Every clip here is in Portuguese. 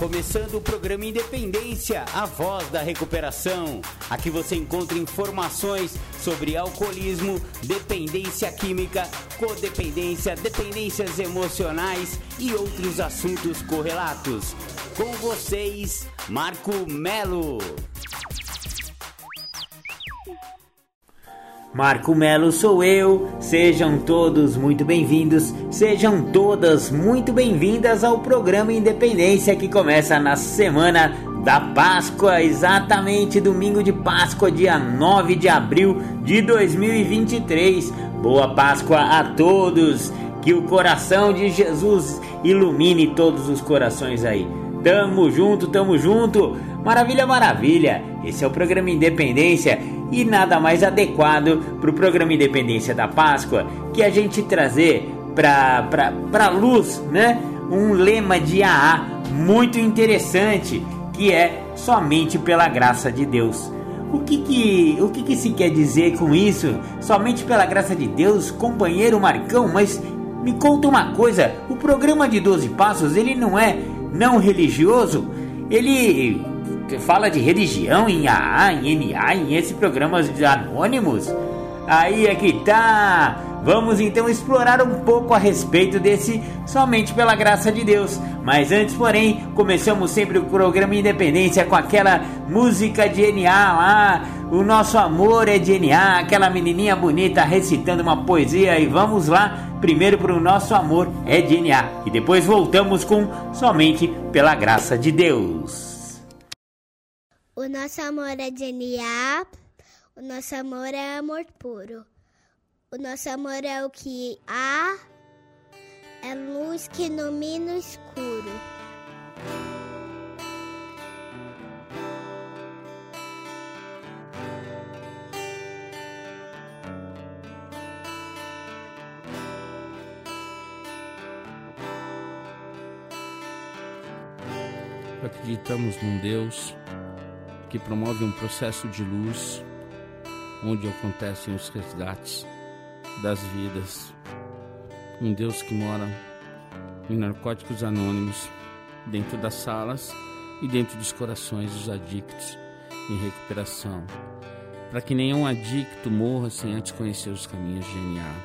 começando o programa Independência, a voz da recuperação. Aqui você encontra informações sobre alcoolismo, dependência química, codependência, dependências emocionais e outros assuntos correlatos. Com vocês, Marco Melo. Marco Melo sou eu, sejam todos muito bem-vindos, sejam todas muito bem-vindas ao programa Independência que começa na semana da Páscoa, exatamente domingo de Páscoa, dia 9 de abril de 2023. Boa Páscoa a todos, que o coração de Jesus ilumine todos os corações aí. Tamo junto, maravilha, maravilha, esse é o programa Independência. E nada mais adequado para o programa Independência da Páscoa que a gente trazer para luz, né? Um lema de AA muito interessante, que é somente pela graça de Deus. O que se quer dizer com isso? Somente pela graça de Deus, companheiro Marcão? Mas me conta uma coisa, o programa de 12 Passos, ele não é não religioso? Ele fala de religião em AA, em NA, em esses programas anônimos? Aí é que tá! Vamos então explorar um pouco a respeito desse somente pela graça de Deus. Mas antes, porém, começamos sempre o programa Independência com aquela música de NA lá, O Nosso Amor é de NA, aquela menininha bonita recitando uma poesia. E vamos lá, primeiro pro Nosso Amor é de NA e depois voltamos com somente pela graça de Deus. O nosso amor é de NA, o nosso amor é amor puro. O nosso amor é o que há, é luz que ilumina o escuro. Acreditamos num Deus que promove um processo de luz, onde acontecem os resgates das vidas. Um Deus que mora em Narcóticos Anônimos, dentro das salas e dentro dos corações dos adictos em recuperação, para que nenhum adicto morra sem antes conhecer os caminhos de NA.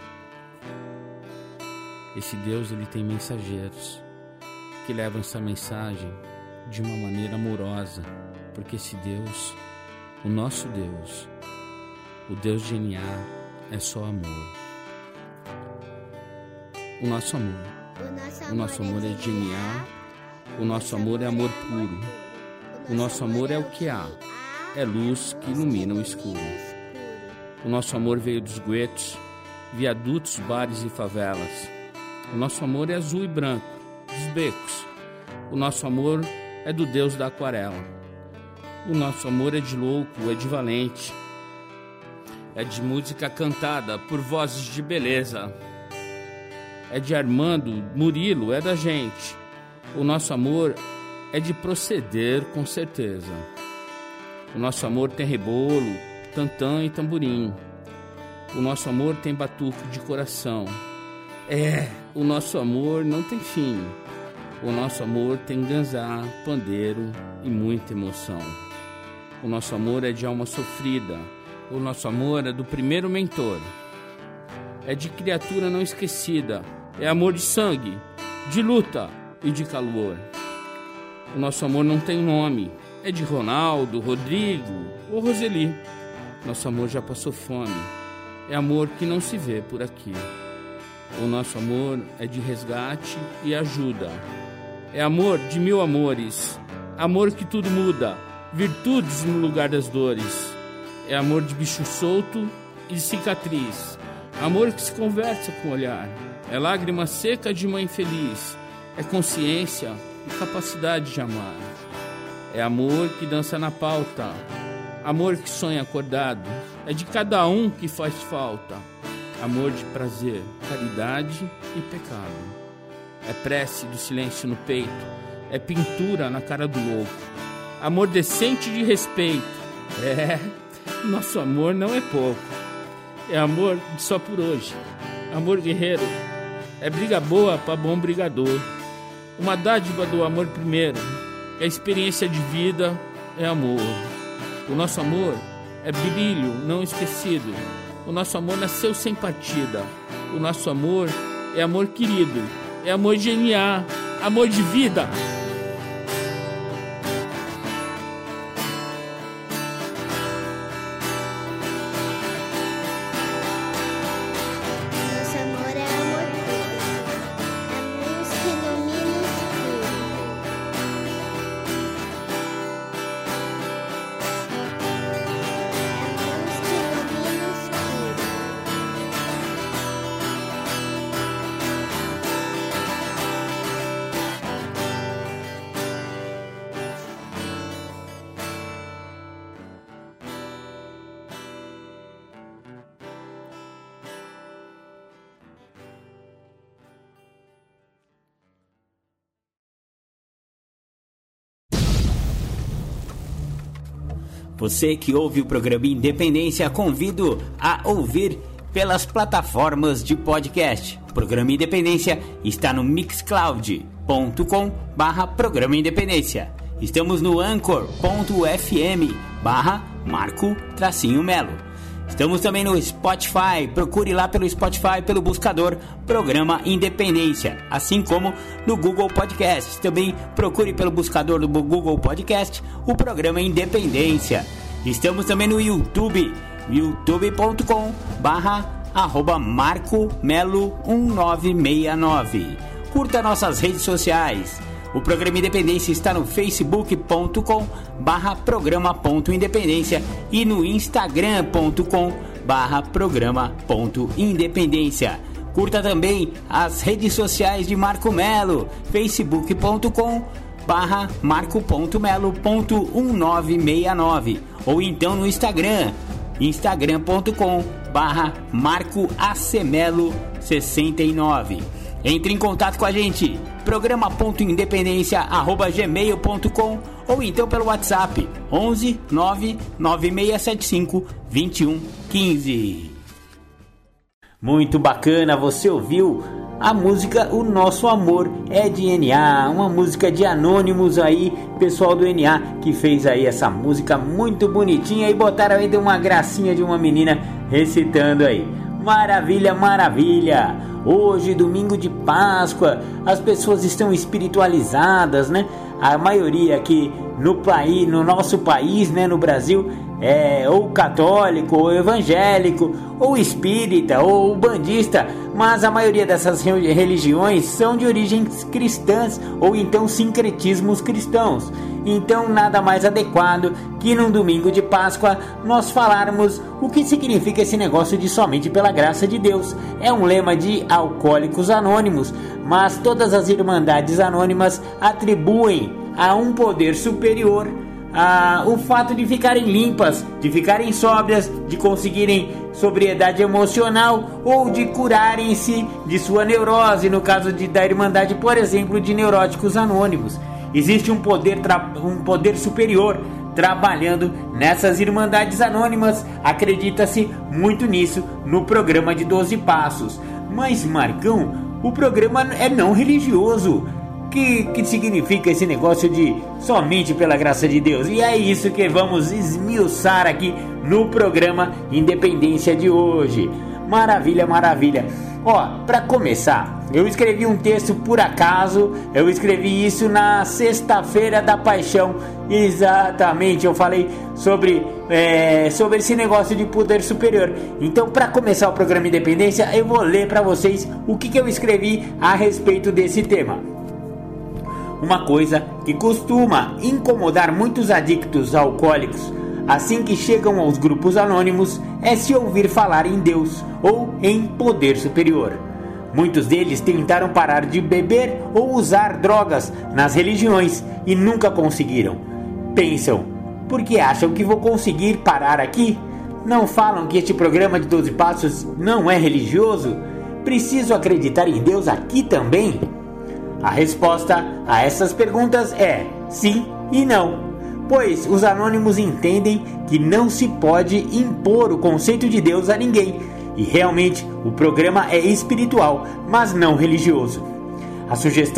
Esse Deus, ele tem mensageiros que levam essa mensagem de uma maneira amorosa, porque esse Deus, o nosso Deus, o Deus de NA, é só amor. O nosso amor é de NA, o nosso amor é amor puro. O nosso amor é o que há, é luz que ilumina o escuro. O nosso amor veio dos guetos, viadutos, bares e favelas. O nosso amor é azul e branco, dos becos. O nosso amor é do Deus da aquarela. O nosso amor é de louco, é de valente, é de música cantada por vozes de beleza, é de Armando, Murilo, é da gente. O nosso amor é de proceder com certeza. O nosso amor tem rebolo, tantã e tamborim. O nosso amor tem batuque de coração. O nosso amor não tem fim. O nosso amor tem ganzá, pandeiro e muita emoção. O nosso amor é de alma sofrida. O nosso amor é do primeiro mentor. É de criatura não esquecida. É amor de sangue, de luta e de calor. O nosso amor não tem nome. É de Ronaldo, Rodrigo ou Roseli. Nosso amor já passou fome. É amor que não se vê por aqui. O nosso amor é de resgate e ajuda. É amor de mil amores. Amor que tudo muda. Virtudes no lugar das dores. É amor de bicho solto e de cicatriz. Amor que se conversa com o olhar. É lágrima seca de mãe feliz. É consciência e capacidade de amar. É amor que dança na pauta. Amor que sonha acordado. É de cada um que faz falta. Amor de prazer, caridade e pecado. É prece do silêncio no peito. É pintura na cara do louco. Amor decente de respeito. Nosso amor não é pouco. É amor só por hoje. Amor guerreiro. É briga boa para bom brigador. Uma dádiva do amor primeiro. A experiência de vida é amor. O nosso amor é brilho não esquecido. O nosso amor nasceu sem partida. O nosso amor é amor querido. É amor genial, amor de vida. Você que ouve o programa Independência, convido a ouvir pelas plataformas de podcast. O programa Independência está no mixcloud.com/programa Independência. Estamos no anchor.fm/Marco-Melo. Estamos também no Spotify. Procure lá pelo Spotify, pelo buscador Programa Independência, assim como no Google Podcast. Também procure pelo buscador do Google Podcast o Programa Independência. Estamos também no YouTube, youtube.com/MarcoMelo1969. Curta nossas redes sociais. O Programa Independência está no facebook.com/programa.independência e no instagram.com/programa.independência. Curta também as redes sociais de Marco Melo, facebook.com/marco.melo.1969 ou então no Instagram, instagram.com/marcoacmelo69. Entre em contato com a gente, programa.independência@gmail.com ou então pelo WhatsApp 11 99675 2115. Muito bacana, você ouviu a música O Nosso Amor é de NA, uma música de Anônimos aí, pessoal do NA que fez aí essa música muito bonitinha e botaram aí de uma gracinha de uma menina recitando aí. Maravilha, maravilha! Hoje, domingo de Páscoa, as pessoas estão espiritualizadas, né? A maioria aqui no nosso país, né, no Brasil, é ou católico, ou evangélico, ou espírita, ou bandista, mas a maioria dessas religiões são de origens cristãs, ou então sincretismos cristãos. Então nada mais adequado que num domingo de Páscoa nós falarmos o que significa esse negócio de somente pela graça de Deus. É um lema de Alcoólicos Anônimos, mas todas as irmandades anônimas atribuem a um poder superior o fato de ficarem limpas, de ficarem sóbrias, de conseguirem sobriedade emocional ou de curarem-se de sua neurose, no caso da Irmandade, por exemplo, de Neuróticos Anônimos. Existe um poder superior trabalhando nessas Irmandades Anônimas, acredita-se muito nisso no programa de 12 Passos. Mas, Marcão, o programa é não religioso. Que significa esse negócio de somente pela graça de Deus? E é isso que vamos esmiuçar aqui no programa Independência de hoje. Maravilha, maravilha. Ó, para começar, eu escrevi um texto por acaso. Eu escrevi isso na Sexta-feira da Paixão. Exatamente, eu falei sobre esse negócio de poder superior. Então, para começar o programa Independência, eu vou ler para vocês o que eu escrevi a respeito desse tema. Uma coisa que costuma incomodar muitos adictos alcoólicos assim que chegam aos grupos anônimos é se ouvir falar em Deus ou em poder superior. Muitos deles tentaram parar de beber ou usar drogas nas religiões e nunca conseguiram. Pensam, por que acham que vou conseguir parar aqui? Não falam que este programa de 12 Passos não é religioso? Preciso acreditar em Deus aqui também? A resposta a essas perguntas é sim e não, pois os anônimos entendem que não se pode impor o conceito de Deus a ninguém, e realmente o programa é espiritual, mas não religioso. A sugestão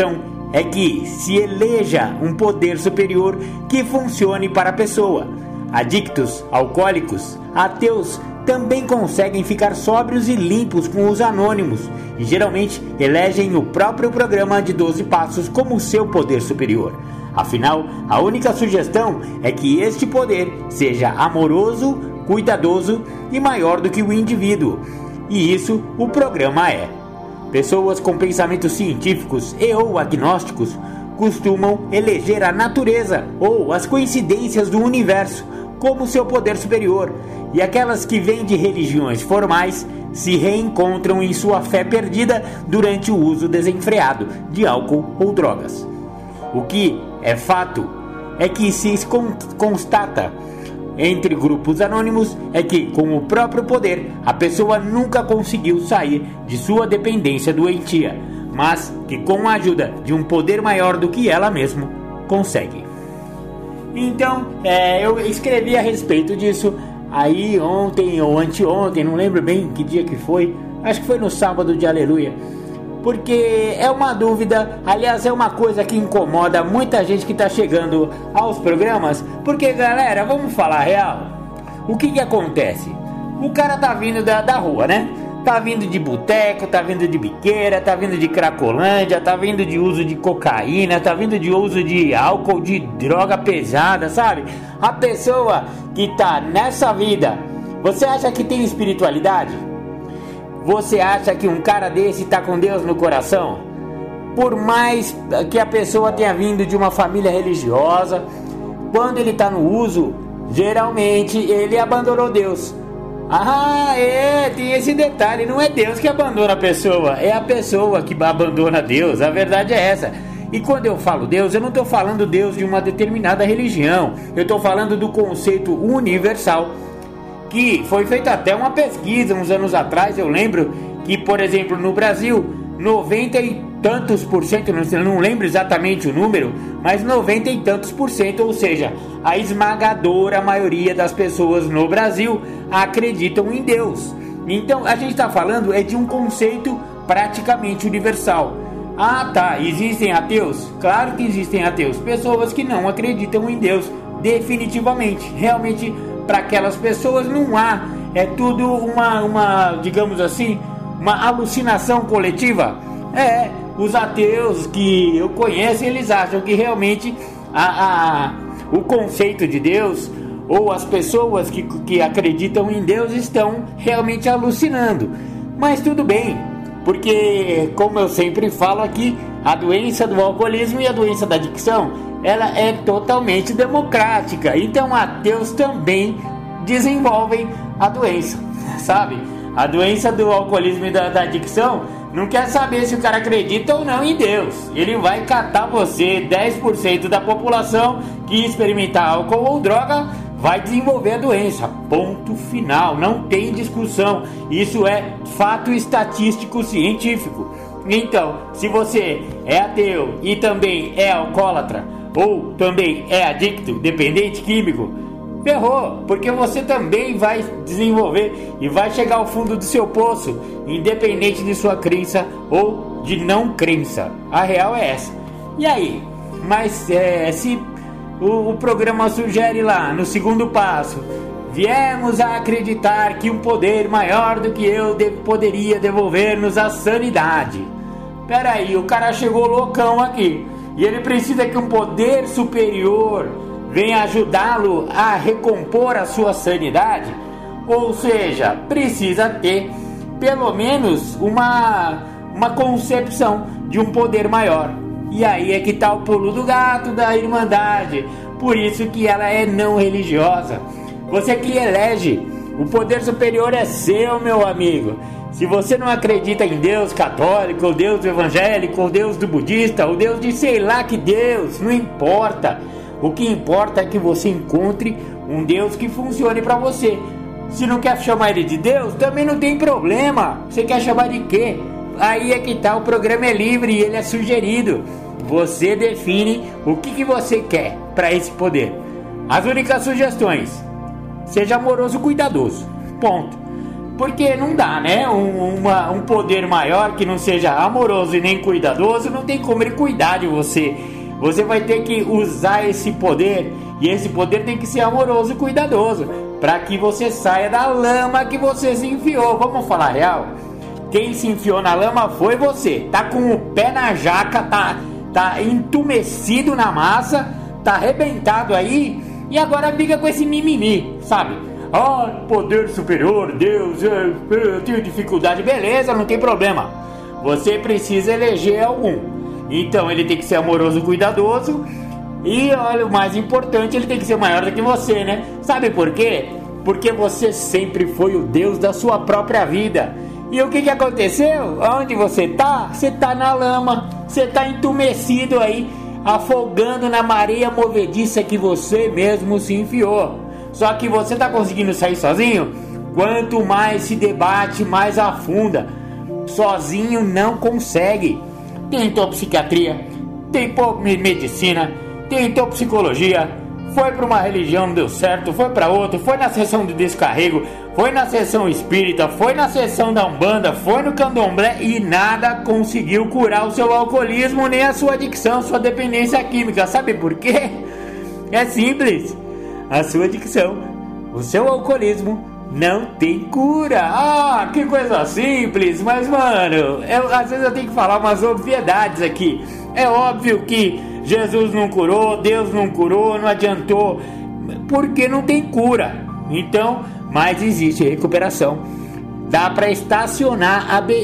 é que se eleja um poder superior que funcione para a pessoa. Adictos, alcoólicos, ateus também conseguem ficar sóbrios e limpos com os anônimos e geralmente elegem o próprio programa de 12 passos como seu poder superior. Afinal, a única sugestão é que este poder seja amoroso, cuidadoso e maior do que o indivíduo. E isso o programa é. Pessoas com pensamentos científicos e ou agnósticos costumam eleger a natureza ou as coincidências do universo como seu poder superior, e aquelas que vêm de religiões formais se reencontram em sua fé perdida durante o uso desenfreado de álcool ou drogas. O que é fato é que se constata entre grupos anônimos é que, com o próprio poder, a pessoa nunca conseguiu sair de sua dependência doentia, mas que com a ajuda de um poder maior do que ela mesma, consegue. Então, eu escrevi a respeito disso aí ontem ou anteontem, não lembro bem que dia que foi, acho que foi no sábado de Aleluia, porque é uma dúvida, aliás é uma coisa que incomoda muita gente que está chegando aos programas, porque galera, vamos falar a real, o que acontece? O cara tá vindo da rua, né? Tá vindo de boteco, tá vindo de biqueira, tá vindo de cracolândia, tá vindo de uso de cocaína, tá vindo de uso de álcool, de droga pesada, sabe? A pessoa que tá nessa vida, você acha que tem espiritualidade? Você acha que um cara desse tá com Deus no coração? Por mais que a pessoa tenha vindo de uma família religiosa, quando ele tá no uso, geralmente ele abandonou Deus. Tem esse detalhe, não é Deus que abandona a pessoa, é a pessoa que abandona Deus, a verdade é essa. E quando eu falo Deus, eu não estou falando Deus de uma determinada religião, eu estou falando do conceito universal, que foi feita até uma pesquisa uns anos atrás, eu lembro que, por exemplo, no Brasil, 90 e tantos por cento, não lembro exatamente o número, mas 90 e tantos por cento, ou seja, a esmagadora maioria das pessoas no Brasil acreditam em Deus. Então a gente está falando de um conceito praticamente universal. Existem ateus? Claro que existem ateus, pessoas que não acreditam em Deus definitivamente, realmente para aquelas pessoas não há, é tudo uma digamos assim, uma alucinação coletiva. Os ateus que eu conheço, eles acham que realmente o conceito de Deus, ou as pessoas que acreditam em Deus estão realmente alucinando. Mas tudo bem, porque como eu sempre falo aqui, a doença do alcoolismo e a doença da adicção, ela é totalmente democrática. Então ateus também desenvolvem a doença, sabe? A doença do alcoolismo e da adicção não quer saber se o cara acredita ou não em Deus. Ele vai catar você, 10% da população que experimentar álcool ou droga vai desenvolver a doença. Ponto final, não tem discussão. Isso é fato estatístico científico. Então, se você é ateu e também é alcoólatra ou também é adicto, dependente químico, ferrou, porque você também vai desenvolver e vai chegar ao fundo do seu poço, independente de sua crença ou de não crença. A real é essa. E aí? Mas se o programa sugere lá no segundo passo, viemos a acreditar que um poder maior do que eu poderia devolver-nos a sanidade. Peraí, o cara chegou loucão aqui e ele precisa que um poder superior venha ajudá-lo a recompor a sua sanidade, ou seja, precisa ter pelo menos uma concepção de um poder maior. E aí é que está o pulo do gato da Irmandade, por isso que ela é não religiosa. Você que elege, o poder superior é seu, meu amigo. Se você não acredita em Deus católico, ou Deus evangélico, ou Deus do budista, ou Deus de sei lá que Deus, não importa. O que importa é que você encontre um Deus que funcione para você. Se não quer chamar ele de Deus, também não tem problema. Você quer chamar de quê? Aí é que tá, o programa é livre e ele é sugerido. Você define o que você quer para esse poder. As únicas sugestões: seja amoroso e cuidadoso. Ponto. Porque não dá, né? Um poder maior que não seja amoroso e nem cuidadoso, não tem como ele cuidar de você. Você vai ter que usar esse poder, e esse poder tem que ser amoroso e cuidadoso, para que você saia da lama que você se enfiou. Vamos falar real? Quem se enfiou na lama foi você. Tá com o pé na jaca, tá entumecido na massa, tá arrebentado aí, e agora fica com esse mimimi, sabe? Poder superior, Deus, eu tenho dificuldade. Beleza, não tem problema. Você precisa eleger algum. Então ele tem que ser amoroso e cuidadoso. E olha, o mais importante, ele tem que ser maior do que você, né? Sabe por quê? Porque você sempre foi o Deus da sua própria vida. E o que aconteceu? Onde você tá? Você tá na lama. Você tá entumecido aí, afogando na mareia movediça que você mesmo se enfiou. Só que você tá conseguindo sair sozinho? Quanto mais se debate, mais afunda. Sozinho não consegue. Tentou psiquiatria, tentou medicina, tentou psicologia, foi para uma religião, não deu certo, foi para outra, foi na sessão de descarrego, foi na sessão espírita, foi na sessão da Umbanda, foi no candomblé e nada conseguiu curar o seu alcoolismo, nem a sua adicção, sua dependência química. Sabe por quê? É simples. A sua adicção, o seu alcoolismo não tem cura. Que coisa simples. Mas mano, às vezes eu tenho que falar umas obviedades aqui. É óbvio que Jesus não curou, Deus não curou, não adiantou, porque não tem cura. Então, mas existe recuperação. Dá para estacionar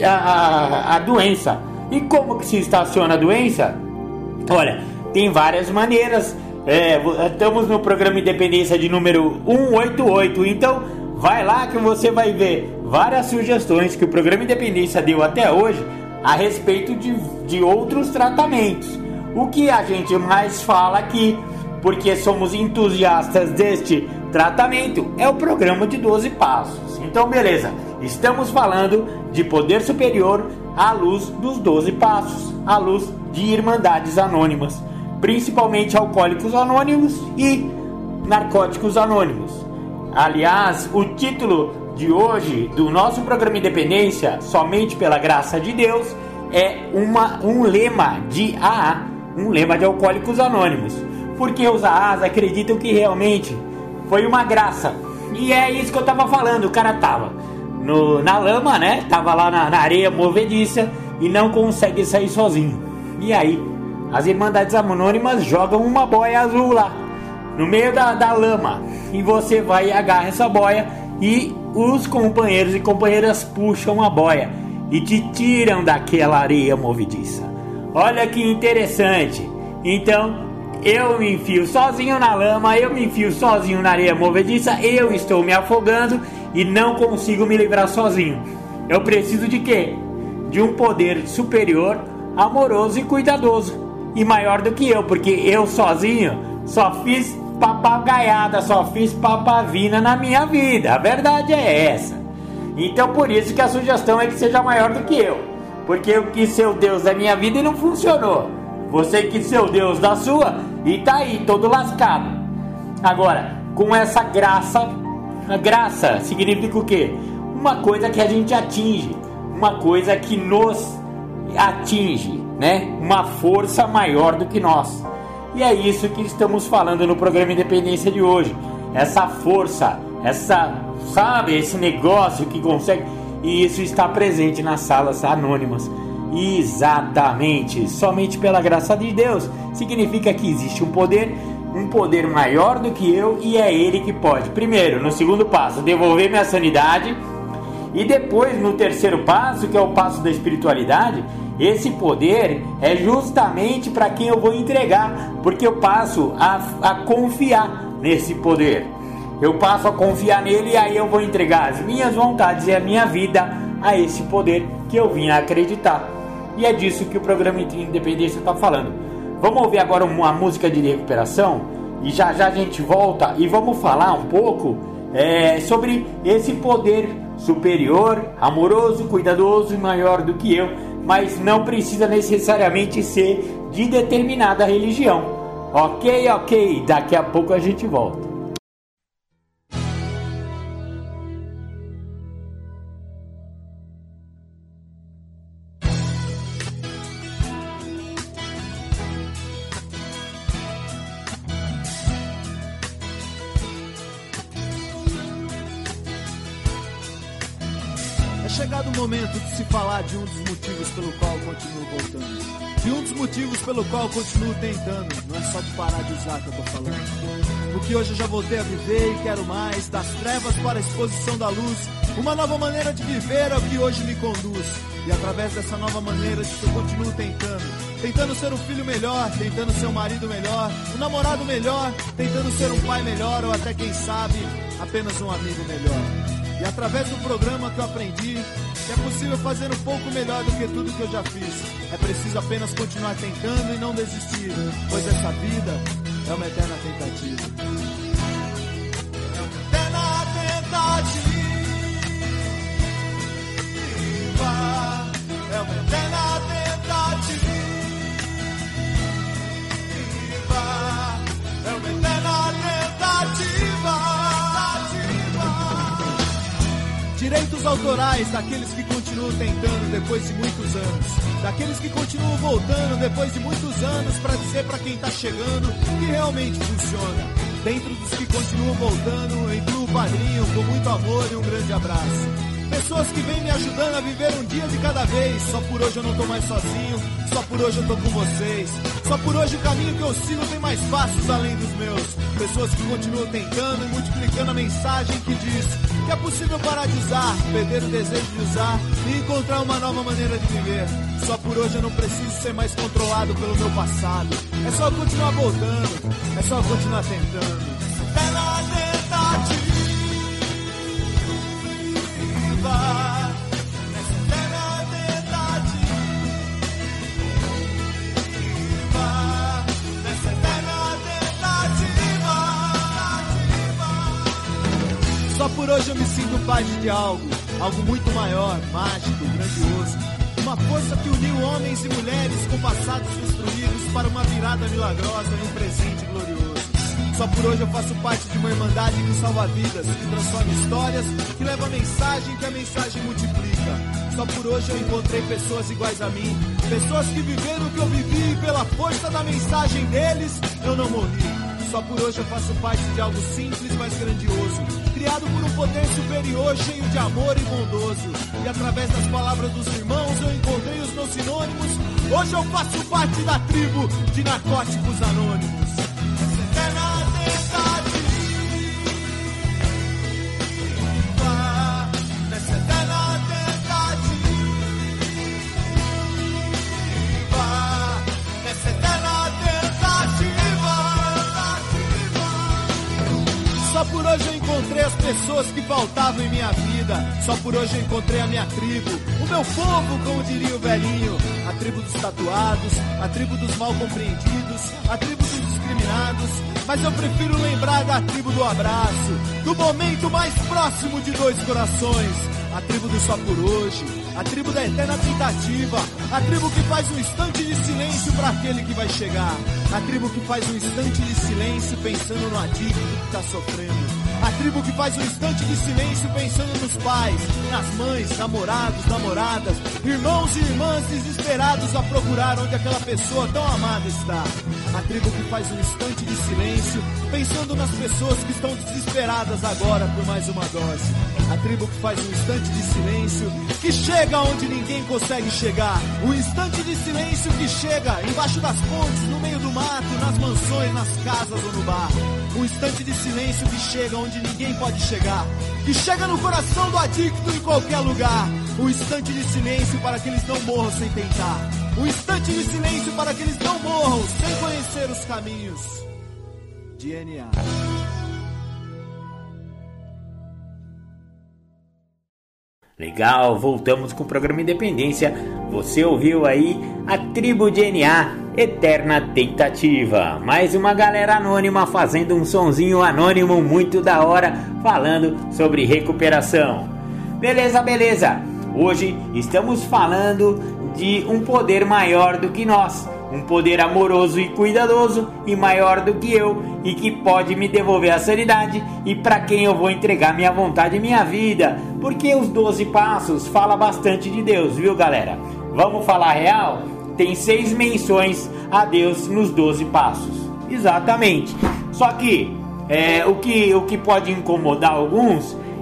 a doença. E como que se estaciona a doença? Olha, tem várias maneiras. Estamos no programa Independência de número 188. Então vai lá que você vai ver várias sugestões que o programa Independência deu até hoje a respeito de outros tratamentos. O que a gente mais fala aqui, porque somos entusiastas deste tratamento, é o programa de 12 passos. Então beleza, estamos falando de poder superior à luz dos 12 passos, à luz de Irmandades Anônimas, principalmente Alcoólicos Anônimos e Narcóticos Anônimos. Aliás, o título de hoje do nosso programa Independência, Somente pela Graça de Deus, é um lema de AA, um lema de Alcoólicos Anônimos, porque os AAs acreditam que realmente foi uma graça. E é isso que eu tava falando. O cara tava na lama, né? Tava lá na areia movediça e não consegue sair sozinho. E aí as Irmandades Anônimas jogam uma boia azul lá no meio da lama, e você vai e agarra essa boia, e os companheiros e companheiras puxam a boia e te tiram daquela areia movediça. Olha que interessante. Então eu me enfio sozinho na lama, eu me enfio sozinho na areia movediça, eu estou me afogando e não consigo me livrar sozinho. Eu preciso de quê? De um poder superior, amoroso e cuidadoso, e maior do que eu, porque eu sozinho só fiz papagaiada, só fiz papavina na minha vida. A verdade é essa. Então por isso que a sugestão é que seja maior do que eu, porque eu quis ser o Deus da minha vida e não funcionou. Você quis ser o Deus da sua e tá aí todo lascado. Agora, com essa graça, a graça significa o quê? Uma coisa que a gente atinge, uma coisa que nos atinge, né? Uma força maior do que nós. E é isso que estamos falando no programa Independência de hoje. Essa força, esse negócio que consegue. E isso está presente nas salas anônimas. Exatamente. Somente pela graça de Deus. Significa que existe um poder maior do que eu, e é Ele que pode, primeiro, no segundo passo, devolver minha sanidade. E depois, no terceiro passo, que é o passo da espiritualidade, esse poder é justamente para quem eu vou entregar, porque eu passo a confiar nesse poder. Eu passo a confiar nele, e aí eu vou entregar as minhas vontades e a minha vida a esse poder que eu vim a acreditar. E é disso que o programa Independência está falando. Vamos ouvir agora uma música de recuperação, e já já a gente volta e vamos falar um pouco sobre esse poder superior, amoroso, cuidadoso e maior do que eu, mas não precisa necessariamente ser de determinada religião. Ok, daqui a pouco a gente volta. chegado o momento de se falar de um dos motivos pelo qual eu continuo voltando. E um dos motivos pelo qual eu continuo tentando. Não é só de parar de usar que eu tô falando. Porque hoje eu já voltei a viver e quero mais. Das trevas para a exposição da luz. Uma nova maneira de viver é o que hoje me conduz. E através dessa nova maneira de que eu continuo tentando. Tentando ser um filho melhor, tentando ser um marido melhor, um namorado melhor, tentando ser um pai melhor ou até quem sabe, apenas um amigo melhor. E através do programa que eu aprendi que é possível fazer um pouco melhor do que tudo que eu já fiz. É preciso apenas continuar tentando e não desistir, pois essa vida é uma eterna tentativa. É uma eterna tentativa. É uma eterna tentativa. É uma eterna tentativa. Direitos autorais daqueles que continuam tentando depois de muitos anos. Daqueles que continuam voltando depois de muitos anos para dizer para quem tá chegando que realmente funciona. Dentro dos que continuam voltando, eu incluo o padrinho com muito amor e um grande abraço. Pessoas que vêm me ajudando a viver um dia de cada vez. Só por hoje eu não tô mais sozinho, só por hoje eu tô com vocês. Só por hoje o caminho que eu sigo tem mais passos além dos meus. Pessoas que continuam tentando e multiplicando a mensagem que diz que é possível parar de usar, perder o desejo de usar e encontrar uma nova maneira de viver. Só por hoje eu não preciso ser mais controlado pelo meu passado. É só continuar voltando, é só continuar tentando. Pela tentativa. Só por hoje eu me sinto parte de algo muito maior, mágico, grandioso. Uma força que uniu homens e mulheres com passados destruídos para uma virada milagrosa e um presente glorioso. Só por hoje eu faço parte de uma irmandade que salva vidas, que transforma histórias, que leva a mensagem, que a mensagem multiplica. Só por hoje eu encontrei pessoas iguais a mim, pessoas que viveram o que eu vivi e pela força da mensagem deles, eu não morri. Só por hoje eu faço parte de algo simples, mas grandioso, criado por um poder superior, cheio de amor e bondoso. E através das palavras dos irmãos eu encontrei os meus sinônimos. Hoje eu faço parte da tribo de Narcóticos Anônimos. Só por hoje eu encontrei as pessoas que faltavam em minha vida. Só por hoje eu encontrei a minha tribo, o meu povo, como diria o velhinho. A tribo dos tatuados, a tribo dos mal compreendidos, a tribo dos discriminados. Mas eu prefiro lembrar da tribo do abraço, do momento mais próximo de dois corações. A tribo do só por hoje, a tribo da eterna tentativa, a tribo que faz um instante de silêncio para aquele que vai chegar, a tribo que faz um instante de silêncio pensando no adicto que está sofrendo, a tribo que faz um instante de silêncio pensando nos pais, nas mães, namorados, namoradas, irmãos e irmãs desesperados a procurar onde aquela pessoa tão amada está, a tribo que faz um instante de silêncio pensando nas pessoas que estão desesperadas agora por mais uma dose, a tribo que faz um instante de silêncio que chega onde ninguém consegue chegar, um instante de silêncio que chega embaixo das pontes, no meio do mato, nas mansões, nas casas ou no bar, um instante de silêncio que chega onde ninguém pode chegar, que chega no coração do adicto em qualquer lugar, um instante de silêncio para que eles não morram sem tentar, um instante de silêncio para que eles não morram sem conhecer os caminhos de NA. Legal, voltamos com o programa Independência. Você ouviu aí a tribo de NA, Eterna Tentativa. Mais uma galera anônima fazendo um sonzinho anônimo muito da hora, falando sobre recuperação. Beleza, beleza. Hoje estamos falando de um poder maior do que nós. Um poder amoroso e cuidadoso e maior do que eu e que pode me devolver a sanidade e para quem eu vou entregar minha vontade e minha vida, porque os 12 passos fala bastante de Deus, viu galera? Vamos falar real? Tem 6 menções a Deus nos 12 passos, exatamente. Só que o que pode incomodar alguns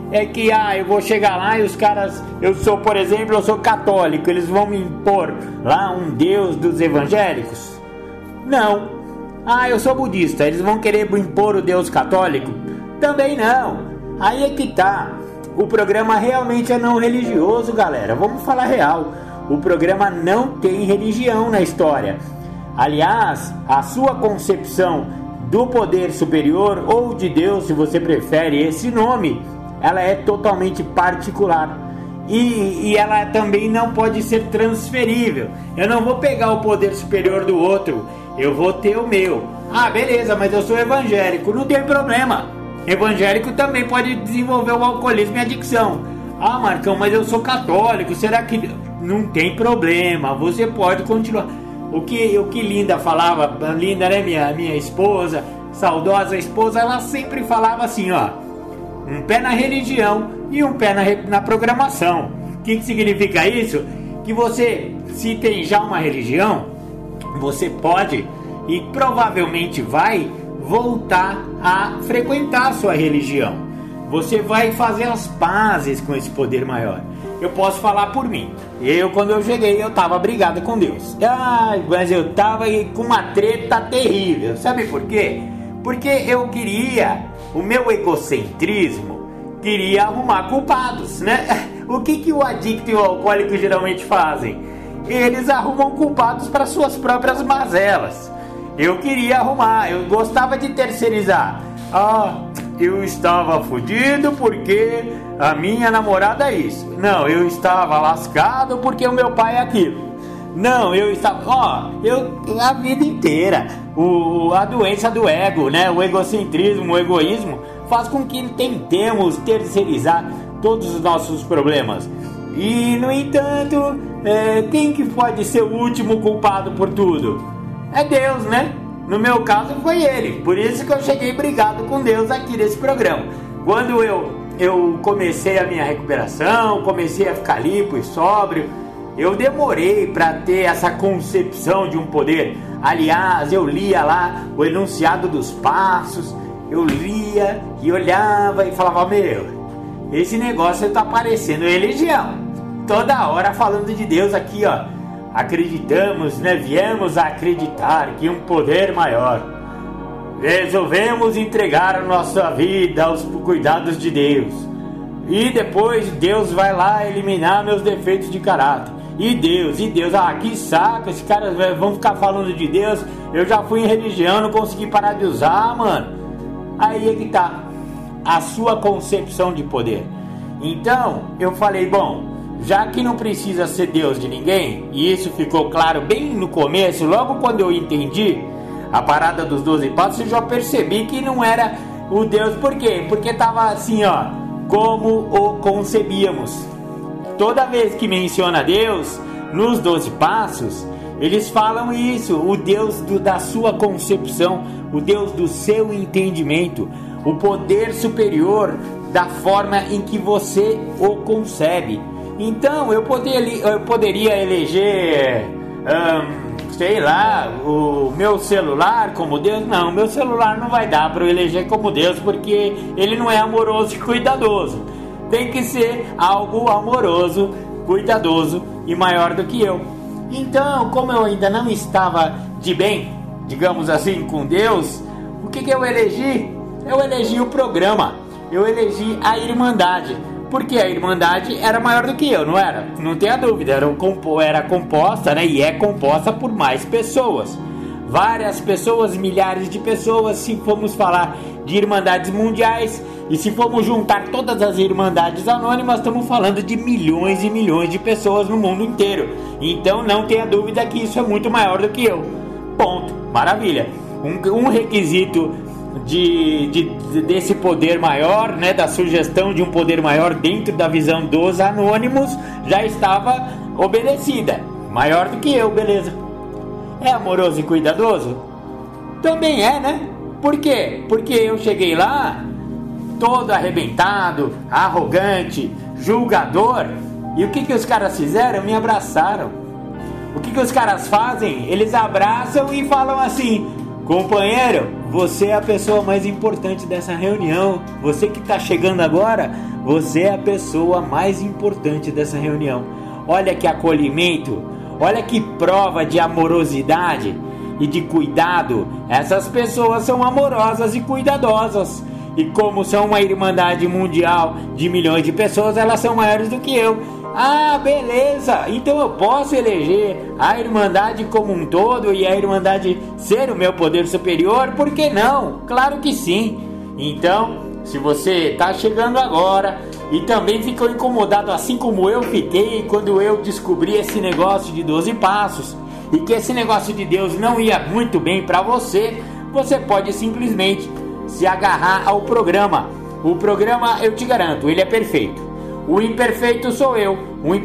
é que eu vou chegar lá e os caras, eu sou católico, eles vão me impor lá um Deus dos evangélicos? Não. Eu sou budista, eles vão querer impor o Deus católico? Também não. Aí é que tá. O programa realmente é não religioso, galera. Vamos falar real. O programa não tem religião na história. Aliás, a sua concepção do poder superior ou de Deus, se você prefere esse nome, ela é totalmente particular. E ela também não pode ser transferível. Eu não vou pegar o poder superior do outro, eu vou ter o meu. Beleza, mas eu sou evangélico. Não tem problema. Evangélico também pode desenvolver o alcoolismo e a adicção. Marcão, mas eu sou católico. Será que... Não tem problema, você pode continuar. O que Linda falava, Linda, né, minha esposa, saudosa esposa, ela sempre falava assim, um pé na religião e um pé na programação. O que significa isso? Que você, se tem já uma religião, você pode e provavelmente vai voltar a frequentar a sua religião. Você vai fazer as pazes com esse poder maior. Eu posso falar por mim. Quando eu cheguei, eu tava brigado com Deus. Mas eu tava com uma treta terrível. Sabe por quê? Porque eu queria, o meu egocentrismo queria arrumar culpados, né? O que o adicto e o alcoólico geralmente fazem? Eles arrumam culpados para suas próprias mazelas. Eu queria arrumar, eu gostava de terceirizar. Eu estava fudido porque a minha namorada é isso. Não, eu estava lascado porque o meu pai é aquilo. Não, eu estava... a vida inteira. A doença do ego, né? O egocentrismo, o egoísmo faz com que tentemos terceirizar todos os nossos problemas. E, no entanto, quem que pode ser o último culpado por tudo? É Deus, né? No meu caso foi ele. Por isso que eu cheguei brigado com Deus aqui nesse programa. Quando eu comecei a minha recuperação, comecei a ficar limpo e sóbrio, eu demorei para ter essa concepção de um poder. Aliás, eu lia lá o enunciado dos passos, eu lia e olhava e falava, esse negócio tá parecendo religião. Toda hora falando de Deus aqui, acreditamos, né? Viemos a acreditar que um poder maior. Resolvemos entregar a nossa vida aos cuidados de Deus. E depois Deus vai lá eliminar meus defeitos de caráter. E Deus, que saco, esses caras vão ficar falando de Deus. Eu já fui em religião, não consegui parar de usar, mano. Aí é que tá a sua concepção de poder. Então, eu falei, já que não precisa ser Deus de ninguém, e isso ficou claro bem no começo, logo quando eu entendi a parada dos 12 passos, eu já percebi que não era o Deus. Por quê? Porque estava assim, como o concebíamos. Toda vez que menciona Deus nos 12 passos, eles falam isso, o Deus da sua concepção, o Deus do seu entendimento, o poder superior da forma em que você o concebe. Então eu poderia eleger, o meu celular como Deus. Não, meu celular não vai dar para eu eleger como Deus, porque ele não é amoroso e cuidadoso. Tem que ser algo amoroso, cuidadoso e maior do que eu. Então, como eu ainda não estava de bem, digamos assim, com Deus, o que eu elegi? Eu elegi o programa, eu elegi a Irmandade. Porque a Irmandade era maior do que eu, não era? Não tenha dúvida, era composta, né? E é composta por mais pessoas. Várias pessoas, milhares de pessoas, se formos falar de Irmandades mundiais. E se formos juntar todas as Irmandades anônimas, estamos falando de milhões e milhões de pessoas no mundo inteiro. Então não tenha dúvida que isso é muito maior do que eu. Ponto. Maravilha. Um requisito desse poder maior, né, da sugestão de um poder maior dentro da visão dos anônimos, já estava obedecida. Maior do que eu, beleza. É amoroso e cuidadoso? Também é, né? Por quê? Porque eu cheguei lá todo arrebentado, arrogante, julgador, e o que os caras fizeram? Me abraçaram. O que os caras fazem? Eles abraçam e falam assim: Companheiro, você é a pessoa mais importante dessa reunião. Você que está chegando agora, você é a pessoa mais importante dessa reunião. Olha que acolhimento, olha que prova de amorosidade e de cuidado. Essas pessoas são amorosas e cuidadosas. E como são uma irmandade mundial de milhões de pessoas, elas são maiores do que eu. Ah, beleza, então eu posso eleger a Irmandade como um todo e a Irmandade ser o meu poder superior? Por que não? Claro que sim. Então, se você está chegando agora e também ficou incomodado assim como eu fiquei quando eu descobri esse negócio de 12 passos e que esse negócio de Deus não ia muito bem para você, você pode simplesmente se agarrar ao programa. O programa, eu te garanto, ele é perfeito. O imperfeito sou eu.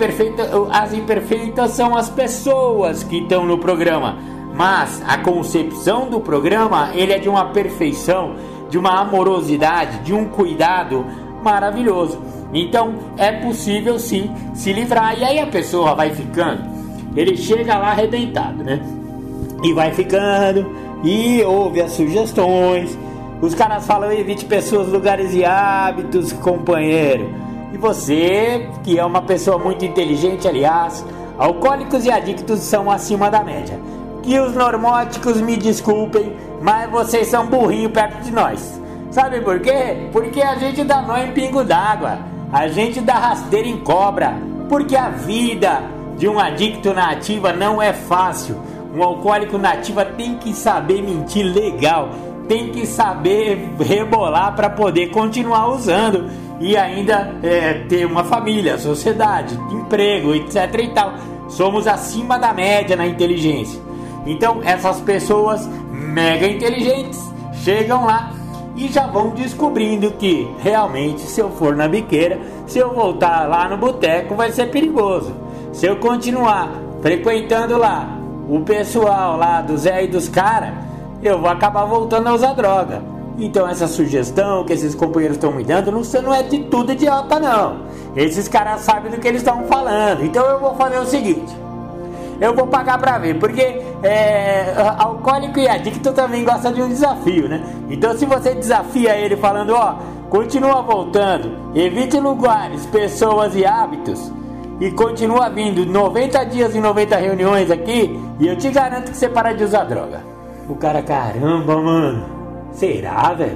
As imperfeitas são as pessoas que estão no programa. Mas a concepção do programa, ele é de uma perfeição, de uma amorosidade, de um cuidado maravilhoso. Então é possível sim se livrar. E aí a pessoa vai ficando, ele chega lá arrebentado, né? E vai ficando e ouve as sugestões. Os caras falam: evite pessoas, lugares e hábitos, companheiro. E você, que é uma pessoa muito inteligente, aliás, alcoólicos e adictos são acima da média. Que os normóticos me desculpem, mas vocês são burrinhos perto de nós. Sabe por quê? Porque a gente dá nó em pingo d'água, a gente dá rasteira em cobra. Porque a vida de um adicto na ativa não é fácil. Um alcoólico na ativa tem que saber mentir legal, tem que saber rebolar para poder continuar usando e ainda ter uma família, sociedade, emprego, etc e tal. Somos acima da média na inteligência. Então essas pessoas mega inteligentes chegam lá e já vão descobrindo que realmente, se eu for na biqueira, se eu voltar lá no boteco, vai ser perigoso. Se eu continuar frequentando lá o pessoal lá do Zé e dos caras, eu vou acabar voltando a usar droga. Então essa sugestão que esses companheiros estão me dando não é de tudo idiota não. Esses caras sabem do que eles estão falando. Então eu vou fazer o seguinte: eu vou pagar pra ver. Porque alcoólico e adicto também gosta de um desafio, né? Então se você desafia ele falando: continua voltando, evite lugares, pessoas e hábitos, e continua vindo 90 dias e 90 reuniões aqui, e eu te garanto que você para de usar droga. O cara: caramba, mano, será, velho?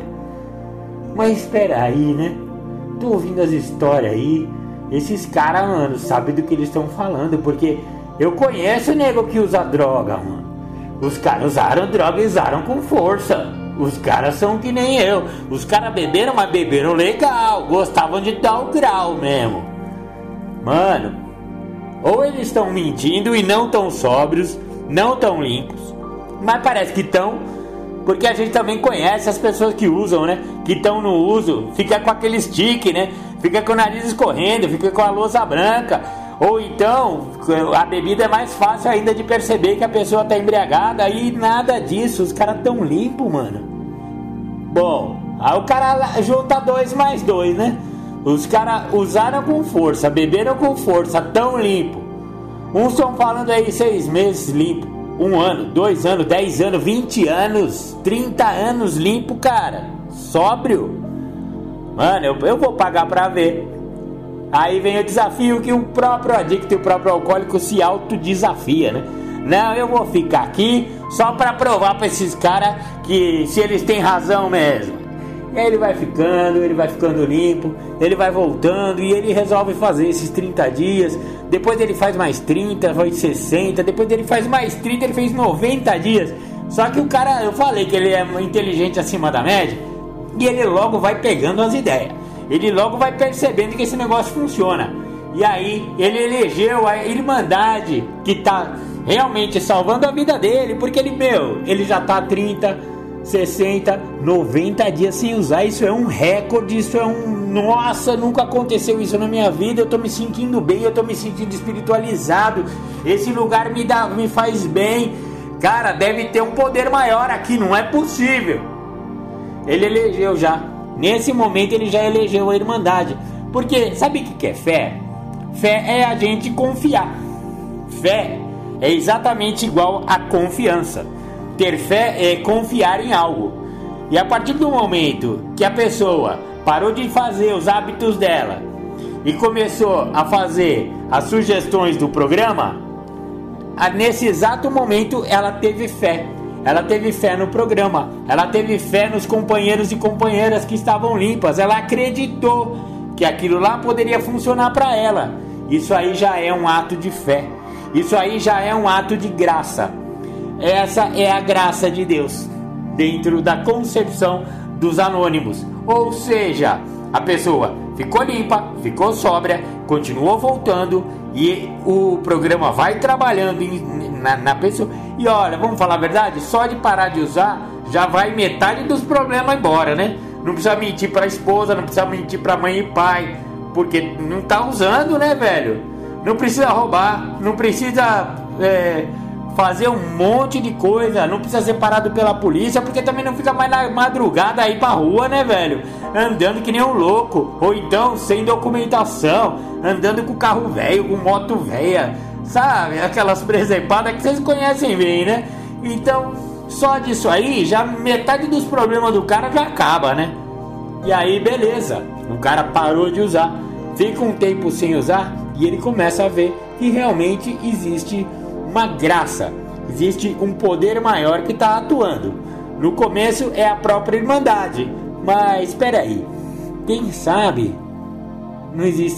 Mas espera aí, né? Tô ouvindo as histórias aí. Esses caras, mano, sabem do que eles estão falando. Porque eu conheço o nego que usa droga, mano. Os caras usaram droga e usaram com força. Os caras são que nem eu. Os caras beberam, mas beberam legal. Gostavam de dar o grau mesmo. Mano, ou eles estão mentindo e não tão sóbrios, não tão limpos, mas parece que estão, porque a gente também conhece as pessoas que usam, né? Que estão no uso, fica com aquele stick, né? Fica com o nariz escorrendo, fica com a louça branca. Ou então, a bebida é mais fácil ainda de perceber que a pessoa tá embriagada. E nada disso, os caras tão limpos, mano. Bom, aí o cara junta 2 mais 2, né? Os caras usaram com força, beberam com força, tão limpo. Uns estão falando aí 6 meses limpo, 1 ano, 2 anos, 10 anos, 20 anos, 30 anos limpo, cara. Sóbrio. Mano, eu vou pagar pra ver. Aí vem o desafio que o próprio adicto e o próprio alcoólico se autodesafia, né? Não, eu vou ficar aqui só pra provar pra esses caras que se eles têm razão mesmo. E aí ele vai ficando limpo, ele vai voltando e ele resolve fazer esses 30 dias. Depois ele faz mais 30, faz 60, depois ele faz mais 30, ele fez 90 dias. Só que o cara, eu falei que ele é inteligente acima da média, e ele logo vai pegando as ideias. Ele logo vai percebendo que esse negócio funciona. E aí ele elegeu a Irmandade que tá realmente salvando a vida dele, porque ele já tá 30, 60, 90 dias sem usar. Isso é um recorde, isso é nossa, nunca aconteceu isso na minha vida. Eu tô me sentindo bem, eu tô me sentindo espiritualizado. Esse lugar me faz bem. Cara, deve ter um poder maior aqui, não é possível. Ele elegeu já. Nesse momento ele já elegeu a Irmandade. Porque sabe o que é fé? Fé é a gente confiar. Fé é exatamente igual a confiança. ter fé é confiar em algo. E a partir do momento que a pessoa parou de fazer os hábitos dela e começou a fazer as sugestões do programa, nesse exato momento ela teve fé. Ela teve fé no programa, ela teve fé nos companheiros e companheiras que estavam limpas. Ela acreditou que aquilo lá poderia funcionar para ela. Isso aí já é um ato de fé. Isso aí já é um ato de graça. Essa é a graça de Deus dentro da concepção dos anônimos. Ou seja, a pessoa ficou limpa, ficou sóbria, continuou voltando e o programa vai trabalhando na pessoa. E olha, vamos falar a verdade, só de parar de usar já vai metade dos problemas embora, né? Não precisa mentir pra esposa, não precisa mentir pra mãe e pai, porque não tá usando, né, velho? Não precisa roubar, não precisa fazer um monte de coisa, não precisa ser parado pela polícia, porque também não fica mais na madrugada aí pra rua, né, velho? Andando que nem um louco, ou então sem documentação, andando com carro velho, com moto velha, sabe? Aquelas presepadas que vocês conhecem bem, né? Então, só disso aí, já metade dos problemas do cara já acaba, né? E aí, beleza, o cara parou de usar, fica um tempo sem usar e ele começa a ver que realmente existe uma graça, existe um poder maior que está atuando. No começo é a própria Irmandade, mas espera aí, quem sabe não existe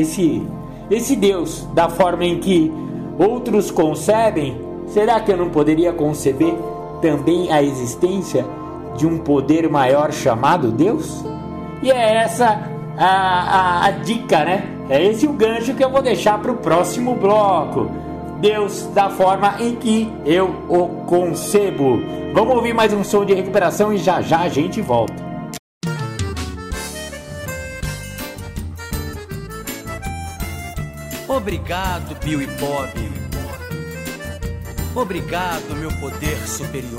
esse Deus da forma em que outros concebem? Será que eu não poderia conceber também a existência de um poder maior chamado Deus? E é essa a dica, né? É esse o gancho que eu vou deixar para o próximo bloco. Deus da forma em que eu o concebo. Vamos ouvir mais um som de recuperação e já já a gente volta. Obrigado, Bill e Bob. Obrigado, meu poder superior.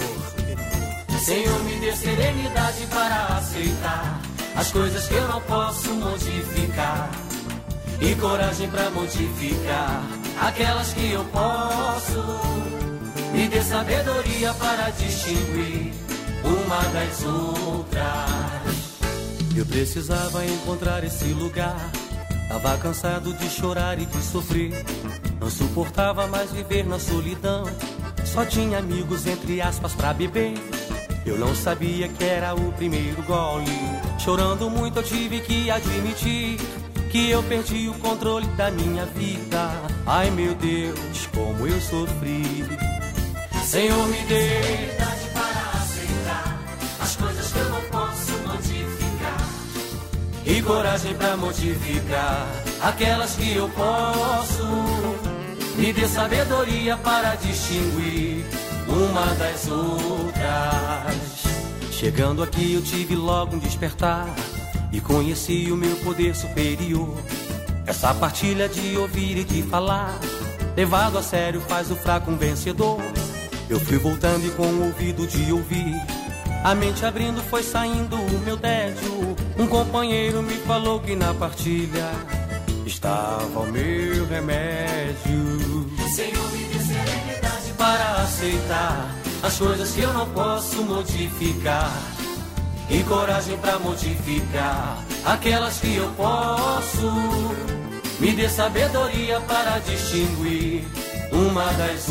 Senhor, me dê serenidade para aceitar as coisas que eu não posso modificar e coragem para modificar aquelas que eu posso. Me dê sabedoria para distinguir uma das outras. Eu precisava encontrar esse lugar. Tava cansado de chorar e de sofrer. Não suportava mais viver na solidão. Só tinha amigos, entre aspas, pra beber. Eu não sabia que era o primeiro gole. Chorando muito eu tive que admitir que eu perdi o controle da minha vida. Ai meu Deus, como eu sofri. Senhor, me dê verdade para aceitar as coisas que eu não posso modificar e coragem para modificar aquelas que eu posso. Me dê sabedoria para distinguir uma das outras. Chegando aqui eu tive logo um despertar e conheci o meu poder superior. Essa partilha de ouvir e de falar, levado a sério, faz o fraco um vencedor. Eu fui voltando e com o ouvido de ouvir, a mente abrindo foi saindo o meu tédio. Um companheiro me falou que na partilha estava o meu remédio. Senhor, me dê serenidade para aceitar as coisas que eu não posso modificar e coragem para modificar aquelas que eu posso. Me dê sabedoria para distinguir uma das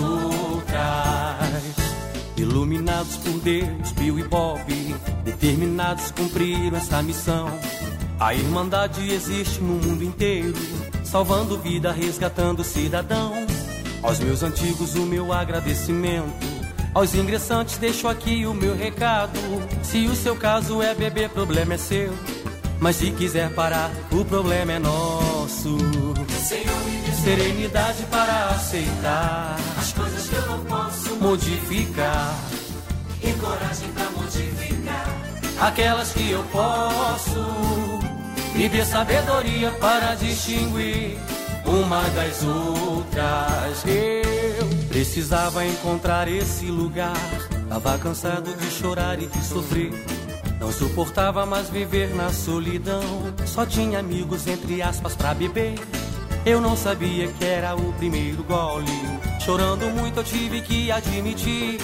outras. Iluminados por Deus, Bill e Bob, determinados cumpriram essa missão. A Irmandade existe no mundo inteiro, salvando vida, resgatando cidadão. Aos meus antigos o meu agradecimento, aos ingressantes deixo aqui o meu recado. Se o seu caso é beber, problema é seu, mas se quiser parar, o problema é nosso. Senhor, me dê serenidade para aceitar as coisas que eu não posso modificar e coragem para modificar aquelas que eu posso. Me dê sabedoria para distinguir uma das outras. Eu precisava encontrar esse lugar. Tava cansado de chorar e de sofrer. Não suportava mais viver na solidão. Só tinha amigos, entre aspas, pra beber. Eu não sabia que era o primeiro gole. Chorando muito eu tive que admitir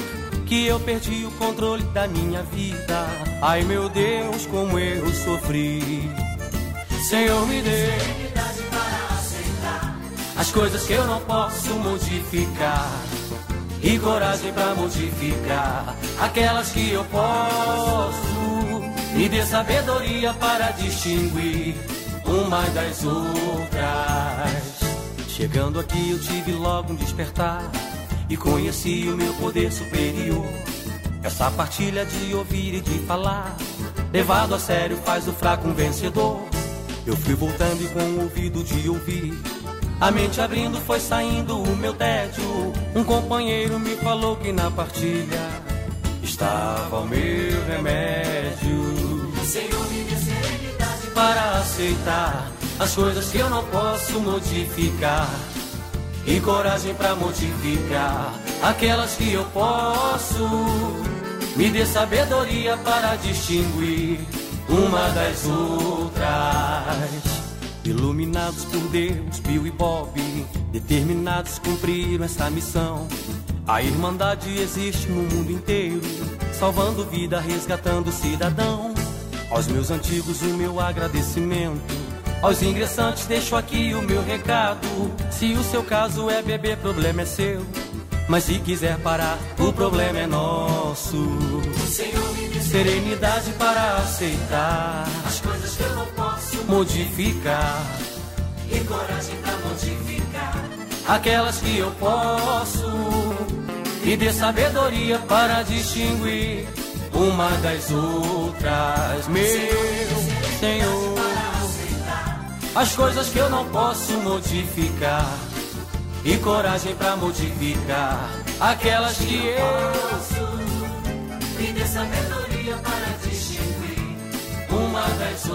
que eu perdi o controle da minha vida. Ai meu Deus, como eu sofri. Senhor, me dê serenidade para aceitar as coisas que eu não posso modificar, e coragem para modificar aquelas que eu posso. Me dê sabedoria para distinguir umas das outras. Chegando aqui eu tive logo um despertar e conheci o meu poder superior. Essa partilha de ouvir e de falar, levado a sério, faz o fraco um vencedor. Eu fui voltando e com o ouvido de ouvir, a mente abrindo foi saindo o meu tédio. Um companheiro me falou que na partilha estava o meu remédio. Senhor, me dê serenidade para aceitar as coisas que eu não posso modificar, e coragem para modificar aquelas que eu posso. Me dê sabedoria para distinguir uma das outras. Iluminados por Deus, Bill e Bob, determinados cumpriram essa missão. A Irmandade existe no mundo inteiro, salvando vida, resgatando o cidadão. Aos meus antigos o meu agradecimento, aos ingressantes deixo aqui o meu recado. Se o seu caso é beber, problema é seu, mas se quiser parar, o problema é nosso. Senhor, me dê serenidade para aceitar as coisas que eu não posso modificar, e coragem para modificar aquelas que eu posso. Me dê sabedoria para distinguir uma das outras. Meu Senhor, as coisas que eu não posso modificar, e coragem pra modificar aquelas que eu posso. Me dê sabedoria para distinguir uma das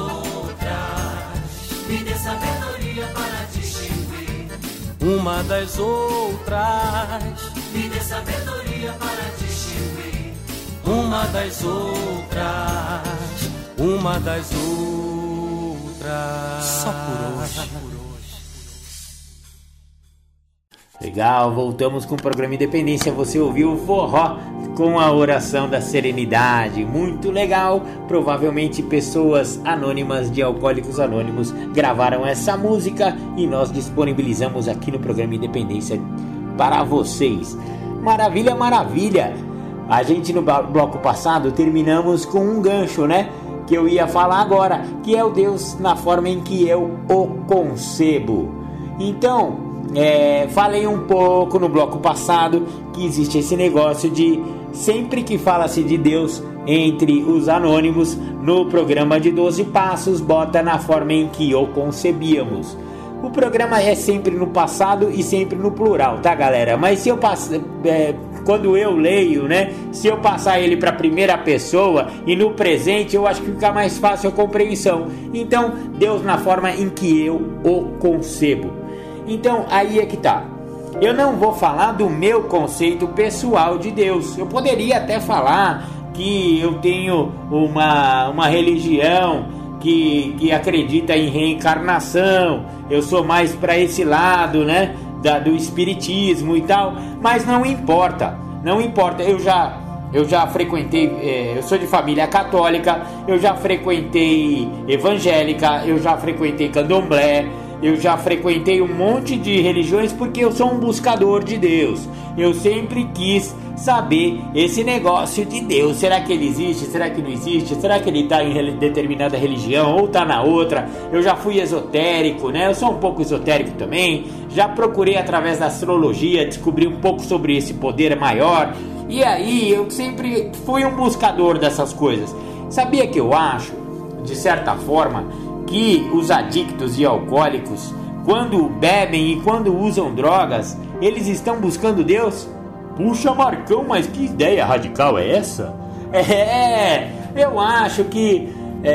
outras. Me dê sabedoria para distinguir uma das outras. Me dê sabedoria para distinguir uma das outras. Uma das outras. Só por hoje. Legal, voltamos com o programa Independência. Você ouviu o forró com a oração da serenidade, muito legal. Provavelmente pessoas anônimas de Alcoólicos Anônimos gravaram essa música e nós disponibilizamos aqui no programa Independência para vocês. Maravilha, maravilha. A gente no bloco passado terminamos com um gancho, né? Que eu ia falar agora, que é o Deus na forma em que eu o concebo. Então, falei um pouco no bloco passado que existe esse negócio de sempre que fala-se de Deus entre os anônimos no programa de 12 passos, bota na forma em que o concebíamos. O programa é sempre no passado e sempre no plural, tá, galera? Mas se eu quando eu leio, né, se eu passar ele para a primeira pessoa e no presente, eu acho que fica mais fácil a compreensão. Então, Deus na forma em que eu o concebo. Então, aí é que tá. Eu não vou falar do meu conceito pessoal de Deus. Eu poderia até falar que eu tenho uma religião que acredita em reencarnação. Eu sou mais para esse lado, né, do espiritismo e tal. Mas não importa. Não importa. Eu já frequentei, eu sou de família católica, eu já frequentei evangélica, eu já frequentei candomblé, eu já frequentei um monte de religiões porque eu sou um buscador de Deus. Eu sempre quis saber esse negócio de Deus. Será que ele existe? Será que não existe? Será que ele está em determinada religião ou está na outra? Eu já fui esotérico, né? Eu sou um pouco esotérico também. Já procurei através da astrologia descobrir um pouco sobre esse poder maior. E aí eu sempre fui um buscador dessas coisas. Sabia que eu acho, de certa forma, que os adictos e alcoólicos, quando bebem e quando usam drogas, eles estão buscando Deus? Puxa, Marcão, mas que ideia radical é essa? Eu acho que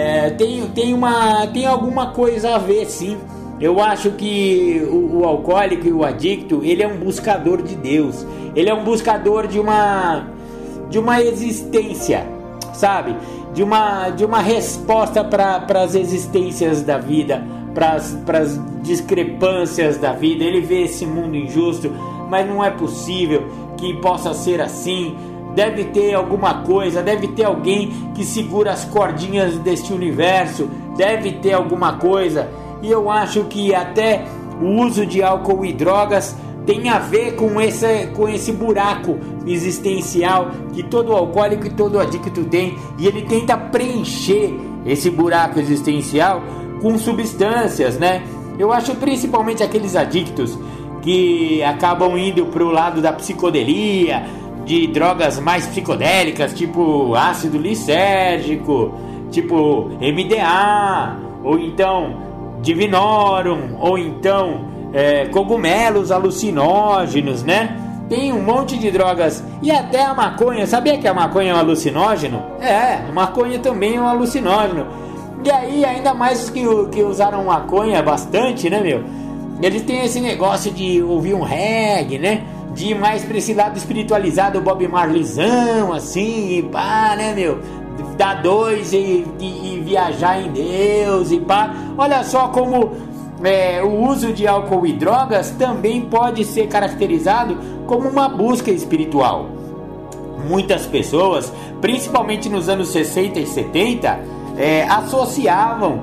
tem alguma coisa a ver, sim. Eu acho que o alcoólico e o adicto, ele é um buscador de Deus. Ele é um buscador de uma existência, sabe? De uma resposta para as existências da vida, para as discrepâncias da vida. Ele vê esse mundo injusto, mas não é possível que possa ser assim. deve ter alguma coisa, deve ter alguém que segura as cordinhas deste universo, deve ter alguma coisa. E eu acho que até o uso de álcool e drogas tem a ver com esse buraco existencial que todo alcoólico e todo adicto tem, e ele tenta preencher esse buraco existencial com substâncias, né? Eu acho principalmente aqueles adictos que acabam indo para o lado da psicodelia, de drogas mais psicodélicas, tipo ácido lisérgico, tipo MDA, ou então Divinorum, ou então cogumelos alucinógenos, né? Tem um monte de drogas, e até a maconha. Sabia que a maconha é um alucinógeno? A maconha também é um alucinógeno. E aí, ainda mais os que usaram maconha bastante, né, meu? Eles têm esse negócio de ouvir um reggae, né? De ir mais pra esse lado espiritualizado, Bob Marleyzão, assim, e pá, né, meu? Dar dois e viajar em Deus, e pá. Olha só como o uso de álcool e drogas também pode ser caracterizado como uma busca espiritual. Muitas pessoas, principalmente nos anos 60 e 70, associavam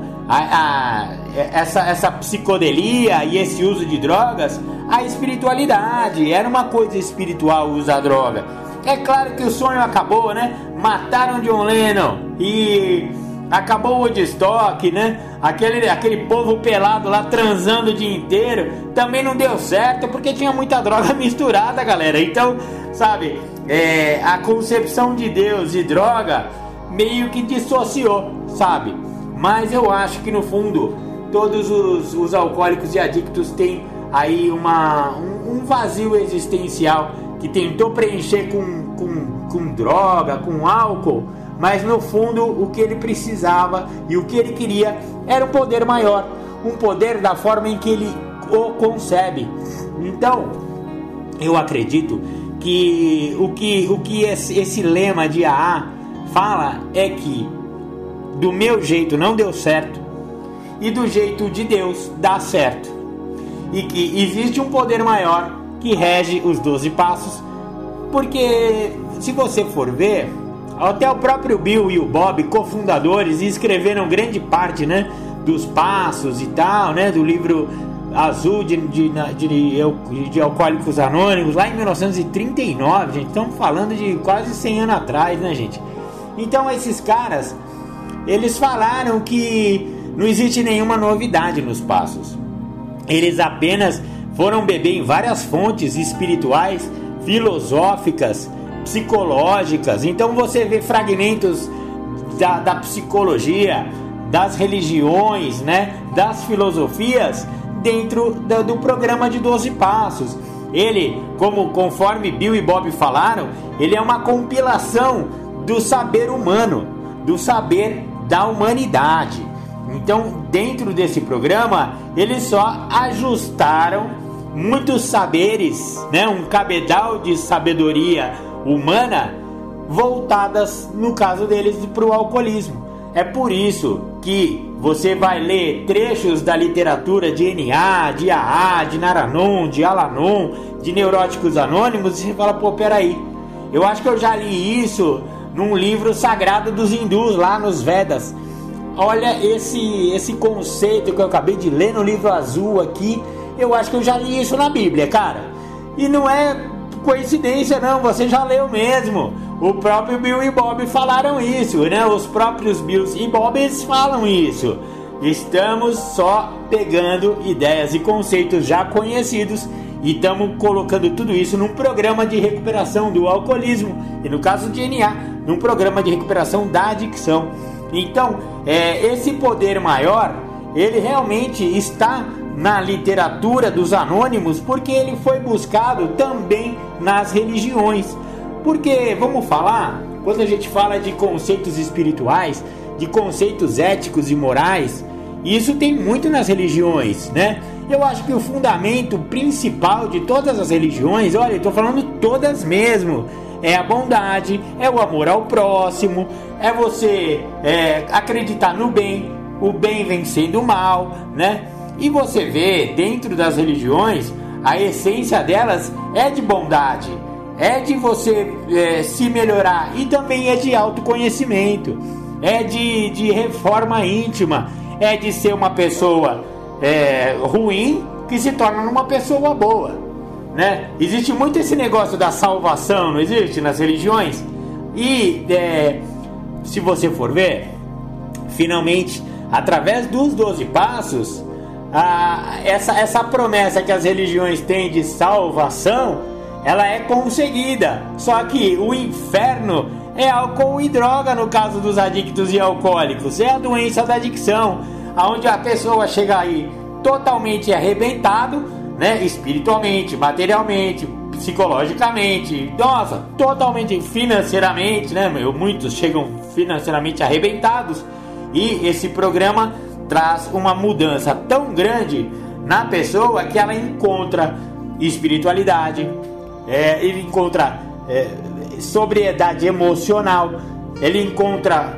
essa psicodelia e esse uso de drogas à espiritualidade. Era uma coisa espiritual usar droga. É claro que o sonho acabou, né? Mataram John Lennon e acabou o Woodstock, né? Aquele povo pelado lá transando o dia inteiro também não deu certo porque tinha muita droga misturada, galera. Então, sabe, a concepção de Deus e droga meio que dissociou, sabe? Mas eu acho que no fundo todos os alcoólicos e adictos têm aí um vazio existencial que tentou preencher com droga, com álcool, mas no fundo o que ele precisava e o que ele queria era um poder maior, um poder da forma em que ele o concebe. Então eu acredito que o que esse lema de AA fala é que do meu jeito não deu certo e do jeito de Deus dá certo, e que existe um poder maior que rege os 12 passos, porque se você for ver, até o próprio Bill e o Bob, cofundadores, escreveram grande parte, né, dos passos e tal, né, do livro azul de Alcoólicos Anônimos, lá em 1939, gente. Estamos falando de quase 100 anos atrás, né, gente? Então esses caras, eles falaram que não existe nenhuma novidade nos passos. Eles apenas foram beber em várias fontes espirituais, filosóficas, psicológicas. Então você vê fragmentos da psicologia, das religiões, né, das filosofias dentro do programa de 12 passos. Ele, conforme Bill e Bob falaram, ele é uma compilação do saber humano, do saber da humanidade. Então, dentro desse programa, eles só ajustaram muitos saberes, né, um cabedal de sabedoria humana voltadas, no caso deles, para o alcoolismo. É por isso que você vai ler trechos da literatura de NA, de AA, de Naranon, de Al-Anon, de Neuróticos Anônimos, e você fala, pô, peraí, eu acho que eu já li isso num livro sagrado dos hindus, lá nos Vedas. Olha esse conceito que eu acabei de ler no livro azul aqui, eu acho que eu já li isso na Bíblia, cara. E não é coincidência não, você já leu mesmo. O próprio Bill e Bob falaram isso, né? Os próprios Bills e Bobs falam isso. Estamos só pegando ideias e conceitos já conhecidos e estamos colocando tudo isso num programa de recuperação do alcoolismo, e no caso de NA, num programa de recuperação da adicção. Então, esse poder maior, ele realmente está na literatura dos anônimos, porque ele foi buscado também nas religiões. Porque, vamos falar, quando a gente fala de conceitos espirituais, de conceitos éticos e morais, isso tem muito nas religiões, né? Eu acho que o fundamento principal de todas as religiões, olha, eu estou falando todas mesmo, é a bondade, é o amor ao próximo, é você acreditar no bem, o bem vencendo o mal, né? E você vê dentro das religiões, a essência delas é de bondade. é de você se melhorar, e também é de autoconhecimento, é de reforma íntima, é de ser uma pessoa ruim que se torna uma pessoa boa, né? Existe muito esse negócio da salvação, não existe nas religiões? E se você for ver, finalmente, através dos 12 passos, essa promessa que as religiões têm de salvação, ela é conseguida. Só que o inferno é álcool e droga no caso dos adictos e alcoólicos. É a doença da adicção, onde a pessoa chega aí totalmente arrebentado, né? Espiritualmente, materialmente, psicologicamente, nossa, totalmente financeiramente, né? Muitos chegam financeiramente arrebentados. E esse programa traz uma mudança tão grande na pessoa que ela encontra espiritualidade, ele encontra sobriedade emocional, ele encontra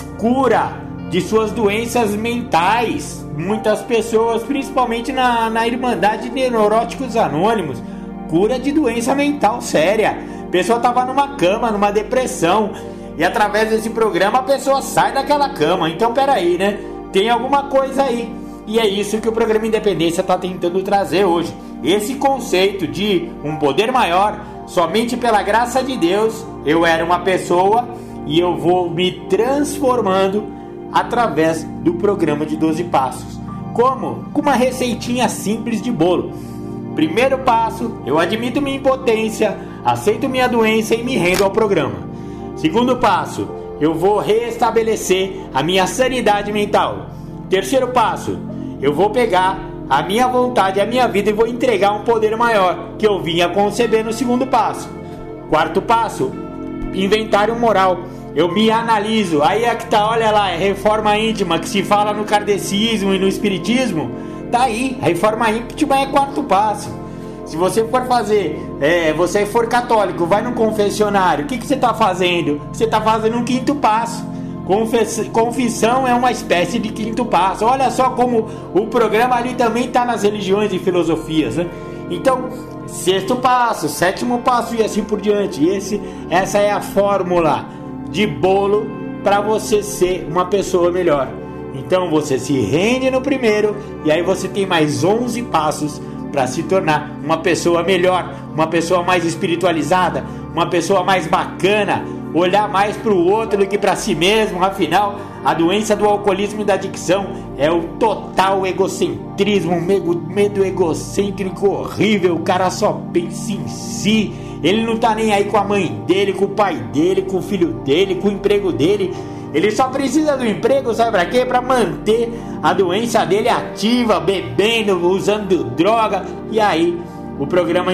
cura de suas doenças mentais. Muitas pessoas, principalmente na Irmandade de Neuróticos Anônimos, cura de doença mental séria. A pessoa estava numa cama, numa depressão, e através desse programa a pessoa sai daquela cama. Então peraí, né? Tem alguma coisa aí. E é isso que o programa Independência está tentando trazer hoje. Esse conceito de um poder maior, somente pela graça de Deus, eu era uma pessoa e eu vou me transformando através do programa de 12 passos. Como? Com uma receitinha simples de bolo. Primeiro passo, eu admito minha impotência, aceito minha doença e me rendo ao programa. Segundo passo, eu vou restabelecer a minha sanidade mental. Terceiro passo, eu vou pegar a minha vontade, a minha vida e vou entregar um poder maior que eu vinha conceber no segundo passo. Quarto passo, inventário moral. Eu me analiso. Aí é que tá, olha lá, é reforma íntima que se fala no kardecismo e no espiritismo. Tá aí, a reforma íntima é quarto passo. Se você for fazer, você for católico, vai no confessionário, o que você está fazendo? Você está fazendo um quinto passo. Confissão é uma espécie de quinto passo. Olha só como o programa ali também está nas religiões e filosofias, né? Então, sexto passo, sétimo passo e assim por diante. Essa é a fórmula de bolo para você ser uma pessoa melhor. Então você se rende no primeiro e aí você tem mais 11 passos para se tornar uma pessoa melhor, uma pessoa mais espiritualizada, uma pessoa mais bacana, olhar mais para o outro do que para si mesmo. Afinal, a doença do alcoolismo e da adicção é o total egocentrismo, medo egocêntrico horrível. O cara só pensa em si, ele não tá nem aí com a mãe dele, com o pai dele, com o filho dele, com o emprego dele. Ele só precisa do emprego, sabe pra quê? Pra manter a doença dele ativa, bebendo, usando droga. E aí, o programa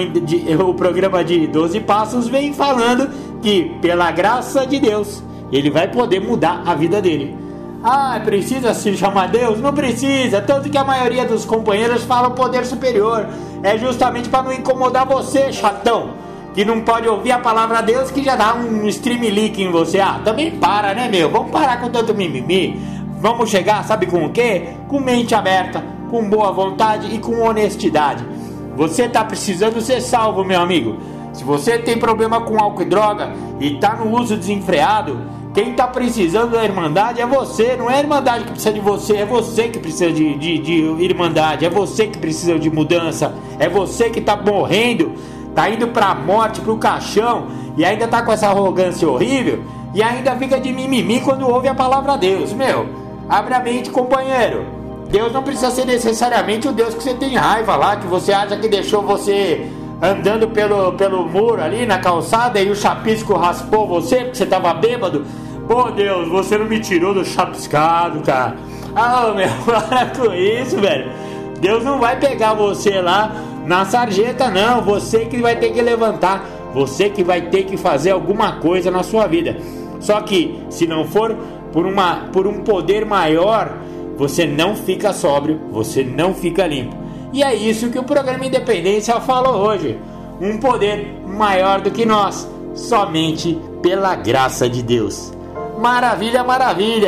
de 12 Passos vem falando que, pela graça de Deus, ele vai poder mudar a vida dele. Ah, precisa se chamar Deus? Não precisa, tanto que a maioria dos companheiros fala poder superior. É justamente para não incomodar você, chatão, que não pode ouvir a palavra de Deus, que já dá um streamlink em você. Ah, também para, né, meu? Vamos parar com tanto mimimi. Vamos chegar, sabe com o quê? Com mente aberta, com boa vontade e com honestidade. Você tá precisando ser salvo, meu amigo. Se você tem problema com álcool e droga e tá no uso desenfreado, quem tá precisando da Irmandade é você. Não é a Irmandade que precisa de você, é você que precisa de Irmandade. É você que precisa de mudança. É você que tá morrendo, tá indo pra morte, pro caixão, e ainda tá com essa arrogância horrível, e ainda fica de mimimi quando ouve a palavra de Deus. Meu, abre a mente, companheiro. Deus não precisa ser necessariamente o Deus que você tem raiva lá, que você acha que deixou você andando pelo muro ali na calçada e o chapisco raspou você porque você tava bêbado. Pô, Deus, você não me tirou do chapiscado, cara. Ah, meu, para com isso, velho. Deus não vai pegar você lá na sarjeta, não. Você que vai ter que levantar, você que vai ter que fazer alguma coisa na sua vida. Só que se não for por um poder maior, você não fica sóbrio, você não fica limpo. E é isso que o programa Independência falou hoje. Um poder maior do que nós, somente pela graça de Deus. Maravilha, maravilha.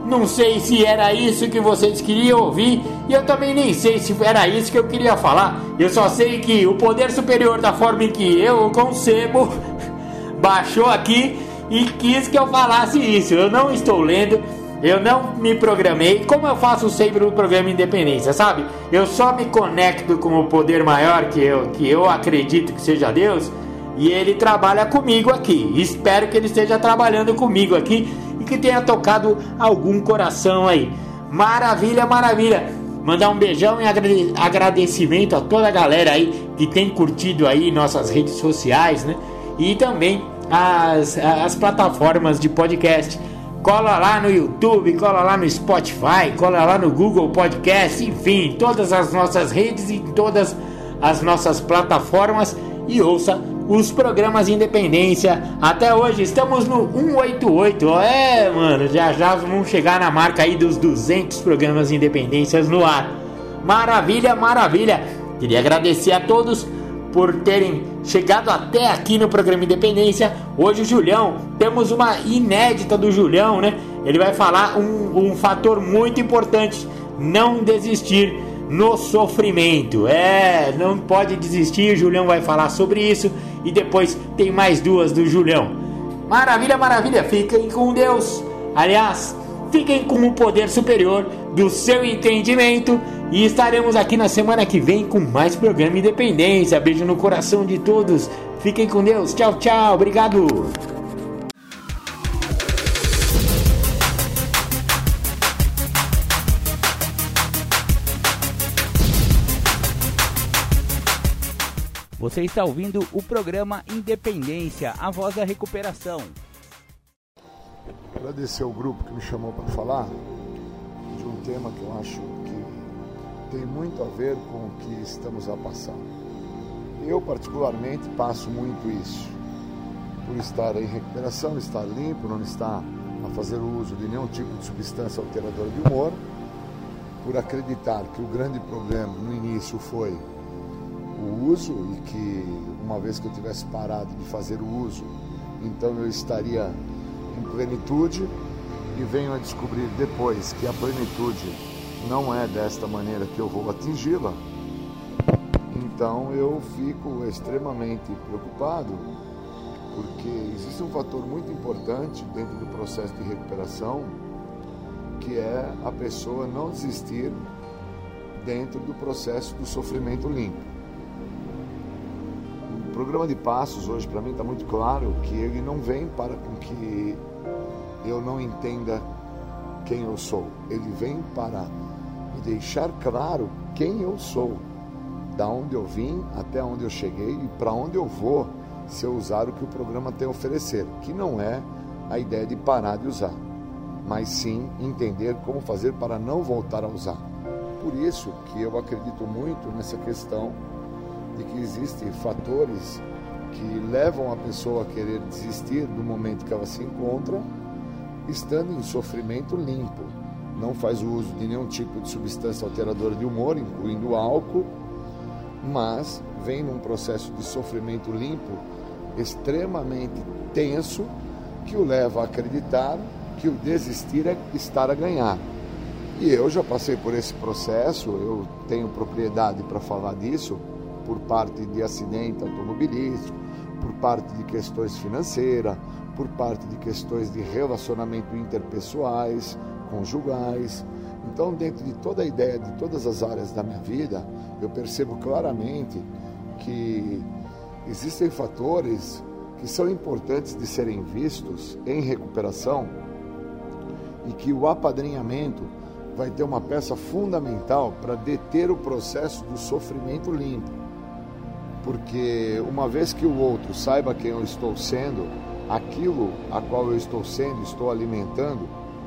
Não sei se era isso que vocês queriam ouvir, e eu também nem sei se era isso que eu queria falar. Eu só sei que o poder superior, da forma em que eu o concebo, baixou aqui e quis que eu falasse isso. Eu não estou lendo, eu não me programei, como eu faço sempre no programa Independência, sabe? Eu só me conecto com o poder maior que eu acredito que seja Deus, e ele trabalha comigo aqui. Espero que ele esteja trabalhando comigo aqui e que tenha tocado algum coração aí. Maravilha, maravilha. Mandar um beijão e agradecimento a toda a galera aí que tem curtido aí nossas redes sociais, né? E também as plataformas de podcast. Cola lá no YouTube, cola lá no Spotify, cola lá no Google Podcast, enfim, todas as nossas redes e todas as nossas plataformas, e ouça os programas Independência. Até hoje estamos no 188. Mano, já vamos chegar na marca aí dos 200 programas Independências no ar. Maravilha, maravilha. Queria agradecer a todos por terem chegado até aqui no programa Independência. Hoje o Julião, temos uma inédita do Julião, né? Ele vai falar um fator muito importante: não desistir no sofrimento. Não pode desistir. O Julião vai falar sobre isso. E depois tem mais duas do Julião. Maravilha, maravilha. Fiquem com Deus. Aliás, fiquem com o poder superior do seu entendimento. E estaremos aqui na semana que vem com mais programa Independência. Beijo no coração de todos. Fiquem com Deus. Tchau, tchau. Obrigado. Você está ouvindo o programa Independência, a voz da recuperação. Agradecer ao grupo que me chamou para falar de um tema que eu acho que tem muito a ver com o que estamos a passar. Eu, particularmente, passo muito isso. Por estar em recuperação, estar limpo, não estar a fazer uso de nenhum tipo de substância alteradora de humor, por acreditar que o grande problema no início foi o uso, e que uma vez que eu tivesse parado de fazer o uso, então eu estaria em plenitude, e venho a descobrir depois que a plenitude não é desta maneira que eu vou atingi-la. Então eu fico extremamente preocupado, porque existe um fator muito importante dentro do processo de recuperação, que é a pessoa não desistir dentro do processo do sofrimento limpo. O programa de passos hoje, para mim, está muito claro que ele não vem para com que eu não entenda quem eu sou. Ele vem para me deixar claro quem eu sou, da onde eu vim até onde eu cheguei e para onde eu vou se eu usar o que o programa tem a oferecer, que não é a ideia de parar de usar, mas sim entender como fazer para não voltar a usar. Por isso que eu acredito muito nessa questão de que existem fatores que levam a pessoa a querer desistir do momento que ela se encontra, estando em sofrimento limpo. Não faz o uso de nenhum tipo de substância alteradora de humor, incluindo álcool, mas vem num processo de sofrimento limpo extremamente tenso, que o leva a acreditar que o desistir é estar a ganhar. E eu já passei por esse processo, eu tenho propriedade para falar disso, por parte de acidente automobilístico, por parte de questões financeiras, por parte de questões de relacionamento interpessoais, conjugais. Então, dentro de toda a ideia de todas as áreas da minha vida, eu percebo claramente que existem fatores que são importantes de serem vistos em recuperação, e que o apadrinhamento vai ter uma peça fundamental para deter o processo do sofrimento limpo. Porque uma vez que o outro saiba quem eu estou sendo, aquilo a qual eu estou sendo, estou alimentando,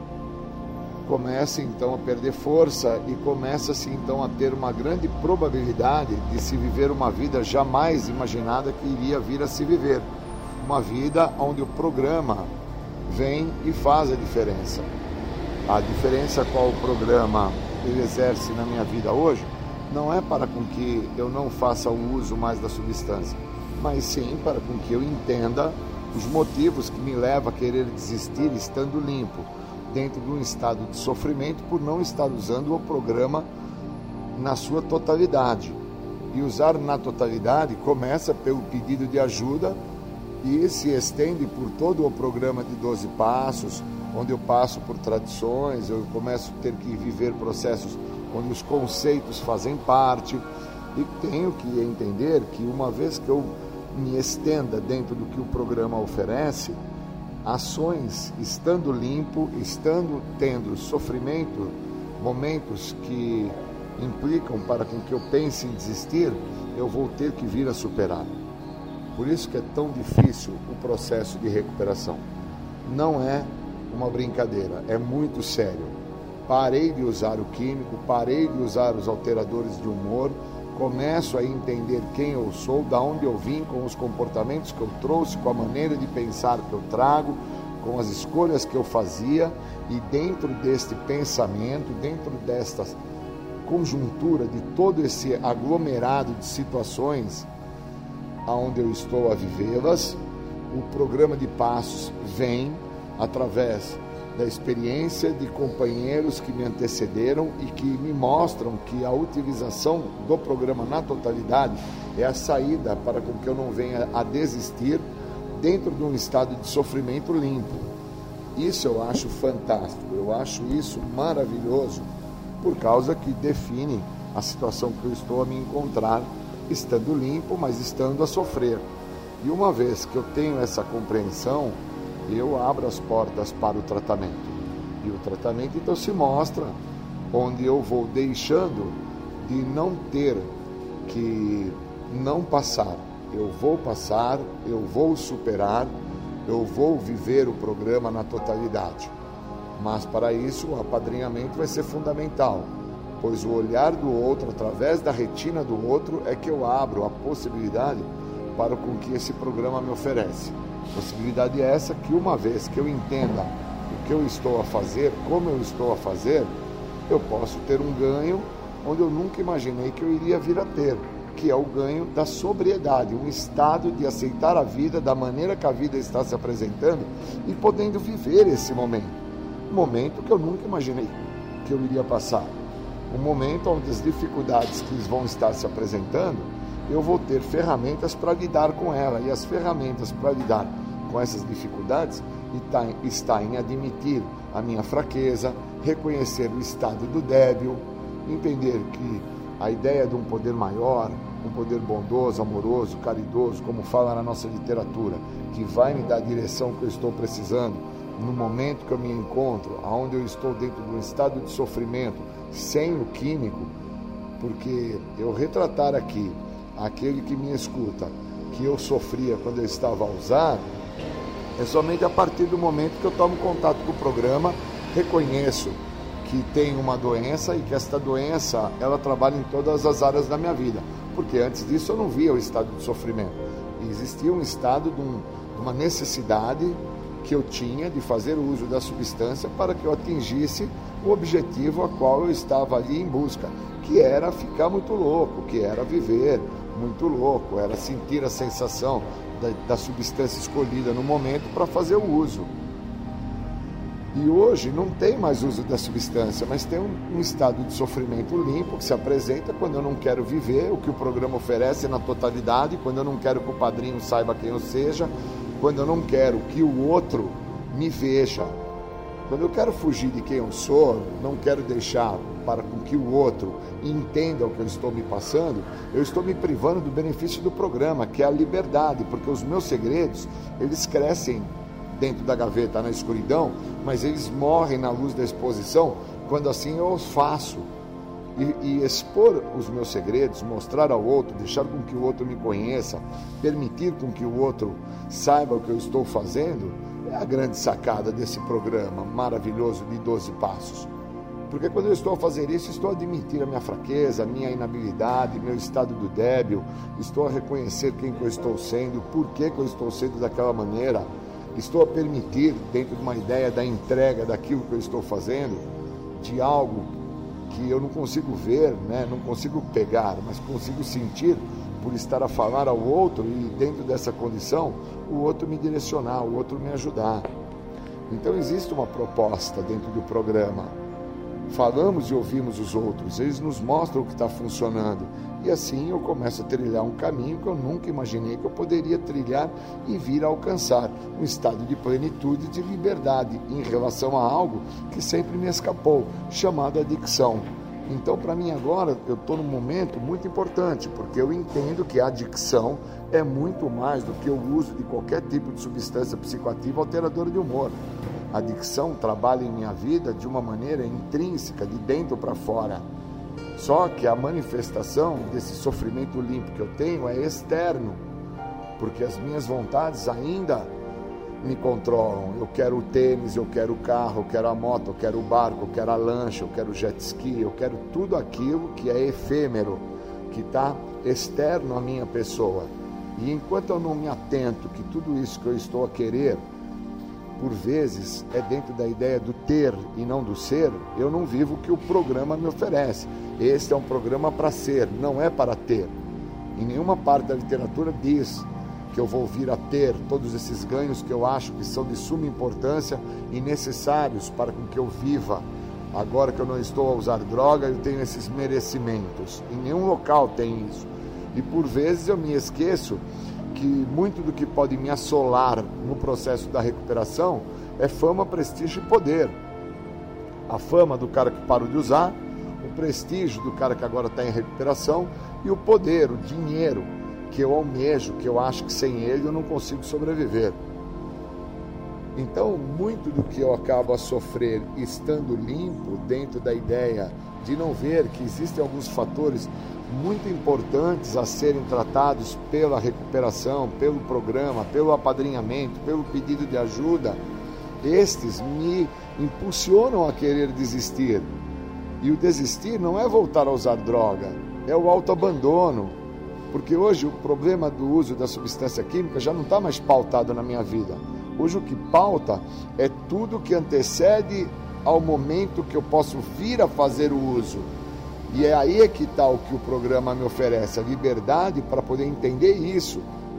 começa então a perder força e começa-se então a ter uma grande probabilidade de se viver uma vida jamais imaginada que iria vir a se viver. Uma vida onde o programa vem e faz a diferença. A diferença qual o programa ele exerce na minha vida hoje não é para com que eu não faça o uso mais da substância, mas sim para com que eu entenda os motivos que me levam a querer desistir estando limpo. dentro de um estado de sofrimento por não estar usando o programa na sua totalidade. E usar na totalidade começa pelo pedido de ajuda e se estende por todo o programa de 12 passos, onde eu passo por tradições, eu começo a ter que viver processos onde os conceitos fazem parte, e tenho que entender que uma vez que eu me estenda dentro do que o programa oferece, ações estando limpo, estando tendo sofrimento, momentos que implicam para que eu pense em desistir, eu vou ter que vir a superar. Por isso que é tão difícil o processo de recuperação. Não é uma brincadeira, é muito sério. Parei de usar o químico, parei de usar os alteradores de humor, começo a entender quem eu sou, da onde eu vim, com os comportamentos que eu trouxe, com a maneira de pensar que eu trago, com as escolhas que eu fazia, e dentro deste pensamento, dentro desta conjuntura de todo esse aglomerado de situações aonde eu estou a vivê-las, o programa de passos vem através da experiência de companheiros que me antecederam e que me mostram que a utilização do programa na totalidade é a saída para com que eu não venha a desistir dentro de um estado de sofrimento limpo. Isso eu acho fantástico, eu acho isso maravilhoso, por causa que define a situação que eu estou a me encontrar, estando limpo, mas estando a sofrer. E uma vez que eu tenho essa compreensão, eu abro as portas para o tratamento. E o tratamento então se mostra onde eu vou deixando de não ter que não passar. Eu vou passar, eu vou superar, eu vou viver o programa na totalidade. Mas para isso o apadrinhamento vai ser fundamental, pois o olhar do outro, através da retina do outro, é que eu abro a possibilidade para o que esse programa me oferece. Possibilidade é essa que, uma vez que eu entenda o que eu estou a fazer, como eu estou a fazer, eu posso ter um ganho onde eu nunca imaginei que eu iria vir a ter, que é o ganho da sobriedade, um estado de aceitar a vida da maneira que a vida está se apresentando e podendo viver esse momento. Um momento que eu nunca imaginei que eu iria passar. Um momento onde as dificuldades que vão estar se apresentando, eu vou ter ferramentas para lidar com ela. E as ferramentas para lidar com essas dificuldades está em admitir a minha fraqueza, reconhecer o estado do débil, entender que a ideia de um poder maior, um poder bondoso, amoroso, caridoso, como fala na nossa literatura, que vai me dar a direção que eu estou precisando, no momento que eu me encontro, onde eu estou dentro de um estado de sofrimento, sem o químico, porque eu retratar aqui aquele que me escuta, que eu sofria quando eu estava a usar, é somente a partir do momento que eu tomo contato com o programa, reconheço que tenho uma doença e que esta doença, ela trabalha em todas as áreas da minha vida, porque antes disso eu não via o estado de sofrimento, e existia um estado de uma necessidade que eu tinha de fazer uso da substância para que eu atingisse o objetivo a qual eu estava ali em busca, que era ficar muito louco, que era viver muito louco, era sentir a sensação da substância escolhida no momento para fazer o uso. E hoje não tem mais uso da substância, mas tem um estado de sofrimento limpo que se apresenta quando eu não quero viver o que o programa oferece na totalidade, quando eu não quero que o padrinho saiba quem eu seja, quando eu não quero que o outro me veja, quando eu quero fugir de quem eu sou, não quero deixar para que o outro entenda o que eu estou me passando, eu estou me privando do benefício do programa, que é a liberdade, porque os meus segredos, eles crescem dentro da gaveta, na escuridão, mas eles morrem na luz da exposição, quando assim eu os faço. E expor os meus segredos, mostrar ao outro, deixar com que o outro me conheça, permitir com que o outro saiba o que eu estou fazendo, é a grande sacada desse programa maravilhoso de 12 passos. Porque quando eu estou a fazer isso, estou a admitir a minha fraqueza, a minha inabilidade, meu estado do débil, estou a reconhecer quem que eu estou sendo, por que eu estou sendo daquela maneira, estou a permitir, dentro de uma ideia da entrega daquilo que eu estou fazendo, de algo que eu não consigo ver, né? Não consigo pegar, mas consigo sentir por estar a falar ao outro e dentro dessa condição, o outro me direcionar, o outro me ajudar. Então existe uma proposta dentro do programa. Falamos e ouvimos os outros, eles nos mostram o que está funcionando. E assim eu começo a trilhar um caminho que eu nunca imaginei que eu poderia trilhar e vir a alcançar um estado de plenitude e de liberdade em relação a algo que sempre me escapou, chamado adicção. Então, para mim agora, eu estou num momento muito importante, porque eu entendo que a adicção é muito mais do que o uso de qualquer tipo de substância psicoativa alteradora de humor. A adicção trabalha em minha vida de uma maneira intrínseca, de dentro para fora. Só que a manifestação desse sofrimento limpo que eu tenho é externo, porque as minhas vontades ainda me controlam. Eu quero o tênis, eu quero o carro, eu quero a moto, eu quero o barco, eu quero a lancha, eu quero o jet ski, eu quero tudo aquilo que é efêmero, que está externo à minha pessoa. E enquanto eu não me atento que tudo isso que eu estou a querer, por vezes, é dentro da ideia do ter e não do ser, eu não vivo o que o programa me oferece. Este é um programa para ser, não é para ter. Em nenhuma parte da literatura diz que eu vou vir a ter todos esses ganhos que eu acho que são de suma importância e necessários para que eu viva. Agora que eu não estou a usar droga, eu tenho esses merecimentos. Em nenhum local tem isso. E por vezes eu me esqueço que muito do que pode me assolar no processo da recuperação é fama, prestígio e poder. A fama do cara que parou de usar, o prestígio do cara que agora está em recuperação e o poder, o dinheiro que eu almejo, que eu acho que sem ele eu não consigo sobreviver. Então, muito do que eu acabo a sofrer estando limpo, dentro da ideia de não ver que existem alguns fatores muito importantes a serem tratados pela recuperação, pelo programa, pelo apadrinhamento, pelo pedido de ajuda, estes me impulsionam a querer desistir. E o desistir não é voltar a usar droga, é o autoabandono. Porque hoje o problema do uso da substância química já não está mais pautado na minha vida. Hoje o que pauta é tudo que antecede ao momento que eu posso vir a fazer o uso. E é aí que está o que o programa me oferece, a liberdade para poder entender isso.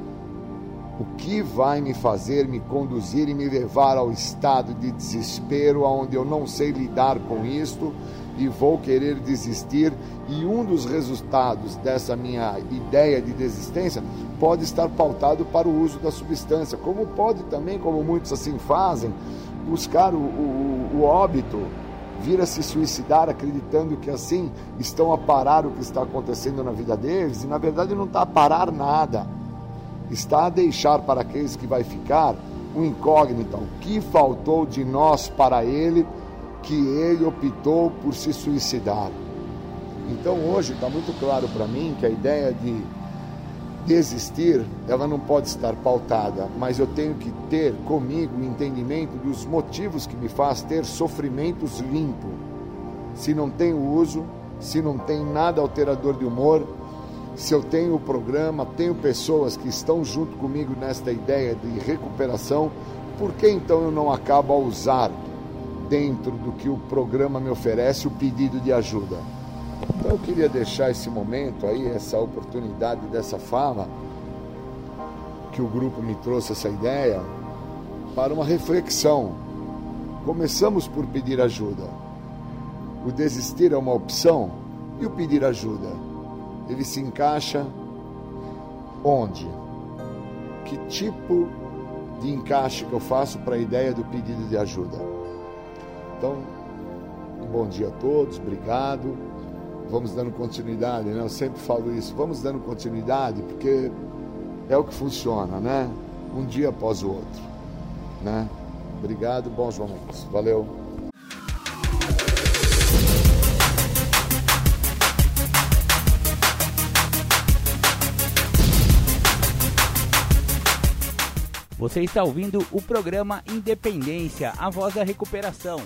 O que vai me fazer me conduzir e me levar ao estado de desespero, onde eu não sei lidar com isto e vou querer desistir. E um dos resultados dessa minha ideia de desistência pode estar pautado para o uso da substância, como pode também, como muitos assim fazem, buscar o óbito, vir a se suicidar acreditando que assim estão a parar o que está acontecendo na vida deles, e na verdade não está a parar nada, está a deixar para aqueles que vai ficar um incógnito, o que faltou de nós para ele, que ele optou por se suicidar. Então hoje está muito claro para mim que a ideia de desistir, ela não pode estar pautada, mas eu tenho que ter comigo o entendimento dos motivos que me faz ter sofrimentos limpos. Se não tem uso, se não tem nada alterador de humor, se eu tenho o programa, tenho pessoas que estão junto comigo nesta ideia de recuperação, por que então eu não acabo a usar dentro do que o programa me oferece o pedido de ajuda? Então eu queria deixar esse momento aí, essa oportunidade dessa fala, que o grupo me trouxe essa ideia, para uma reflexão. Começamos por pedir ajuda. O desistir é uma opção e o pedir ajuda, ele se encaixa onde? Que tipo de encaixe que eu faço para a ideia do pedido de ajuda? Então, um bom dia a todos, obrigado. Vamos dando continuidade, né? Eu sempre falo isso, vamos dando continuidade, porque é o que funciona, né? Um dia após o outro, né? Obrigado, bons momentos. Valeu. Você está ouvindo o programa Independência, a voz da recuperação.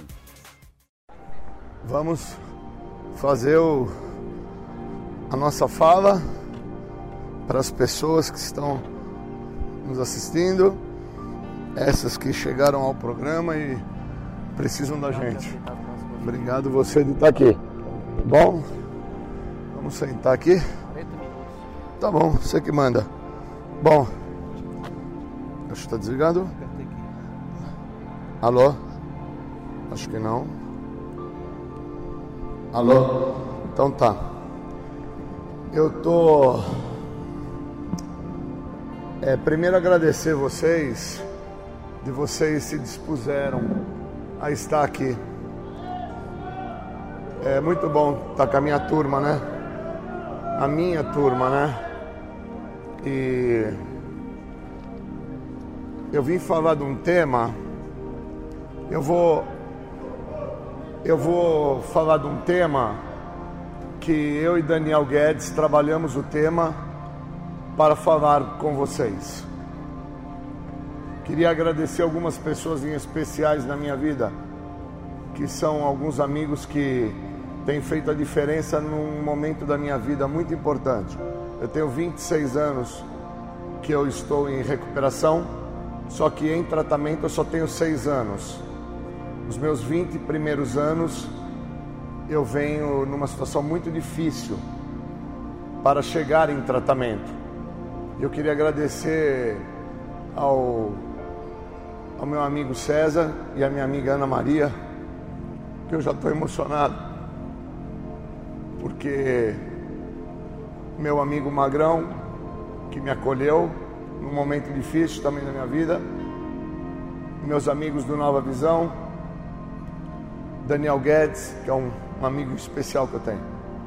Vamos fazer a nossa fala para as pessoas que estão nos assistindo, essas que chegaram ao programa e precisam da gente. Obrigado você de estar aqui. Bom, vamos sentar aqui. Tá bom, você que manda. Bom, acho que está desligado. Alô? Acho que não. Alô? Então tá. Eu tô... primeiro agradecer vocês, de vocês se dispuseram a estar aqui. É muito bom estar com a minha turma, né? A minha turma, né? E eu vim falar de um tema. Eu vou falar de um tema que eu e Daniel Guedes trabalhamos o tema para falar com vocês. Queria agradecer algumas pessoas em especiais na minha vida, que são alguns amigos que têm feito a diferença num momento da minha vida muito importante. Eu tenho 26 anos que eu estou em recuperação, só que em tratamento eu só tenho 6 anos. Os meus 20 primeiros anos eu venho numa situação muito difícil para chegar em tratamento. Eu queria agradecer ao meu amigo César e a minha amiga Ana Maria, que eu já estou emocionado, porque meu amigo Magrão, que me acolheu num momento difícil também na minha vida, meus amigos do Nova Visão, Daniel Guedes, que é um amigo especial que eu tenho.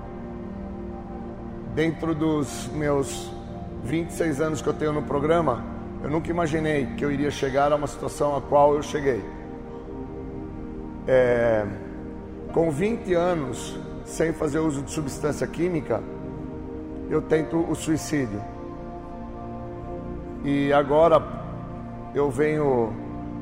Dentro dos meus 26 anos que eu tenho no programa, eu nunca imaginei que eu iria chegar a uma situação a qual eu cheguei. Com 20 anos, sem fazer uso de substância química, eu tento o suicídio. E agora eu venho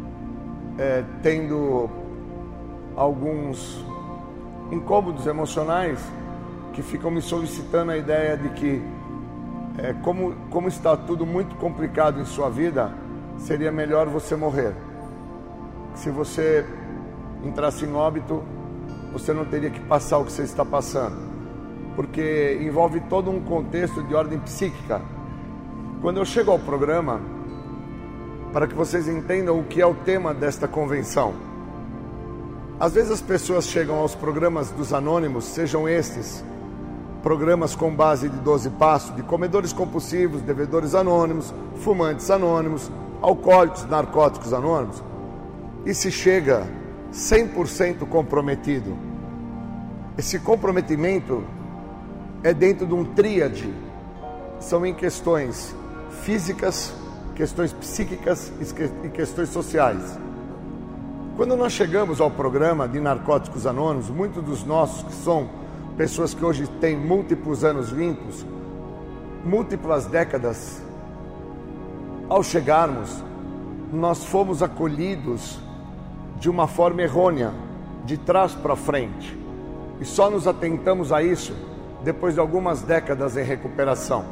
tendo alguns incômodos emocionais que ficam me solicitando a ideia de que como está tudo muito complicado em sua vida, seria melhor você morrer. Se você entrasse em óbito, você não teria que passar o que você está passando, porque envolve todo um contexto de ordem psíquica. Quando eu chego ao programa, para que vocês entendam o que é o tema desta convenção, às vezes as pessoas chegam aos programas dos anônimos, sejam estes programas com base de 12 passos, de comedores compulsivos, devedores anônimos, fumantes anônimos, alcoólicos, narcóticos anônimos, e se chega 100% comprometido. Esse comprometimento é dentro de um tríade, são em questões físicas, questões psíquicas e questões sociais. Quando nós chegamos ao programa de Narcóticos Anônimos, muitos dos nossos, que são pessoas que hoje têm múltiplos anos limpos, múltiplas décadas, ao chegarmos, nós fomos acolhidos de uma forma errônea, de trás para frente, e só nos atentamos a isso depois de algumas décadas em recuperação.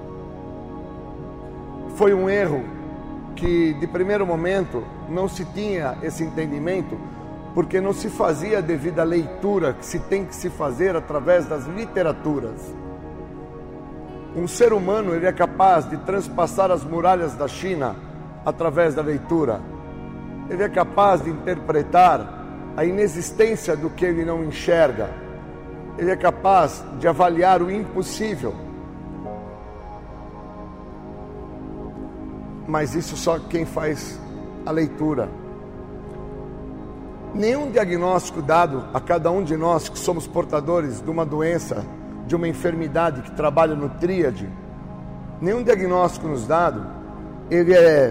Foi um erro que de primeiro momento não se tinha esse entendimento, porque não se fazia a devida leitura que se tem que se fazer através das literaturas. Um ser humano, ele é capaz de transpassar as muralhas da China através da leitura. Ele é capaz de interpretar a inexistência do que ele não enxerga. Ele é capaz de avaliar o impossível. Mas isso só quem faz a leitura. Nenhum diagnóstico dado a cada um de nós que somos portadores de uma doença, de uma enfermidade que trabalha no tríade, nenhum diagnóstico nos dado, ele é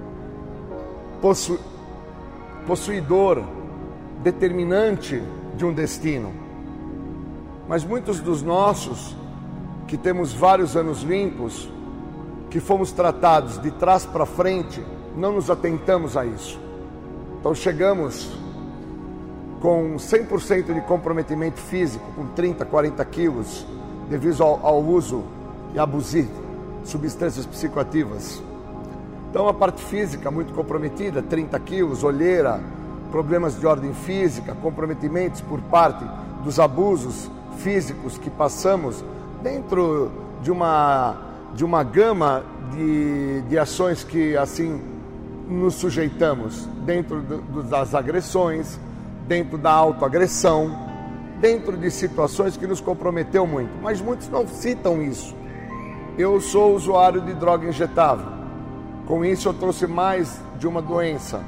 possuidor, determinante de um destino. Mas muitos dos nossos, que temos vários anos limpos, que fomos tratados de trás para frente, não nos atentamos a isso. Então chegamos com 100% de comprometimento físico, com 30, 40 quilos, devido ao uso e abusivo de substâncias psicoativas. Então a parte física muito comprometida, 30 quilos, olheira, problemas de ordem física, comprometimentos por parte dos abusos físicos que passamos dentro de uma gama de ações que assim nos sujeitamos dentro das agressões, dentro da autoagressão, dentro de situações que nos comprometeu muito, mas muitos não citam isso. Eu sou usuário de droga injetável, com isso eu trouxe mais de uma doença.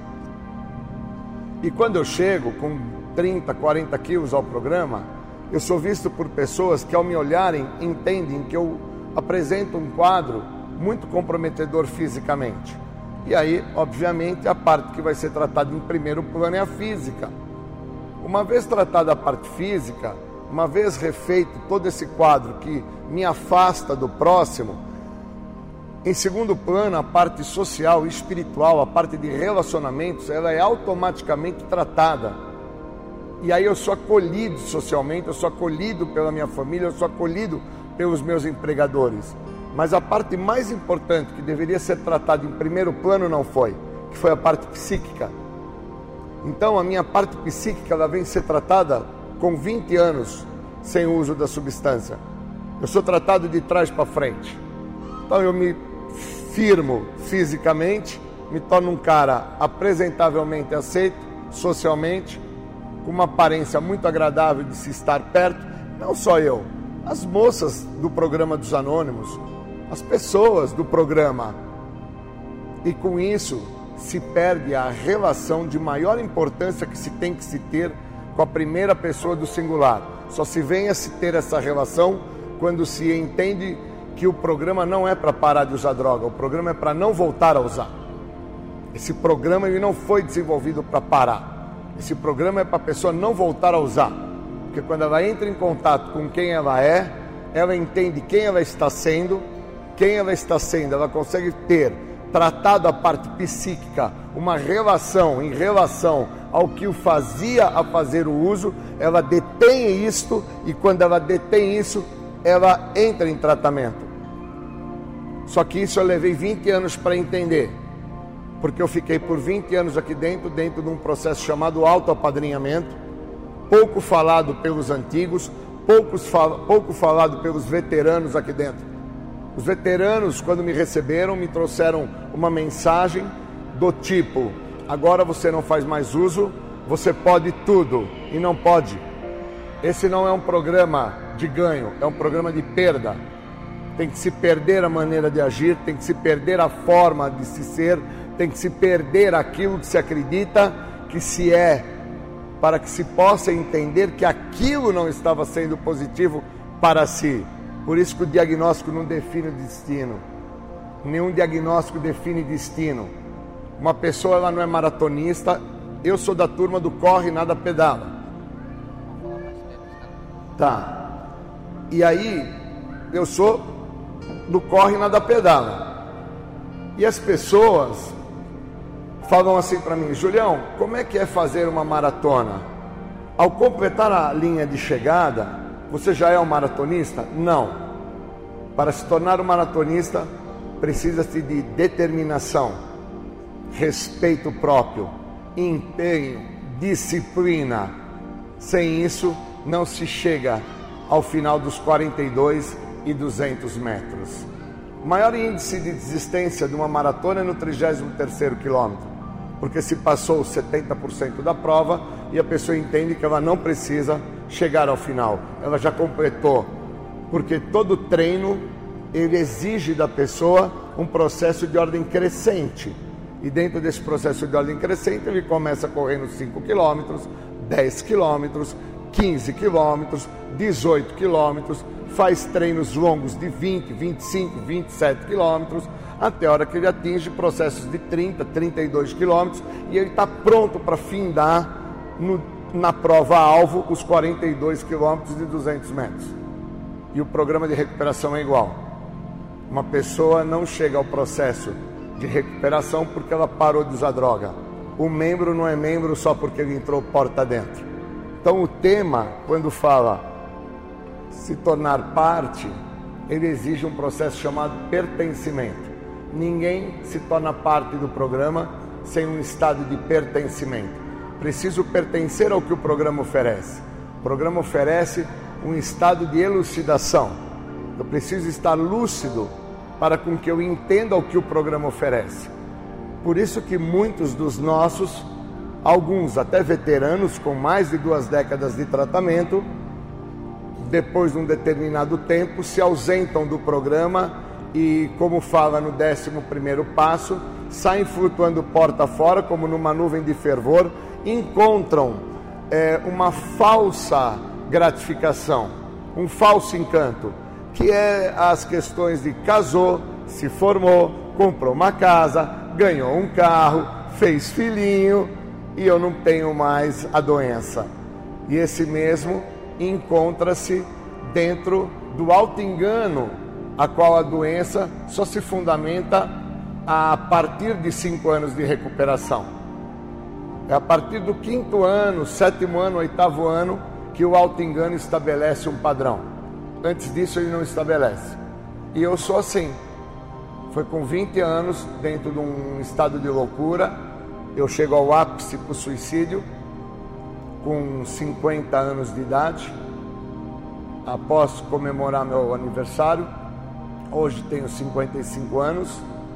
E quando eu chego com 30, 40 quilos ao programa, eu sou visto por pessoas que ao me olharem entendem que eu apresento um quadro muito comprometedor fisicamente. E aí, obviamente, a parte que vai ser tratada em primeiro plano é a física. Uma vez tratada a parte física, uma vez refeito todo esse quadro que me afasta do próximo, em segundo plano, a parte social e espiritual, a parte de relacionamentos, ela é automaticamente tratada. E aí eu sou acolhido socialmente, eu sou acolhido pela minha família, eu sou acolhido pelos meus empregadores. Mas a parte mais importante que deveria ser tratada em primeiro plano não foi, que foi a parte psíquica. Então a minha parte psíquica ela vem ser tratada com 20 anos sem o uso da substância. Eu sou tratado de trás para frente. Então eu me firmo fisicamente, me torno um cara apresentavelmente aceito, socialmente, com uma aparência muito agradável de se estar perto. Não só eu, as moças do programa dos Anônimos, as pessoas do programa. E com isso se perde a relação de maior importância que se tem que se ter com a primeira pessoa do singular. Só se vem a se ter essa relação quando se entende que o programa não é para parar de usar droga, o programa é para não voltar a usar. Esse programa ele não foi desenvolvido para parar. Esse programa é para a pessoa não voltar a usar. Porque quando ela entra em contato com quem ela é, ela entende quem ela está sendo, ela consegue ter tratado a parte psíquica, uma relação em relação ao que o fazia a fazer o uso, ela detém isto e quando ela detém isso, ela entra em tratamento. Só que isso eu levei 20 anos para entender, porque eu fiquei por 20 anos aqui dentro de um processo chamado autoapadrinhamento, pouco falado pelos antigos, pouco falado pelos veteranos aqui dentro. Os veteranos, quando me receberam, me trouxeram uma mensagem do tipo: agora você não faz mais uso, você pode tudo e não pode. Esse não é um programa de ganho, é um programa de perda. Tem que se perder a maneira de agir, tem que se perder a forma de se ser, tem que se perder aquilo que se acredita que se é, para que se possa entender que aquilo não estava sendo positivo para si. Por isso que o diagnóstico não define o destino. Nenhum diagnóstico define destino. Uma pessoa ela não é maratonista. Eu sou da turma do corre, nada pedala. Tá. E aí, eu sou do corre, nada pedala. E as pessoas falam assim para mim: Julião, como é que é fazer uma maratona? Ao completar a linha de chegada, você já é um maratonista? Não. Para se tornar um maratonista, precisa-se de determinação, respeito próprio, empenho, disciplina. Sem isso, não se chega ao final dos 42 e 200 metros. O maior índice de desistência de uma maratona é no 33º quilômetro, porque se passou 70% da prova e a pessoa entende que ela não precisa chegar ao final, ela já completou, porque todo treino ele exige da pessoa um processo de ordem crescente, e dentro desse processo de ordem crescente ele começa correndo 5 km, 10 km, 15 km, 18 km, faz treinos longos de 20, 25, 27 km, até a hora que ele atinge processos de 30, 32 km, e ele está pronto para findar na prova-alvo os 42 km de 200 metros. E o programa de recuperação é igual. Uma pessoa não chega ao processo de recuperação porque ela parou de usar droga. O membro não é membro só porque ele entrou porta dentro. Então o tema, quando fala se tornar parte, ele exige um processo chamado pertencimento. Ninguém se torna parte do programa sem um estado de pertencimento. Preciso pertencer ao que o programa oferece. O programa oferece um estado de elucidação. Eu preciso estar lúcido para com que eu entenda o que o programa oferece. Por isso que muitos dos nossos, alguns até veteranos com mais de 2 décadas de tratamento, depois de um determinado tempo se ausentam do programa e, como fala no 11º passo, saem flutuando porta fora como numa nuvem de fervor, encontram uma falsa gratificação, um falso encanto, que é as questões de casou, se formou, comprou uma casa, ganhou um carro, fez filhinho e eu não tenho mais a doença. E esse mesmo encontra-se dentro do auto-engano, a qual a doença só se fundamenta a partir de 5 anos de recuperação. É a partir do 5º ano, 7º ano, 8º ano que o auto-engano estabelece um padrão. Antes disso ele não estabelece. E eu sou assim. Foi com 20 anos, dentro de um estado de loucura, eu chego ao ápice para o suicídio, com 50 anos de idade, após comemorar meu aniversário. Hoje tenho 55 anos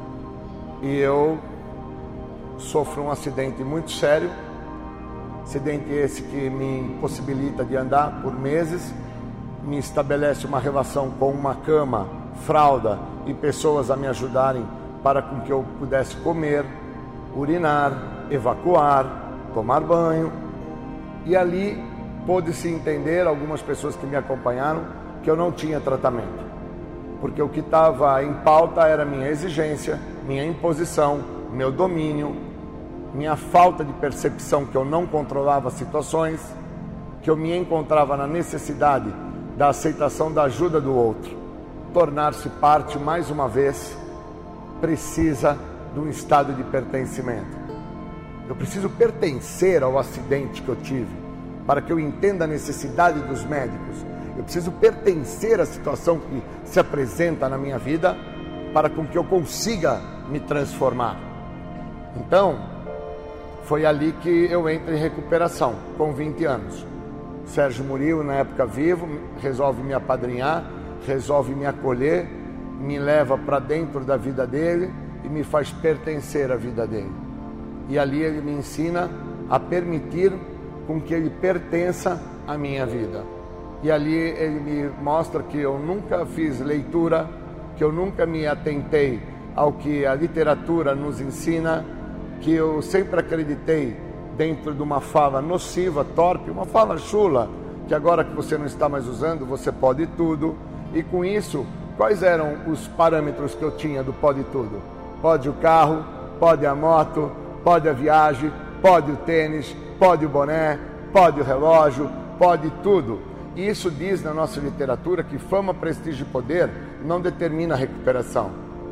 e eu sofro um acidente muito sério, acidente esse que me impossibilita de andar por meses, me estabelece uma relação com uma cama, fralda e pessoas a me ajudarem para com que eu pudesse comer, urinar, evacuar, tomar banho. E ali pôde-se entender, algumas pessoas que me acompanharam, que eu não tinha tratamento, porque o que estava em pauta era minha exigência, minha imposição, meu domínio, minha falta de percepção, que eu não controlava situações, que eu me encontrava na necessidade da aceitação da ajuda do outro. Tornar-se parte, mais uma vez, precisa de um estado de pertencimento. Eu preciso pertencer ao acidente que eu tive, para que eu entenda a necessidade dos médicos. Eu preciso pertencer à situação que se apresenta na minha vida, para com que eu consiga me transformar. Então, foi ali que eu entro em recuperação, com 20 anos. Sérgio Murilo, na época vivo, resolve me apadrinhar, resolve me acolher, me leva para dentro da vida dele e me faz pertencer à vida dele. E ali ele me ensina a permitir com que ele pertença à minha vida. E ali ele me mostra que eu nunca fiz leitura, que eu nunca me atentei ao que a literatura nos ensina, que eu sempre acreditei dentro de uma fala nociva, torpe, uma fala chula, que agora que você não está mais usando, você pode tudo. E com isso, quais eram os parâmetros que eu tinha do pode tudo? Pode o carro, pode a moto, pode a viagem, pode o tênis, pode o boné, pode o relógio, pode tudo. E isso diz na nossa literatura que fama, prestígio e poder não determina a recuperação.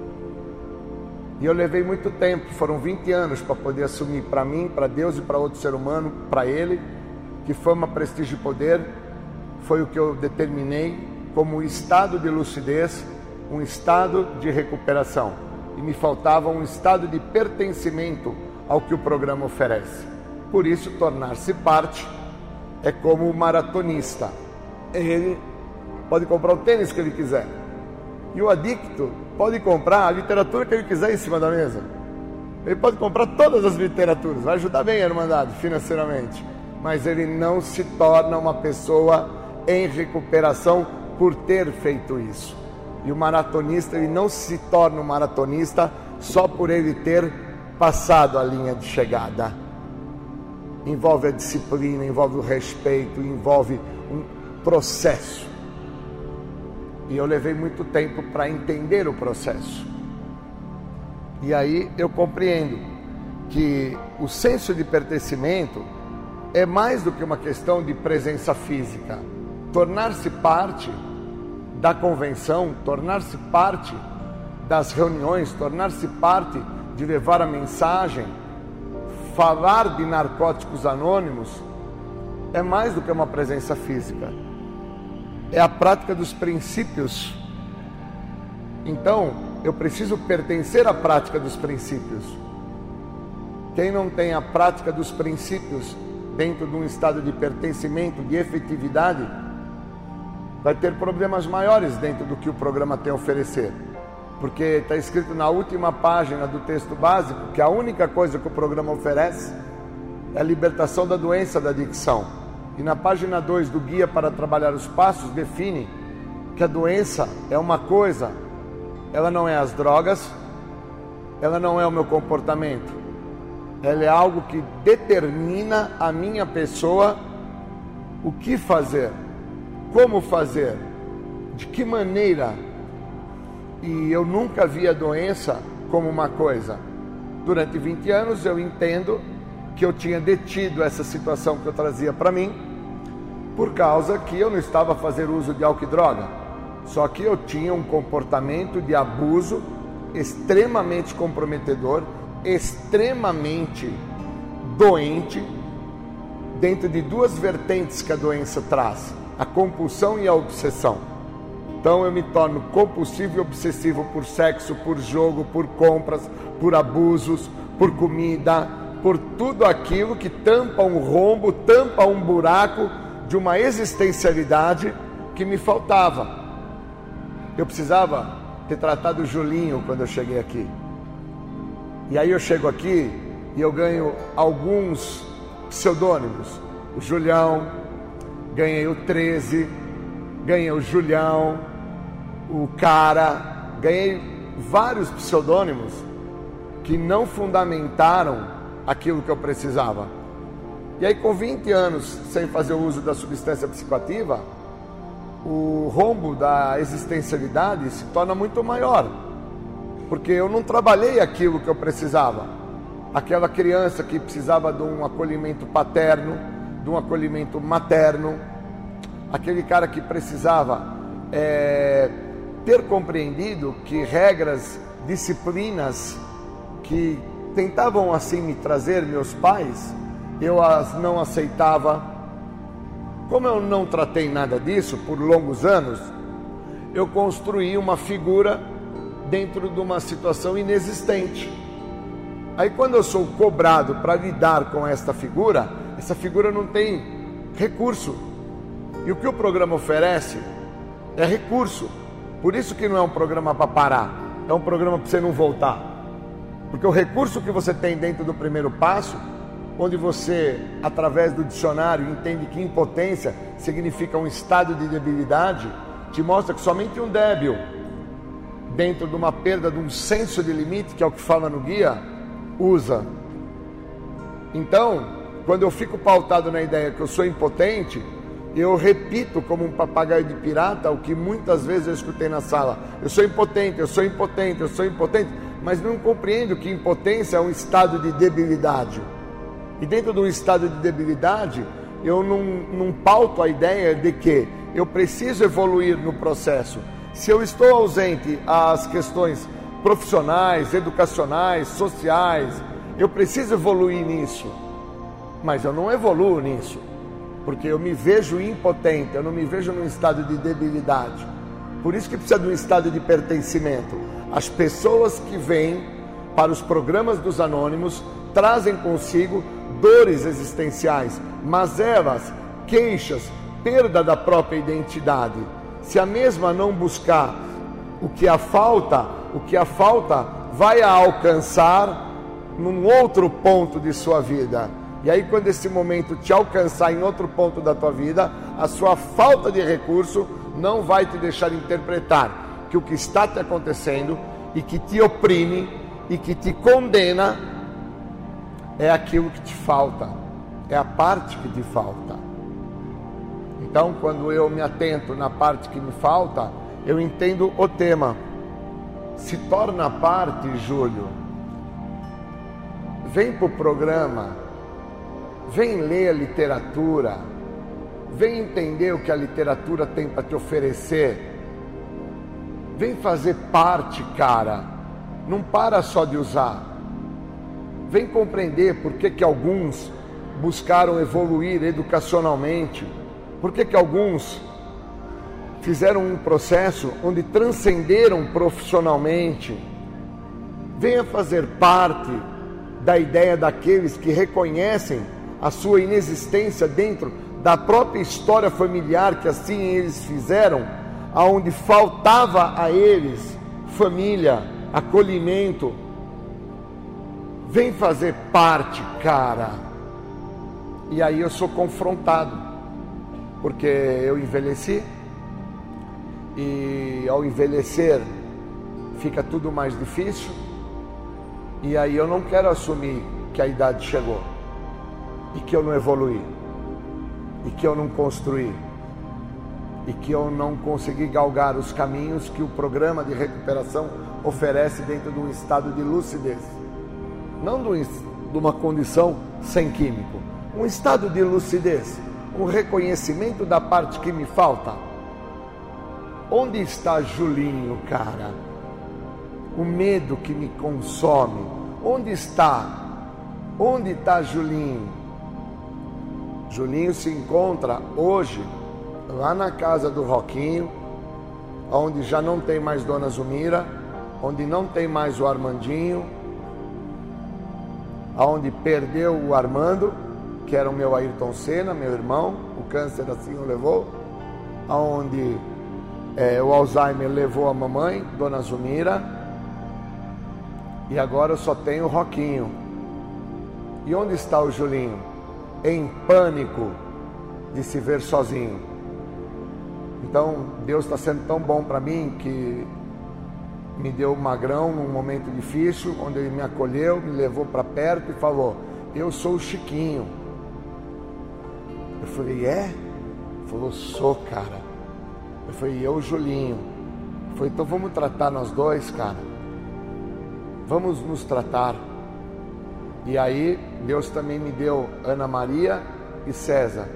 E eu levei muito tempo, foram 20 anos para poder assumir para mim, para Deus e para outro ser humano, para ele, que fama, prestígio e poder foi o que eu determinei como estado de lucidez, um estado de recuperação. E me faltava um estado de pertencimento ao que o programa oferece. Por isso, tornar-se parte é como o maratonista. Ele pode comprar o tênis que ele quiser. E o adicto pode comprar a literatura que ele quiser em cima da mesa. Ele pode comprar todas as literaturas, vai ajudar bem a Irmandade financeiramente. Mas ele não se torna uma pessoa em recuperação por ter feito isso. E o maratonista, ele não se torna um maratonista só por ele ter passado a linha de chegada. Envolve a disciplina, envolve o respeito, envolve um processo. E eu levei muito tempo para entender o processo. E aí eu compreendo que o senso de pertencimento é mais do que uma questão de presença física. Tornar-se parte da convenção, tornar-se parte das reuniões, tornar-se parte de levar a mensagem, falar de Narcóticos Anônimos, é mais do que uma presença física. É a prática dos princípios. Então, eu preciso pertencer à prática dos princípios. Quem não tem a prática dos princípios dentro de um estado de pertencimento, de efetividade, vai ter problemas maiores dentro do que o programa tem a oferecer. porque está escrito na última página do texto básico que a única coisa que o programa oferece é a libertação da doença da adicção. E na página 2 do Guia para Trabalhar os Passos define que a doença é uma coisa, ela não é as drogas, ela não é o meu comportamento, ela é algo que determina a minha pessoa o que fazer, como fazer, de que maneira. E eu nunca vi a doença como uma coisa. Durante 20 anos eu entendo que eu tinha detido essa situação que eu trazia para mim, por causa que eu não estava a fazer uso de álcool e droga, só que eu tinha um comportamento de abuso extremamente comprometedor, extremamente doente, dentro de duas vertentes que a doença traz, a compulsão e a obsessão. Então eu me torno compulsivo e obsessivo por sexo, por jogo, por compras, por abusos, por comida, por tudo aquilo que tampa um rombo, tampa um buraco de uma existencialidade que me faltava. Eu precisava ter tratado o Julinho quando eu cheguei aqui. E aí eu chego aqui e eu ganho alguns pseudônimos. O Julião, ganhei o 13, ganhei o Julião, o Cara, ganhei vários pseudônimos que não fundamentaram aquilo que eu precisava. E aí com 20 anos sem fazer o uso da substância psicoativa, o rombo da existencialidade se torna muito maior, porque eu não trabalhei aquilo que eu precisava. Aquela criança que precisava de um acolhimento paterno, de um acolhimento materno, aquele cara que precisava ter compreendido que regras, disciplinas que tentavam assim me trazer meus pais, eu as não aceitava. Como eu não tratei nada disso por longos anos, eu construí uma figura dentro de uma situação inexistente. Aí quando eu sou cobrado para lidar com essa figura não tem recurso. E o que o programa oferece é recurso. Por isso que não é um programa para parar, é um programa para você não voltar. Porque o recurso que você tem dentro do primeiro passo, onde você, através do dicionário, entende que impotência significa um estado de debilidade, te mostra que somente um débil, dentro de uma perda de um senso de limite, que é o que fala no guia, usa. Então, quando eu fico pautado na ideia que eu sou impotente, eu repito como um papagaio de pirata o que muitas vezes eu escutei na sala: eu sou impotente, eu sou impotente, eu sou impotente, mas não compreendo que impotência é um estado de debilidade. E dentro de um estado de debilidade, eu não pauto a ideia de que eu preciso evoluir no processo. Se eu estou ausente às questões profissionais, educacionais, sociais, eu preciso evoluir nisso, mas eu não evoluo nisso, porque eu me vejo impotente, eu não me vejo num estado de debilidade. Por isso que precisa de um estado de pertencimento. As pessoas que vêm para os programas dos anônimos trazem consigo dores existenciais, mazelas, queixas, perda da própria identidade. Se a mesma não buscar o que a falta vai a alcançar num outro ponto de sua vida. E aí quando esse momento te alcançar em outro ponto da tua vida, a sua falta de recurso não vai te deixar interpretar que o que está te acontecendo e que te oprime e que te condena é aquilo que te falta, é a parte que te falta. Então, quando eu me atento na parte que me falta, eu entendo o tema. Se torna parte, Júlio. Vem para o programa, vem ler a literatura, vem entender o que a literatura tem para te oferecer. Vem fazer parte, cara. Não para só de usar. Vem compreender por que alguns buscaram evoluir educacionalmente, por que alguns fizeram um processo onde transcenderam profissionalmente. Venha fazer parte da ideia daqueles que reconhecem a sua inexistência dentro da própria história familiar, que assim eles fizeram, aonde faltava a eles família, acolhimento. Vem fazer parte, cara. E aí eu sou confrontado, porque eu envelheci, e ao envelhecer fica tudo mais difícil, e aí eu não quero assumir que a idade chegou, e que eu não evoluí, e que eu não construí, e que eu não consegui galgar os caminhos que o programa de recuperação oferece dentro de um estado de lucidez. Não de uma condição sem químico, um estado de lucidez, um reconhecimento da parte que me falta. Onde está Julinho, cara? O medo que me consome, onde está? Onde está Julinho? Julinho se encontra hoje lá na casa do Roquinho, onde já não tem mais Dona Zumira, onde não tem mais o Armandinho, onde perdeu o Armando, que era o meu Ayrton Senna, meu irmão, o câncer assim o levou, onde o Alzheimer levou a mamãe, Dona Zumira, e agora eu só tenho o Roquinho. E onde está o Julinho? Em pânico de se ver sozinho. Então Deus está sendo tão bom para mim que me deu um magrão num momento difícil, onde ele me acolheu, me levou para perto e falou: eu sou o Chiquinho. Eu falei: é? Ele falou: sou, cara. Eu falei: eu, Julinho. Ele falou: então vamos tratar nós dois, cara. Vamos nos tratar. E aí Deus também me deu Ana Maria e César,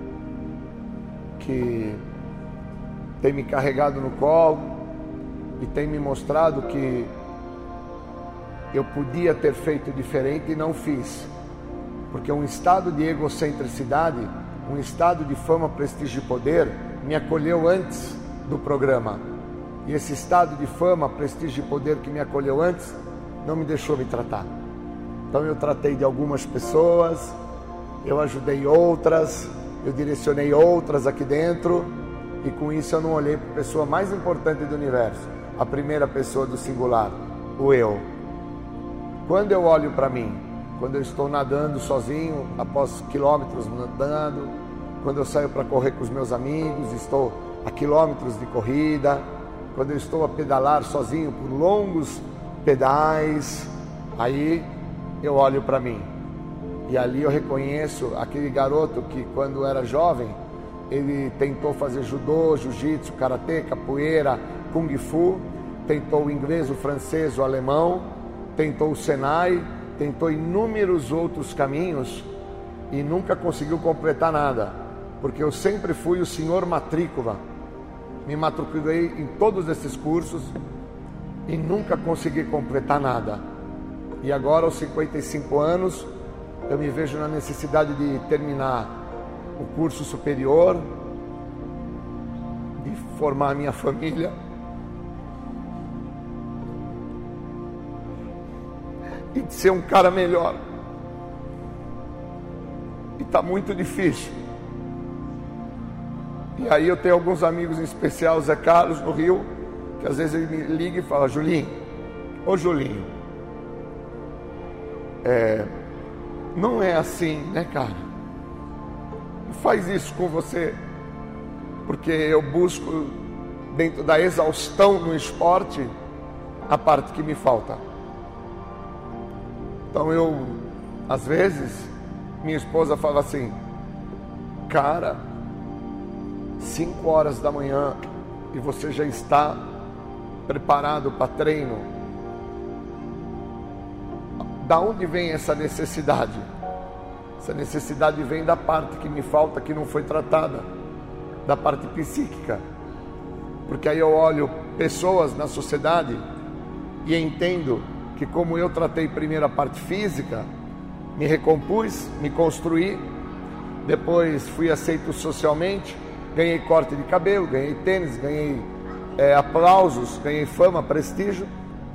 que tem me carregado no colo e tem me mostrado que eu podia ter feito diferente e não fiz, porque um estado de egocentricidade, um estado de fama, prestígio e poder me acolheu antes do programa, e esse estado de fama, prestígio e poder que me acolheu antes não me deixou me tratar. Então eu tratei de algumas pessoas, eu ajudei outras, eu direcionei outras aqui dentro, e com isso eu não olhei para a pessoa mais importante do universo, a primeira pessoa do singular, o eu. Quando eu olho para mim, quando eu estou nadando sozinho, após quilômetros nadando, quando eu saio para correr com os meus amigos, estou a quilômetros de corrida, quando eu estou a pedalar sozinho por longos pedais, aí eu olho para mim, e ali eu reconheço aquele garoto que quando era jovem, ele tentou fazer judô, jiu-jitsu, karatê, capoeira, kung fu, tentou o inglês, o francês, o alemão, tentou o Senai, tentou inúmeros outros caminhos e nunca conseguiu completar nada, porque eu sempre fui o senhor matrícula, me matriculei em todos esses cursos e nunca consegui completar nada. E agora, aos 55 anos, eu me vejo na necessidade de terminar o curso superior, de formar a minha família, e de ser um cara melhor. E está muito difícil. E aí eu tenho alguns amigos, em especial o Zé Carlos, no Rio, que às vezes ele me liga e fala: Julinho, ô Julinho, não é assim, né, cara? Não faz isso com você, porque eu busco, dentro da exaustão no esporte, a parte que me falta. Então às vezes, minha esposa fala assim: cara, 5 horas da manhã e você já está preparado para treino. Da onde vem essa necessidade? Essa necessidade vem da parte que me falta, que não foi tratada, da parte psíquica. Porque aí eu olho pessoas na sociedade e entendo que, como eu tratei primeiro a parte física, me recompus, me construí, depois fui aceito socialmente, ganhei corte de cabelo, ganhei tênis, ganhei aplausos, ganhei fama, prestígio,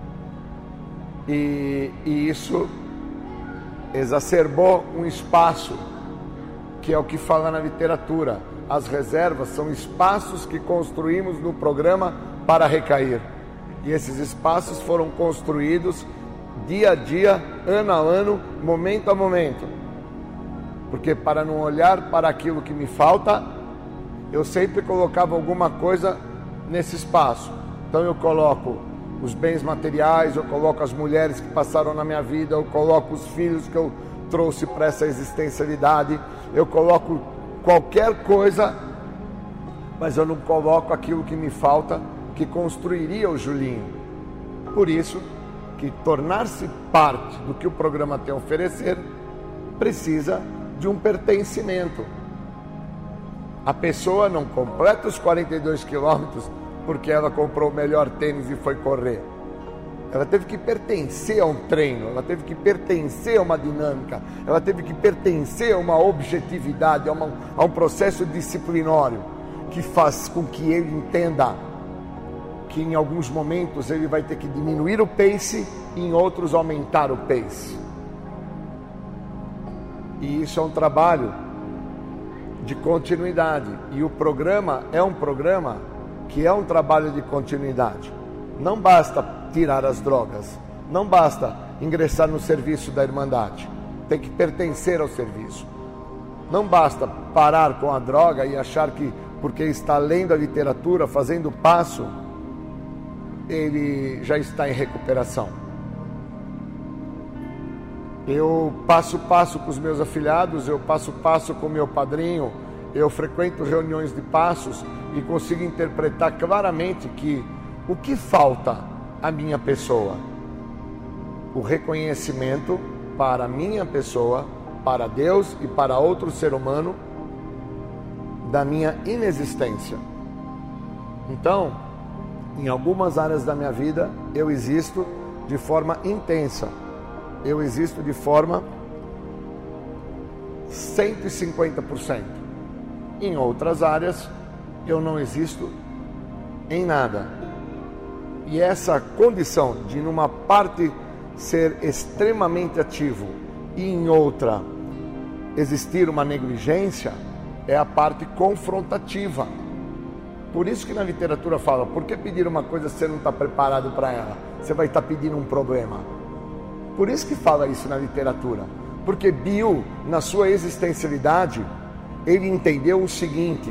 e isso exacerbou um espaço, que é o que fala na literatura: as reservas são espaços que construímos no programa para recair. E esses espaços foram construídos dia a dia, ano a ano, momento a momento. Porque para não olhar para aquilo que me falta, eu sempre colocava alguma coisa nesse espaço. Então eu coloco os bens materiais, eu coloco as mulheres que passaram na minha vida, eu coloco os filhos que eu trouxe para essa existencialidade, eu coloco qualquer coisa, mas eu não coloco aquilo que me falta, que construiria o Julinho. Por isso que tornar-se parte do que o programa tem a oferecer precisa de um pertencimento. A pessoa não completa os 42 quilômetros porque ela comprou o melhor tênis e foi correr. Ela teve que pertencer a um treino, ela teve que pertencer a uma dinâmica, ela teve que pertencer a uma objetividade, a um processo disciplinário que faz com que ele entenda que em alguns momentos ele vai ter que diminuir o pace e em outros aumentar o pace. E isso é um trabalho de continuidade. E o programa é um programa que é um trabalho de continuidade. Não basta tirar as drogas, não basta ingressar no serviço da Irmandade, tem que pertencer ao serviço. Não basta parar com a droga e achar que porque está lendo a literatura, fazendo passo, ele já está em recuperação. Eu passo com os meus afilhados, eu passo com o meu padrinho, eu frequento reuniões de passos e consigo interpretar claramente que o que falta à minha pessoa? O reconhecimento para a minha pessoa, para Deus e para outro ser humano da minha inexistência. Então, em algumas áreas da minha vida, eu existo de forma intensa. Eu existo de forma 150%. Em outras áreas, eu não existo em nada. E essa condição de numa parte ser extremamente ativo e em outra existir uma negligência é a parte confrontativa. Por isso que na literatura fala, por que pedir uma coisa se você não está preparado para ela? Você vai estar pedindo um problema. Por isso que fala isso na literatura. Porque Bill, na sua existencialidade, ele entendeu o seguinte,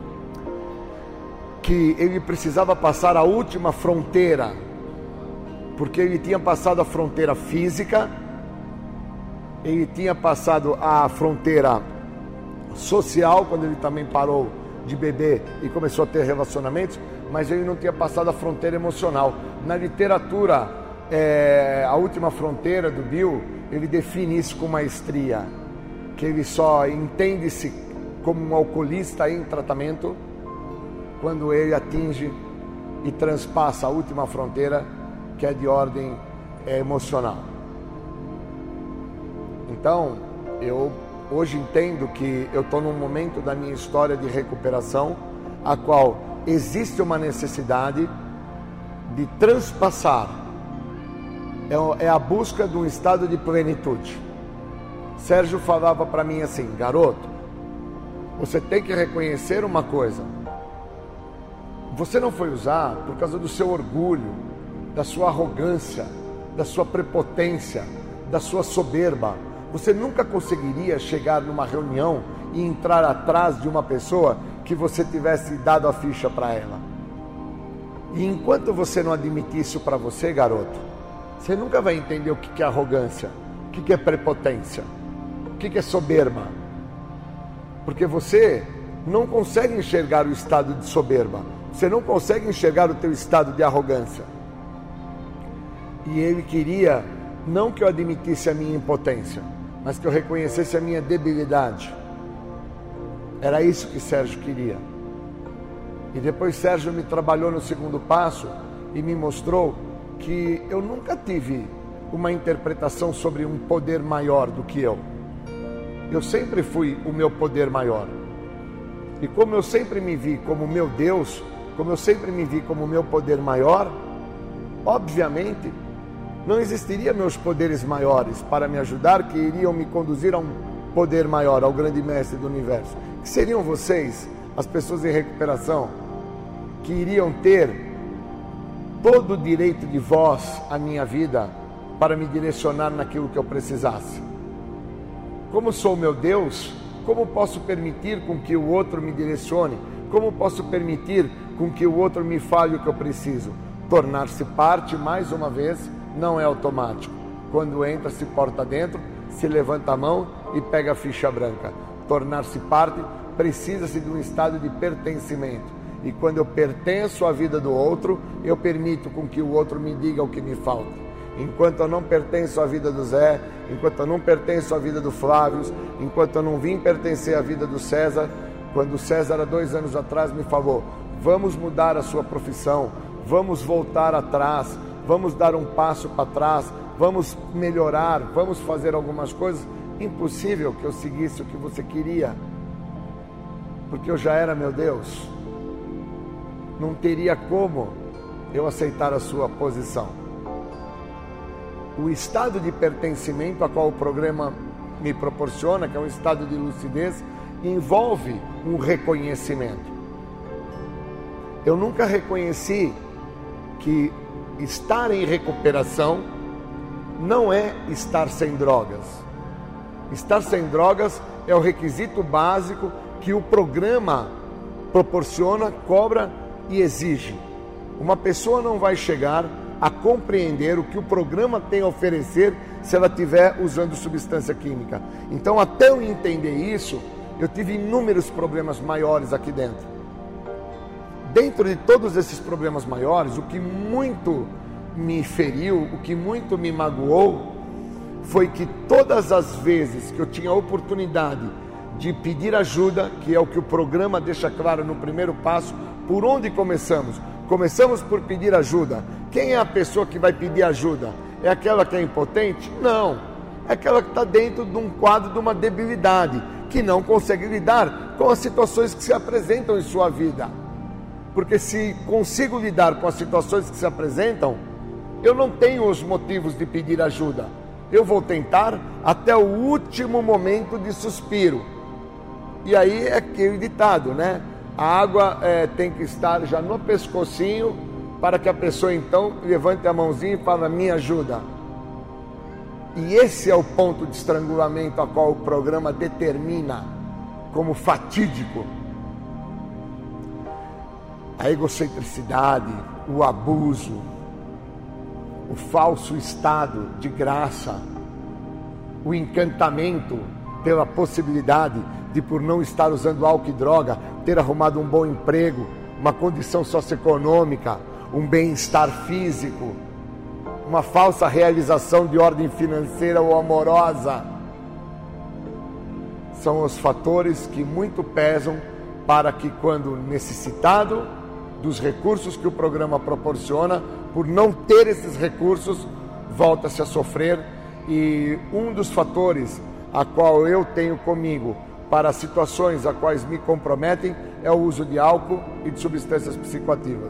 que ele precisava passar a última fronteira, porque ele tinha passado a fronteira física, ele tinha passado a fronteira social, quando ele também parou de beber e começou a ter relacionamentos, mas ele não tinha passado a fronteira emocional. Na literatura, a última fronteira do Bill, ele define isso com maestria, que ele só entende-se como um alcoolista em tratamento quando ele atinge e transpassa a última fronteira, que é de ordem emocional. Então, eu hoje entendo que eu estou num momento da minha história de recuperação, a qual existe uma necessidade de transpassar, é a busca de um estado de plenitude. Sérgio falava para mim assim, garoto, você tem que reconhecer uma coisa, você não foi usar por causa do seu orgulho, da sua arrogância, da sua prepotência, da sua soberba. Você nunca conseguiria chegar numa reunião e entrar atrás de uma pessoa que você tivesse dado a ficha para ela. E enquanto você não admitir isso para você, garoto, você nunca vai entender o que é arrogância, o que é prepotência, o que é soberba. Porque você não consegue enxergar o estado de soberba, você não consegue enxergar o teu estado de arrogância. E ele queria não que eu admitisse a minha impotência, mas que eu reconhecesse a minha debilidade. Era isso que Sérgio queria. E depois Sérgio me trabalhou no segundo passo e me mostrou que eu nunca tive uma interpretação sobre um poder maior do que eu. Eu sempre fui o meu poder maior. E como eu sempre me vi como meu Deus, como eu sempre me vi como meu poder maior, obviamente não existiria meus poderes maiores para me ajudar, que iriam me conduzir a um poder maior, ao grande mestre do universo. Que seriam vocês, as pessoas em recuperação, que iriam ter todo o direito de voz à minha vida para me direcionar naquilo que eu precisasse. Como sou meu Deus, como posso permitir com que o outro me direcione? Como posso permitir com que o outro me fale o que eu preciso? Tornar-se parte, mais uma vez, não é automático. Quando entra, se porta dentro, se levanta a mão e pega a ficha branca. Tornar-se parte, precisa-se de um estado de pertencimento. E quando eu pertenço à vida do outro, eu permito com que o outro me diga o que me falta. Enquanto eu não pertenço à vida do Zé, enquanto eu não pertenço à vida do Flávio, enquanto eu não vim pertencer à vida do César, quando o César, há 2 anos atrás, me falou, vamos mudar a sua profissão, vamos voltar atrás, vamos dar um passo para trás, vamos melhorar, vamos fazer algumas coisas, impossível que eu seguisse o que você queria, porque eu já era meu Deus. Não teria como eu aceitar a sua posição. O estado de pertencimento a qual o programa me proporciona, que é um estado de lucidez, envolve um reconhecimento. Eu nunca reconheci que estar em recuperação não é estar sem drogas. Estar sem drogas é o requisito básico que o programa proporciona, cobra e exige. Uma pessoa não vai chegar a compreender o que o programa tem a oferecer se ela estiver usando substância química. Então, até eu entender isso, eu tive inúmeros problemas maiores aqui dentro. Dentro de todos esses problemas maiores, o que muito me feriu, o que muito me magoou, foi que todas as vezes que eu tinha a oportunidade de pedir ajuda, que é o que o programa deixa claro no primeiro passo, por onde começamos? Começamos por pedir ajuda. Quem é a pessoa que vai pedir ajuda? É aquela que é impotente? Não. É aquela que está dentro de um quadro de uma debilidade, que não consegue lidar com as situações que se apresentam em sua vida. Porque se consigo lidar com as situações que se apresentam, eu não tenho os motivos de pedir ajuda. Eu vou tentar até o último momento de suspiro. E aí é aquele ditado, né? A água tem que estar já no pescocinho para que a pessoa então levante a mãozinha e fale, me ajuda. E esse é o ponto de estrangulamento a qual o programa determina como fatídico. A egocentricidade, o abuso, o falso estado de graça, o encantamento pela possibilidade de, por não estar usando álcool e droga, ter arrumado um bom emprego, uma condição socioeconômica, um bem-estar físico, uma falsa realização de ordem financeira ou amorosa. São os fatores que muito pesam para que, quando necessitado dos recursos que o programa proporciona, por não ter esses recursos, volta-se a sofrer. E um dos fatores a qual eu tenho comigo para situações a quais me comprometem é o uso de álcool e de substâncias psicoativas.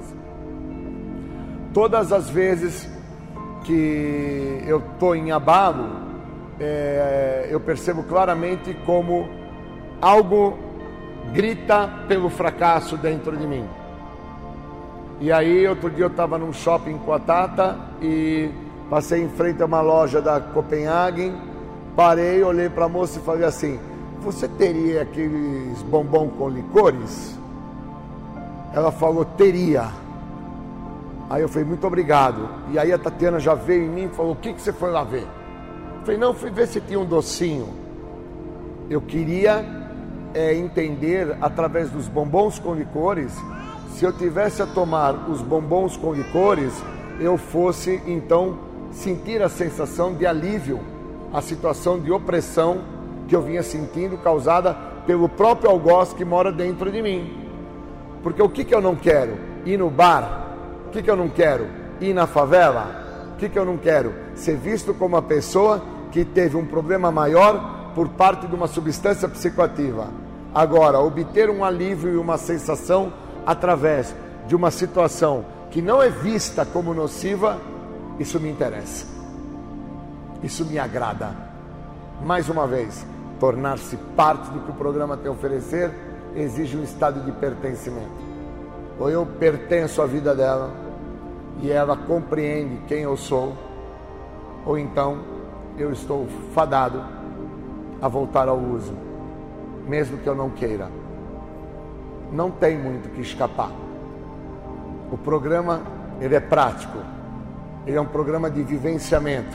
Todas as vezes que eu estou em abalo, eu percebo claramente como algo grita pelo fracasso dentro de mim. E aí, outro dia eu estava num shopping em Coatata e passei em frente a uma loja da Copenhagen, parei, olhei para a moça e falei assim, você teria aqueles bombom com licores? Ela falou, teria. Aí eu falei, muito obrigado. E aí a Tatiana já veio em mim e falou, o que você foi lá ver? Eu falei, não, fui ver se tinha um docinho. Eu queria entender, através dos bombons com licores, se eu tivesse a tomar os bombons com licores, eu fosse, então, sentir a sensação de alívio, a situação de opressão que eu vinha sentindo, causada pelo próprio algoz que mora dentro de mim. Porque o que eu não quero? Ir no bar? O que eu não quero? Ir na favela? O que eu não quero? Ser visto como uma pessoa que teve um problema maior por parte de uma substância psicoativa. Agora, obter um alívio e uma sensação através de uma situação que não é vista como nociva, isso me interessa. Isso me agrada. Mais uma vez, tornar-se parte do que o programa tem a oferecer exige um estado de pertencimento. Ou eu pertenço à vida dela, e ela compreende quem eu sou, ou então eu estou fadado a voltar ao uso, mesmo que eu não queira. Não tem muito que escapar. O programa, ele é prático, ele é um programa de vivenciamento.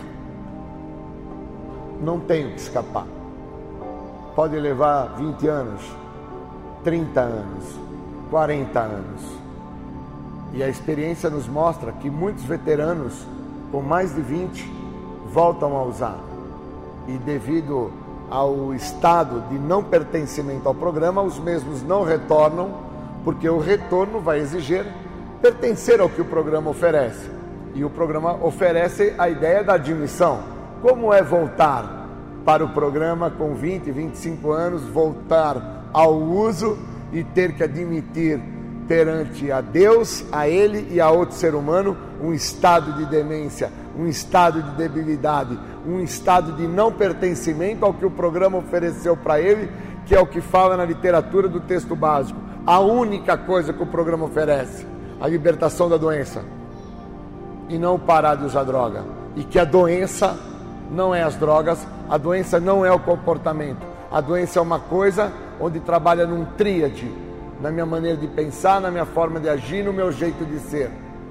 Não tem o que escapar. Pode levar 20 anos, 30 anos, 40 anos. E a experiência nos mostra que muitos veteranos com mais de 20 voltam a usar. E devido ao estado de não pertencimento ao programa, os mesmos não retornam, porque o retorno vai exigir pertencer ao que o programa oferece. E o programa oferece a ideia da admissão. Como é voltar para o programa com 20, 25 anos, voltar ao uso e ter que admitir perante a Deus, a Ele e a outro ser humano, um estado de demência, um estado de debilidade, um estado de não pertencimento ao que o programa ofereceu para ele, que é o que fala na literatura do texto básico. A única coisa que o programa oferece, a libertação da doença, e não parar de usar droga. E que a doença não é as drogas, a doença não é o comportamento, a doença é uma coisa onde trabalha num tríade, na minha maneira de pensar, na minha forma de agir, no meu jeito de ser.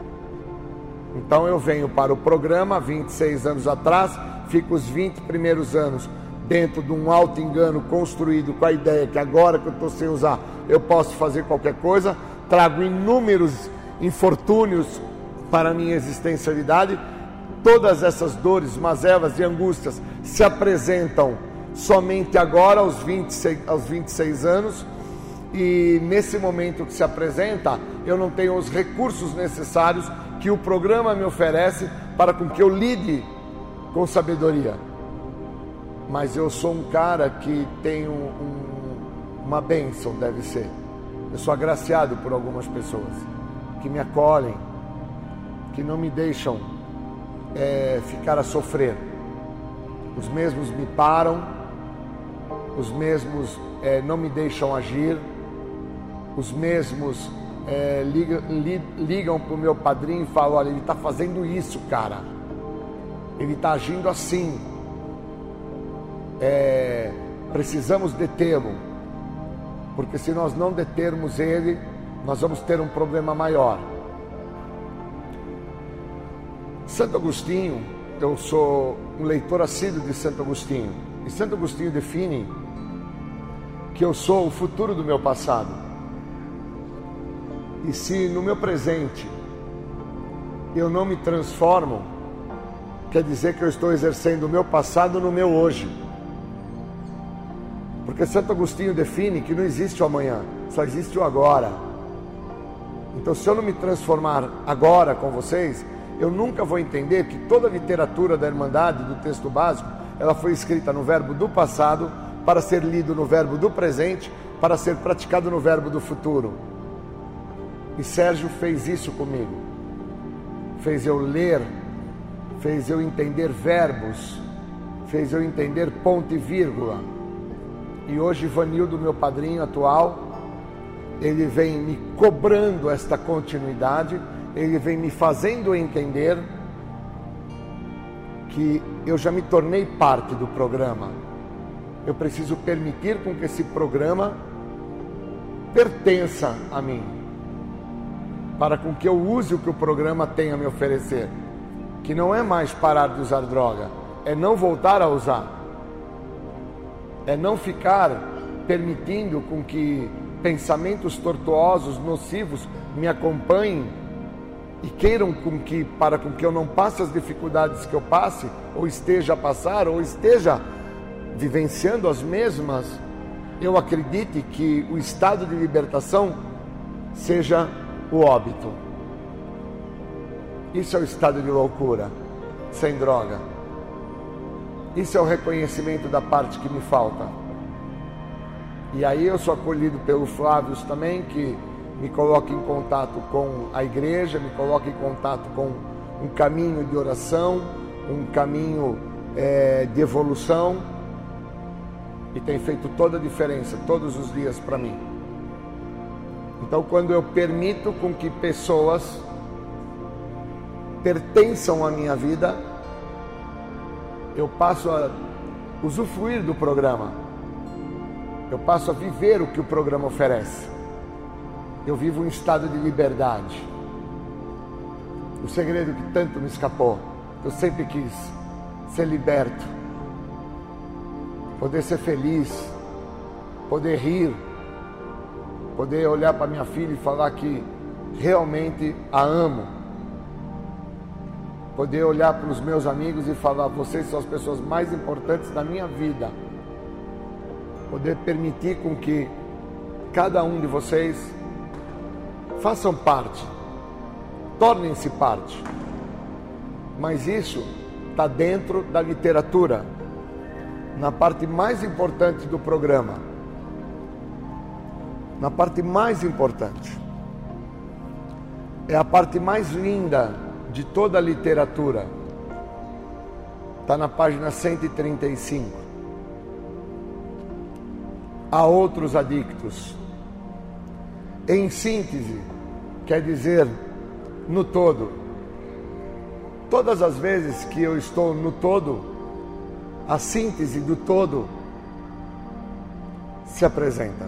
Então eu venho para o programa 26 anos atrás, fico os 20 primeiros anos dentro de um auto-engano construído com a ideia que agora que eu estou sem usar, eu posso fazer qualquer coisa, trago inúmeros infortúnios para a minha existencialidade. Todas essas dores, mazelas e angústias se apresentam somente agora, aos 26 anos, e nesse momento que se apresenta, eu não tenho os recursos necessários que o programa me oferece para com que eu lide com sabedoria. Mas eu sou um cara que tem uma bênção, deve ser. Eu sou agraciado por algumas pessoas que me acolhem, que não me deixam ficar a sofrer. Os mesmos me param, os mesmos não me deixam agir, os mesmos ligam para o meu padrinho e falam: olha, ele está fazendo isso, cara, ele está agindo assim, precisamos detê-lo, porque se nós não determos ele, nós vamos ter um problema maior. Santo Agostinho, eu sou um leitor assíduo de Santo Agostinho, e Santo Agostinho define que eu sou o futuro do meu passado. E se no meu presente eu não me transformo, quer dizer que eu estou exercendo o meu passado no meu hoje. Porque Santo Agostinho define que não existe o amanhã, só existe o agora. Então, se eu não me transformar agora com vocês, eu nunca vou entender que toda a literatura da Irmandade, do texto básico, ela foi escrita no verbo do passado, para ser lido no verbo do presente, para ser praticado no verbo do futuro. E Sérgio fez isso comigo. Fez eu ler, fez eu entender verbos, fez eu entender ponto e vírgula. E hoje Ivanildo, meu padrinho atual, ele vem me cobrando esta continuidade, ele vem me fazendo entender que eu já me tornei parte do programa. Eu preciso permitir com que esse programa pertença a mim, para com que eu use o que o programa tem a me oferecer, que não é mais parar de usar droga, é não voltar a usar, é não ficar permitindo com que pensamentos tortuosos, nocivos me acompanhem e queiram para com que eu não passe as dificuldades que eu passe, ou esteja a passar, ou esteja vivenciando as mesmas. Eu acredite que o estado de libertação seja o óbito. Isso é o estado de loucura, sem droga. Isso é o reconhecimento da parte que me falta. E aí eu sou acolhido pelo Flávio também, que me coloca em contato com a igreja, me coloca em contato com um caminho de oração, um caminho de evolução, e tem feito toda a diferença, todos os dias para mim. Então, quando eu permito com que pessoas pertençam à minha vida, eu passo a usufruir do programa. Eu passo a viver o que o programa oferece. Eu vivo um estado de liberdade. O segredo que tanto me escapou. Eu sempre quis ser liberto, poder ser feliz, poder rir, poder olhar para minha filha e falar que realmente a amo, poder olhar para os meus amigos e falar: vocês são as pessoas mais importantes da minha vida, poder permitir com que cada um de vocês façam parte, tornem-se parte. Mas isso está dentro da literatura, na parte mais importante do programa, na parte mais importante. É a parte mais linda de toda a literatura. Está na página 135. Há outros adictos. Em síntese, quer dizer no todo. Todas as vezes que eu estou no todo, a síntese do todo se apresenta.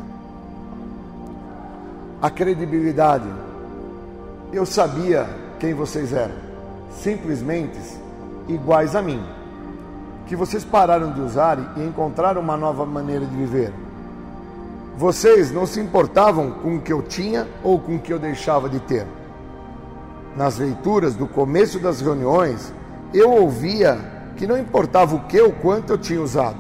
A credibilidade. Eu sabia quem vocês eram, simplesmente iguais a mim, que vocês pararam de usar e encontraram uma nova maneira de viver. Vocês não se importavam com o que eu tinha ou com o que eu deixava de ter. Nas leituras do começo das reuniões, eu ouvia que não importava o que ou quanto eu tinha usado.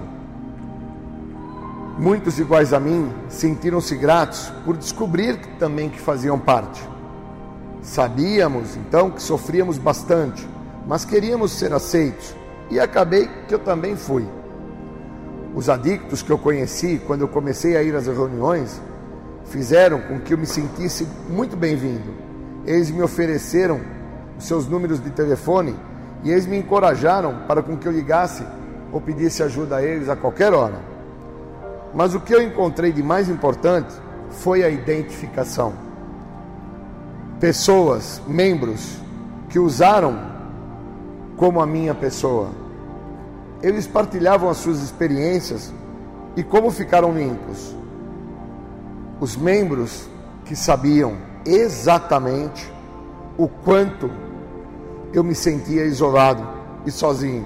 Muitos iguais a mim sentiram-se gratos por descobrir também que faziam parte. Sabíamos então que sofríamos bastante, mas queríamos ser aceitos, e acabei que eu também fui. Os adictos que eu conheci quando eu comecei a ir às reuniões fizeram com que eu me sentisse muito bem-vindo. Eles me ofereceram os seus números de telefone e eles me encorajaram para com que eu ligasse ou pedisse ajuda a eles a qualquer hora. Mas o que eu encontrei de mais importante foi a identificação. Pessoas, membros, que usaram como a minha pessoa. Eles partilhavam as suas experiências e como ficaram limpos. Os membros que sabiam exatamente o quanto eu me sentia isolado e sozinho.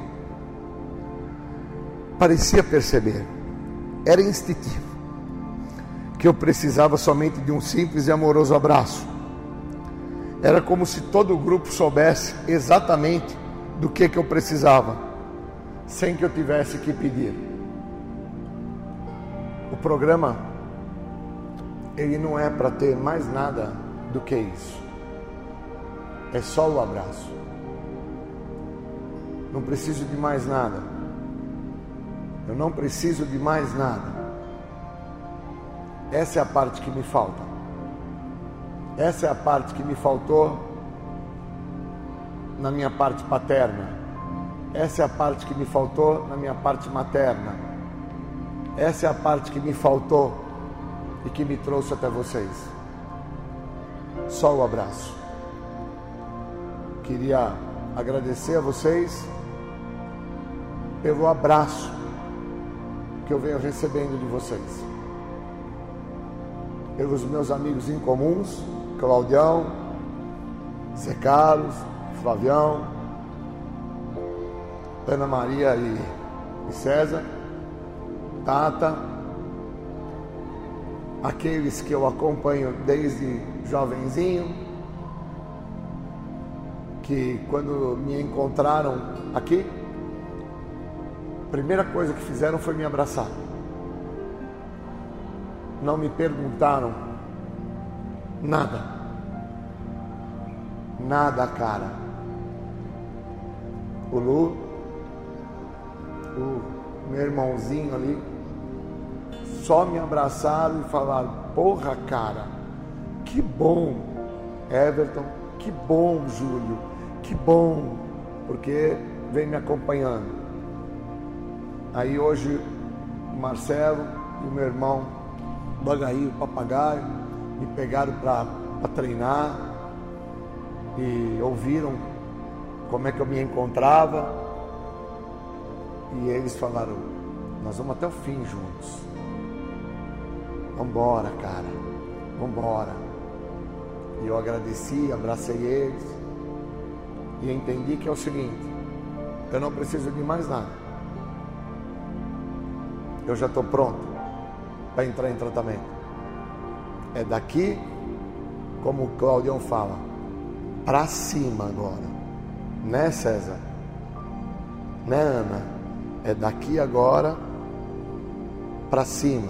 Parecia perceber, era instintivo, que eu precisava somente de um simples e amoroso abraço. Era como se todo o grupo soubesse exatamente do que eu precisava, sem que eu tivesse que pedir. O programa, ele não é para ter mais nada do que isso. É só o abraço. Não preciso de mais nada. Eu não preciso de mais nada. Essa é a parte que me falta. Essa é a parte que me faltou na minha parte paterna. Essa é a parte que me faltou na minha parte materna. Essa é a parte que me faltou e que me trouxe até vocês. Só o abraço. Queria agradecer a vocês pelo abraço que eu venho recebendo de vocês. Pelos meus amigos em comuns, Claudião, Zé Carlos, Flavião, Ana Maria e César, Tata, aqueles que eu acompanho desde jovenzinho, que quando me encontraram aqui, a primeira coisa que fizeram foi me abraçar. Não me perguntaram nada. Nada, cara. O Lu, o meu irmãozinho ali, só me abraçaram e falaram: porra, cara, que bom, Everton, que bom, Júlio, que bom, porque vem me acompanhando. Aí hoje o Marcelo e o meu irmão Bagaí, o papagaio, me pegaram para treinar e ouviram como é que eu me encontrava. E eles falaram, nós vamos até o fim juntos. Vambora, cara, vambora. E eu agradeci, abracei eles e entendi que é o seguinte, eu não preciso de mais nada. Eu já estou pronto para entrar em tratamento. É daqui, como o Claudião fala, para cima agora. Né, César? Né, Ana? É daqui agora para cima.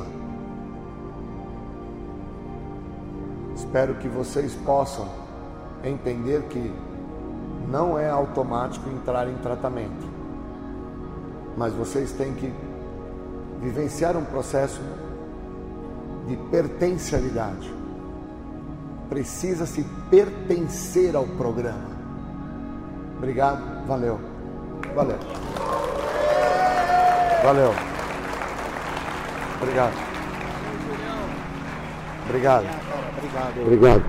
Espero que vocês possam entender que não é automático entrar em tratamento, mas vocês têm que vivenciar um processo de pertencialidade. Precisa se pertencer ao programa. Obrigado, valeu. Valeu. Valeu. Obrigado. Obrigado. Obrigado.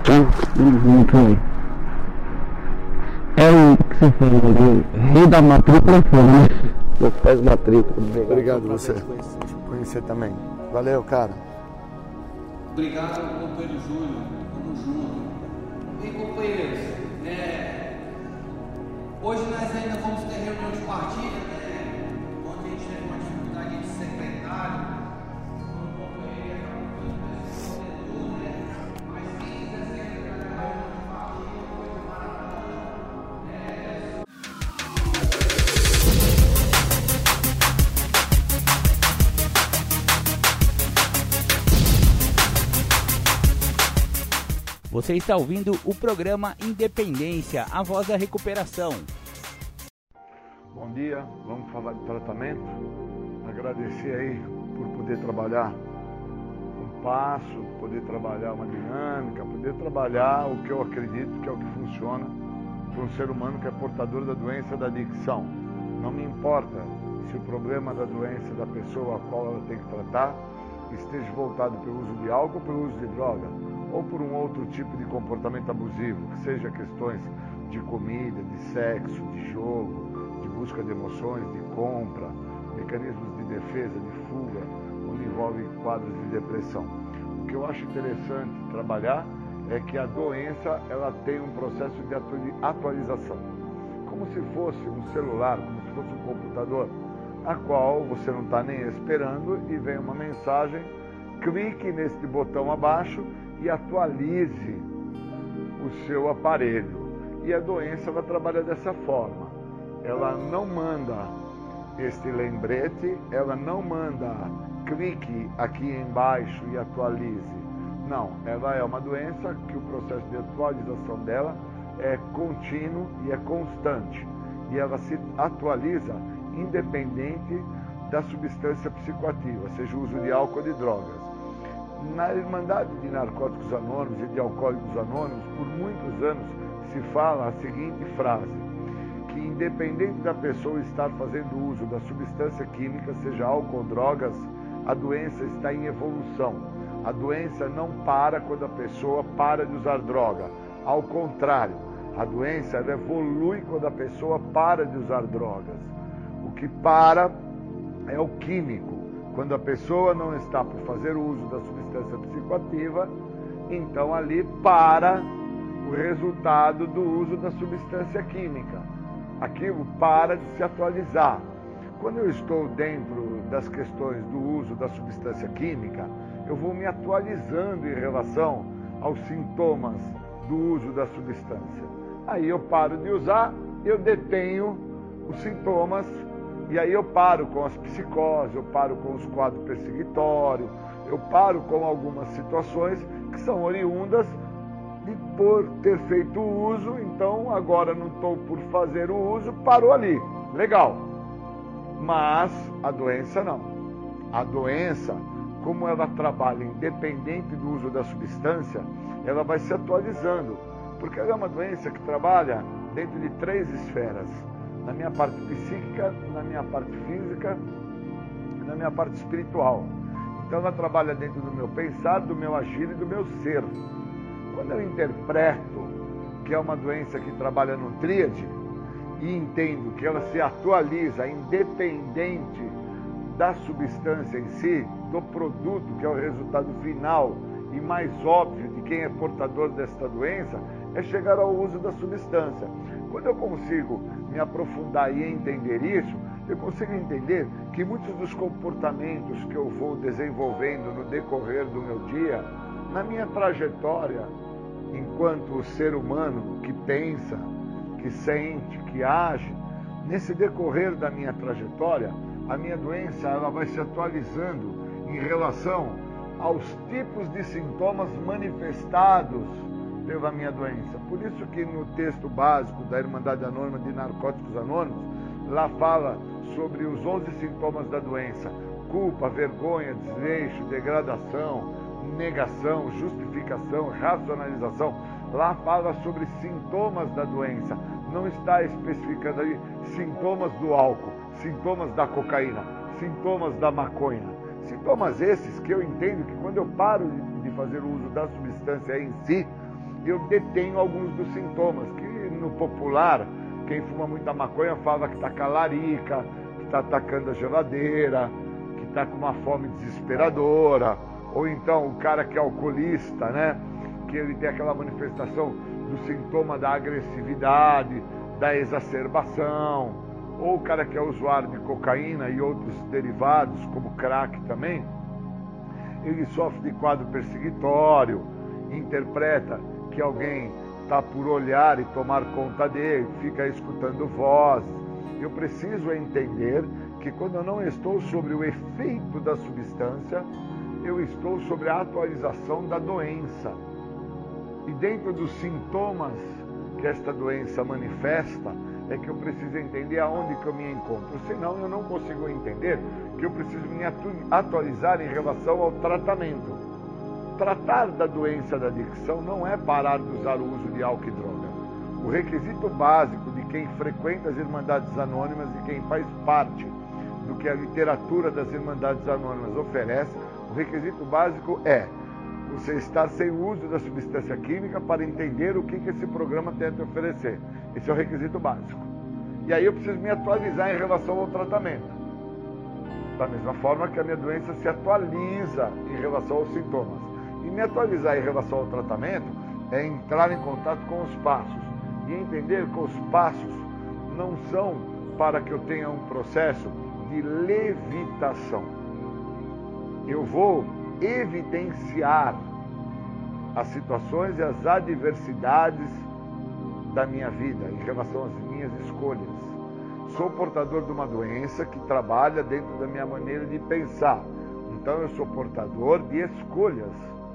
É o que você falou ali, rei da matrícula foi, né? Eu faço matrícula. Obrigado você. Conhecer também. Valeu, cara. Obrigado, companheiro Júlio. Tamo junto. E companheiros, hoje nós ainda vamos ter reunião de partilha, né? Onde a gente teve uma dificuldade de secretário. Você está ouvindo o programa Independência, a voz da recuperação. Bom dia, vamos falar de tratamento. Agradecer aí por poder trabalhar um passo, poder trabalhar uma dinâmica, poder trabalhar o que eu acredito que é o que funciona para um ser humano que é portador da doença da adicção. Não me importa se o problema da doença da pessoa a qual ela tem que tratar esteja voltado pelo uso de álcool, pelo uso de droga, ou por um outro tipo de comportamento abusivo, que seja questões de comida, de sexo, de jogo, de busca de emoções, de compra, mecanismos de defesa, de fuga, onde envolve quadros de depressão. O que eu acho interessante trabalhar é que a doença ela tem um processo de atualização, como se fosse um celular, como se fosse um computador, a qual você não está nem esperando e vem uma mensagem, clique neste botão abaixo e atualize o seu aparelho. E a doença ela trabalha dessa forma. Ela não manda este lembrete, ela não manda clique aqui embaixo e atualize. Não, ela é uma doença que o processo de atualização dela é contínuo e é constante. E ela se atualiza independente da substância psicoativa, seja o uso de álcool ou de drogas. Na Irmandade de Narcóticos Anônimos e de Alcoólicos Anônimos, por muitos anos se fala a seguinte frase, que independente da pessoa estar fazendo uso da substância química, seja álcool ou drogas, a doença está em evolução. A doença não para quando a pessoa para de usar droga. Ao contrário, a doença ela evolui quando a pessoa para de usar drogas. O que para é o químico. Quando a pessoa não está por fazer o uso da substância psicoativa, então ali para o resultado do uso da substância química. Aquilo para de se atualizar. Quando eu estou dentro das questões do uso da substância química, eu vou me atualizando em relação aos sintomas do uso da substância. Aí eu paro de usar, eu detenho os sintomas. E aí eu paro com as psicoses, eu paro com os quadros perseguitórios, eu paro com algumas situações que são oriundas de por ter feito o uso, então agora não estou por fazer o uso, parou ali. Legal. Mas a doença não. A doença, como ela trabalha independente do uso da substância, ela vai se atualizando, porque ela é uma doença que trabalha dentro de 3 esferas. Na minha parte psíquica, na minha parte física e na minha parte espiritual. Então ela trabalha dentro do meu pensar, do meu agir e do meu ser. Quando eu interpreto que é uma doença que trabalha no tríade, e entendo que ela se atualiza independente da substância em si, do produto, que é o resultado final e mais óbvio de quem é portador desta doença, é chegar ao uso da substância. Quando eu consigo me aprofundar e entender isso, eu consigo entender que muitos dos comportamentos que eu vou desenvolvendo no decorrer do meu dia, na minha trajetória, enquanto ser humano que pensa, que sente, que age, nesse decorrer da minha trajetória, a minha doença ela vai se atualizando em relação aos tipos de sintomas manifestados pela minha doença. Por isso que no texto básico da Irmandade Anônima de Narcóticos Anônimos, lá fala sobre os 11 sintomas da doença: culpa, vergonha, desleixo, degradação, negação, justificação, racionalização. Lá fala sobre sintomas da doença. Não está especificando aí sintomas do álcool, sintomas da cocaína, sintomas da maconha. Sintomas esses que eu entendo que quando eu paro de fazer o uso da substância em si, eu detenho alguns dos sintomas, que no popular, quem fuma muita maconha fala que está calarica, que está atacando a geladeira, que está com uma fome desesperadora, ou então o cara que é alcoolista, né? Que ele tem aquela manifestação do sintoma da agressividade, da exacerbação, ou o cara que é usuário de cocaína e outros derivados, como crack também, ele sofre de quadro perseguitório, interpreta que alguém está por olhar e tomar conta dele, fica escutando vozes. Eu preciso entender que quando eu não estou sobre o efeito da substância, eu estou sobre a atualização da doença. E dentro dos sintomas que esta doença manifesta, é que eu preciso entender aonde que eu me encontro. Senão eu não consigo entender que eu preciso me atualizar em relação ao tratamento. Tratar da doença da adicção não é parar de usar o uso de álcool e droga. O requisito básico de quem frequenta as Irmandades Anônimas e quem faz parte do que a literatura das Irmandades Anônimas oferece, o requisito básico é você estar sem o uso da substância química para entender o que esse programa tem a te oferecer. Esse é o requisito básico. E aí eu preciso me atualizar em relação ao tratamento. Da mesma forma que a minha doença se atualiza em relação aos sintomas. E me atualizar em relação ao tratamento é entrar em contato com os passos. E entender que os passos não são para que eu tenha um processo de levitação. Eu vou evidenciar as situações e as adversidades da minha vida em relação às minhas escolhas. Sou portador de uma doença que trabalha dentro da minha maneira de pensar. Então eu sou portador de escolhas.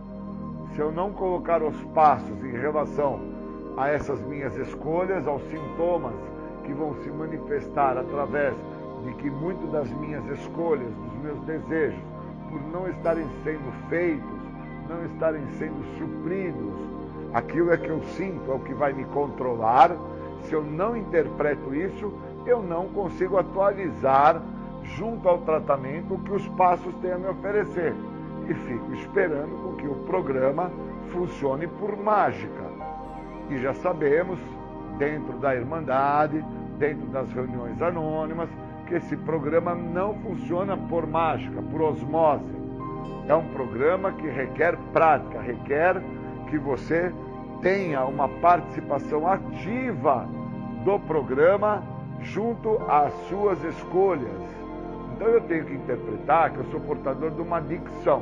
Se eu não colocar os passos em relação a essas minhas escolhas, aos sintomas que vão se manifestar através de que muitas das minhas escolhas, dos meus desejos, por não estarem sendo feitos, não estarem sendo supridos, aquilo é que eu sinto, é o que vai me controlar. Se eu não interpreto isso, eu não consigo atualizar junto ao tratamento o que os passos têm a me oferecer. E fico esperando com que o programa funcione por mágica. E já sabemos, dentro da Irmandade, dentro das reuniões anônimas, que esse programa não funciona por mágica, por osmose. É um programa que requer prática, requer que você tenha uma participação ativa do programa junto às suas escolhas. Então eu tenho que interpretar que eu sou portador de uma adicção.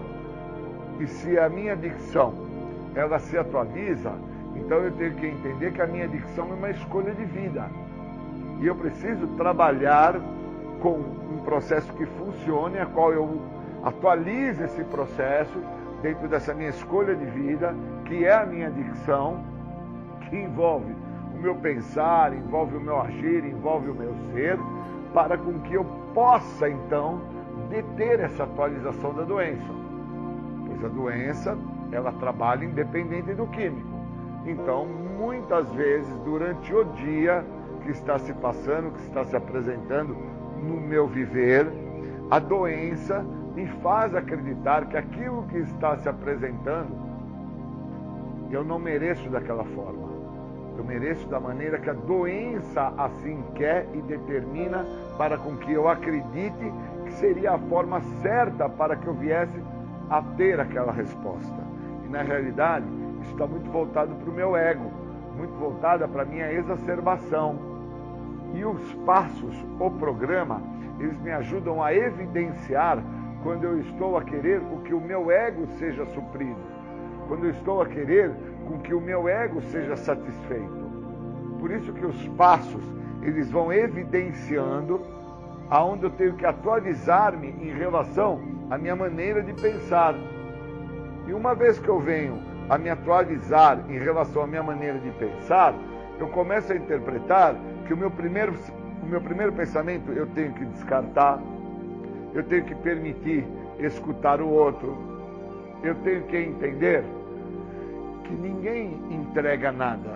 E se a minha adicção ela se atualiza, então eu tenho que entender que a minha adicção é uma escolha de vida. E eu preciso trabalhar com um processo que funcione, a qual eu atualize esse processo dentro dessa minha escolha de vida, que é a minha adicção, que envolve o meu pensar, envolve o meu agir, envolve o meu ser, para com que eu possa, então, deter essa atualização da doença. Pois a doença, ela trabalha independente do químico. Então, muitas vezes, durante o dia que está se passando, que está se apresentando no meu viver, a doença me faz acreditar que aquilo que está se apresentando, eu não mereço daquela forma. Eu mereço da maneira que a doença assim quer e determina, para com que eu acredite que seria a forma certa para que eu viesse a ter aquela resposta. E na realidade, isso está muito voltado para o meu ego, muito voltada para a minha exacerbação. E os passos, o programa, eles me ajudam a evidenciar quando eu estou a querer o que o meu ego seja suprido, quando eu estou a querer com que o meu ego seja satisfeito. Por isso que os passos, eles vão evidenciando aonde eu tenho que atualizar-me em relação à minha maneira de pensar. E uma vez que eu venho a me atualizar em relação à minha maneira de pensar, eu começo a interpretar que o meu primeiro pensamento eu tenho que descartar, eu tenho que permitir escutar o outro, eu tenho que entender que ninguém entrega nada.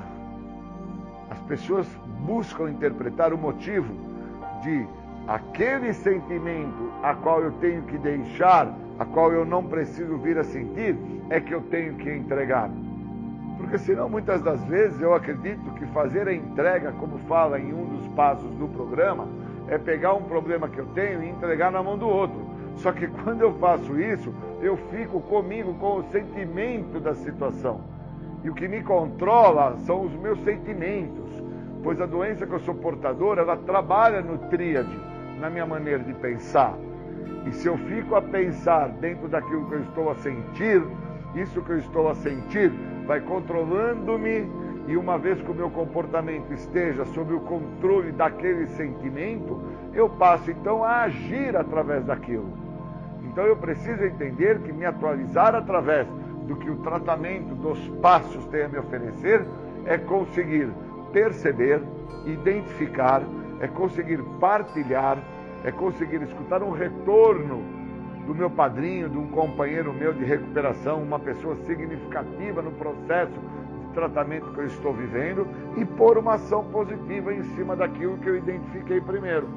As pessoas buscam interpretar o motivo de aquele sentimento a qual eu tenho que deixar, a qual eu não preciso vir a sentir, é que eu tenho que entregar. Porque senão muitas das vezes eu acredito que fazer a entrega, como fala em um dos passos do programa, é pegar um problema que eu tenho e entregar na mão do outro. Só que quando eu faço isso, eu fico comigo com o sentimento da situação. E o que me controla são os meus sentimentos, pois a doença que eu sou portador, ela trabalha no tríade, na minha maneira de pensar. E se eu fico a pensar dentro daquilo que eu estou a sentir, isso que eu estou a sentir vai controlando-me, e uma vez que o meu comportamento esteja sob o controle daquele sentimento, eu passo então a agir através daquilo. Então eu preciso entender que me atualizar através do que o tratamento dos passos tem a me oferecer é conseguir perceber, identificar, é conseguir partilhar, é conseguir escutar um retorno do meu padrinho, de um companheiro meu de recuperação, uma pessoa significativa no processo de tratamento que eu estou vivendo, e pôr uma ação positiva em cima daquilo que eu identifiquei primeiro.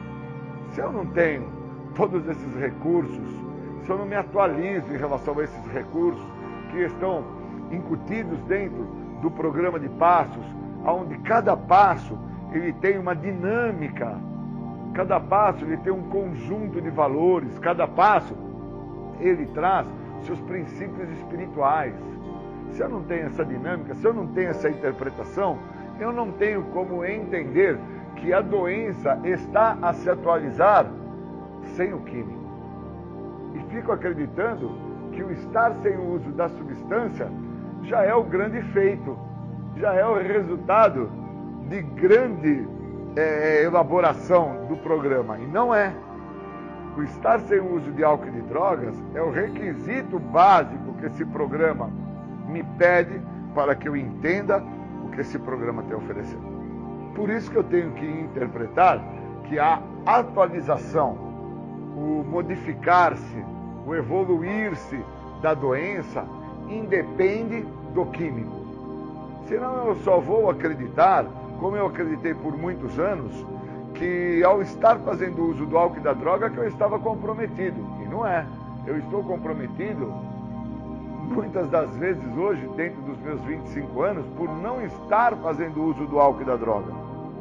Se eu não tenho todos esses recursos, se eu não me atualizo em relação a esses recursos que estão incutidos dentro do programa de passos, onde cada passo ele tem uma dinâmica, cada passo ele tem um conjunto de valores, cada passo ele traz seus princípios espirituais. Se eu não tenho essa dinâmica, se eu não tenho essa interpretação, eu não tenho como entender que a doença está a se atualizar sem o químico. E fico acreditando que o estar sem o uso da substância já é o grande feito, já é o resultado de grande elaboração do programa. E não é. O estar sem o uso de álcool e de drogas é o requisito básico que esse programa me pede para que eu entenda o que esse programa tem a oferecer. Por isso que eu tenho que interpretar que a atualização, o modificar-se, o evoluir-se da doença independe do químico. Senão eu só vou acreditar, como eu acreditei por muitos anos, que ao estar fazendo uso do álcool e da droga que eu estava comprometido. E não é. Eu estou comprometido muitas das vezes hoje, dentro dos meus 25 anos, por não estar fazendo uso do álcool e da droga.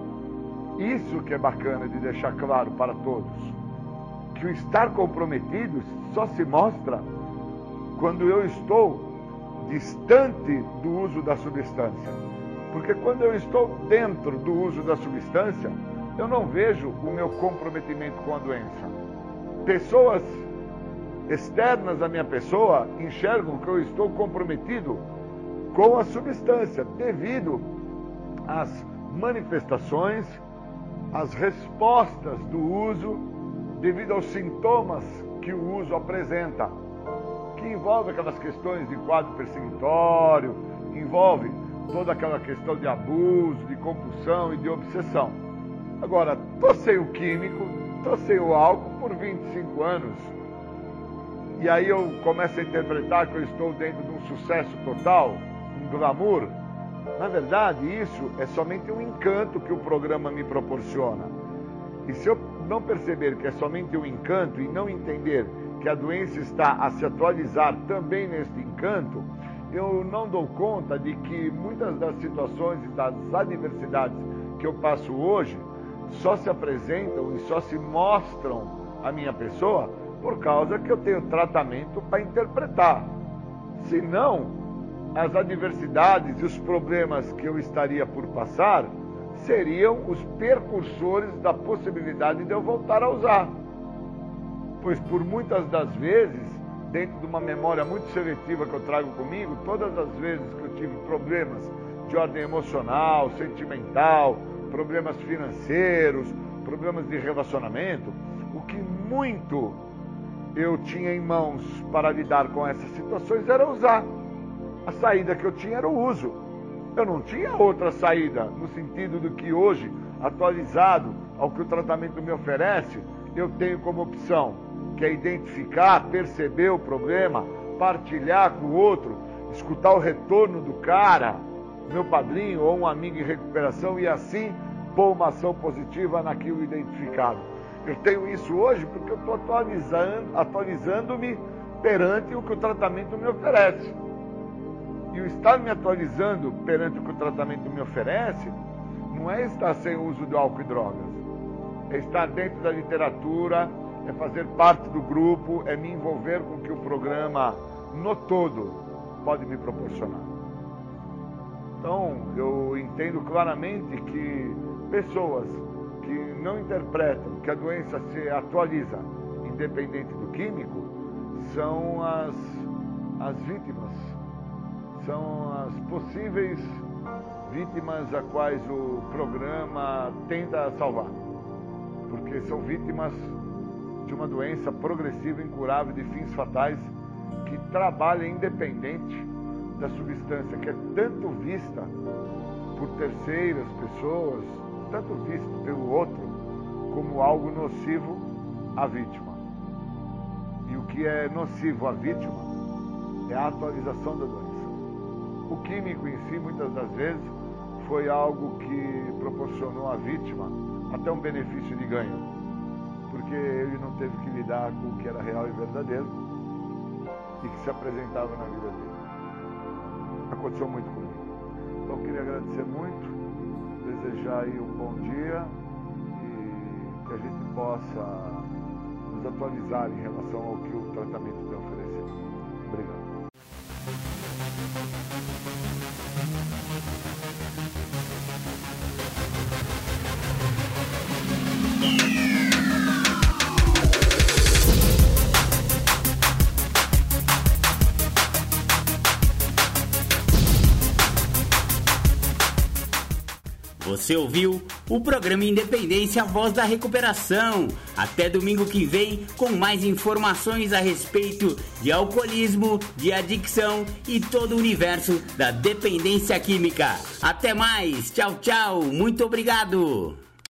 Isso que é bacana de deixar claro para todos. Que o estar comprometido só se mostra quando eu estou distante do uso da substância. Porque quando eu estou dentro do uso da substância, eu não vejo o meu comprometimento com a doença. Pessoas externas à minha pessoa enxergam que eu estou comprometido com a substância, devido às manifestações, às respostas do uso, devido aos sintomas que o uso apresenta, que envolve aquelas questões de quadro perseguitório, envolve toda aquela questão de abuso, de compulsão e de obsessão. Agora, estou sem o químico, estou sem o álcool por 25 anos, e aí eu começo a interpretar que eu estou dentro de um sucesso total, um glamour. Na verdade, isso é somente um encanto que o programa me proporciona. E se eu não perceber que é somente um encanto e não entender que a doença está a se atualizar também neste encanto, eu não dou conta de que muitas das situações e das adversidades que eu passo hoje só se apresentam e só se mostram à minha pessoa por causa que eu tenho tratamento para interpretar. Senão, as adversidades e os problemas que eu estaria por passar seriam os precursores da possibilidade de eu voltar a usar. Pois por muitas das vezes, dentro de uma memória muito seletiva que eu trago comigo, todas as vezes que eu tive problemas de ordem emocional, sentimental, problemas financeiros, problemas de relacionamento, o que muito eu tinha em mãos para lidar com essas situações era usar. A saída que eu tinha era o uso. Eu não tinha outra saída, no sentido do que hoje, atualizado ao que o tratamento me oferece, eu tenho como opção, que é identificar, perceber o problema, partilhar com o outro, escutar o retorno do cara, meu padrinho ou um amigo em recuperação, e assim pôr uma ação positiva naquilo identificado. Eu tenho isso hoje porque eu estou atualizando-me perante o que o tratamento me oferece. E o estar me atualizando perante o que o tratamento me oferece não é estar sem o uso de álcool e drogas. É estar dentro da literatura, é fazer parte do grupo, é me envolver com o que o programa no todo pode me proporcionar. Então, eu entendo claramente que pessoas que não interpretam que a doença se atualiza independente do químico são as vítimas, são as possíveis vítimas a quais o programa tenta salvar, porque são vítimas de uma doença progressiva, incurável, de fins fatais, que trabalha independente da substância, que é tanto vista por terceiras pessoas, tanto visto pelo outro, como algo nocivo à vítima. E o que é nocivo à vítima é a atualização da doença. O químico em si, muitas das vezes, foi algo que proporcionou à vítima até um benefício de ganho, porque ele não teve que lidar com o que era real e verdadeiro e que se apresentava na vida dele. Aconteceu muito comigo. Então eu queria agradecer muito, desejar aí um bom dia e que a gente possa nos atualizar em relação ao que o tratamento tem oferecido. Obrigado. Você ouviu o programa Independência, a voz da recuperação. Até domingo que vem com mais informações a respeito de alcoolismo, de adicção e todo o universo da dependência química. Até mais, tchau, tchau, muito obrigado.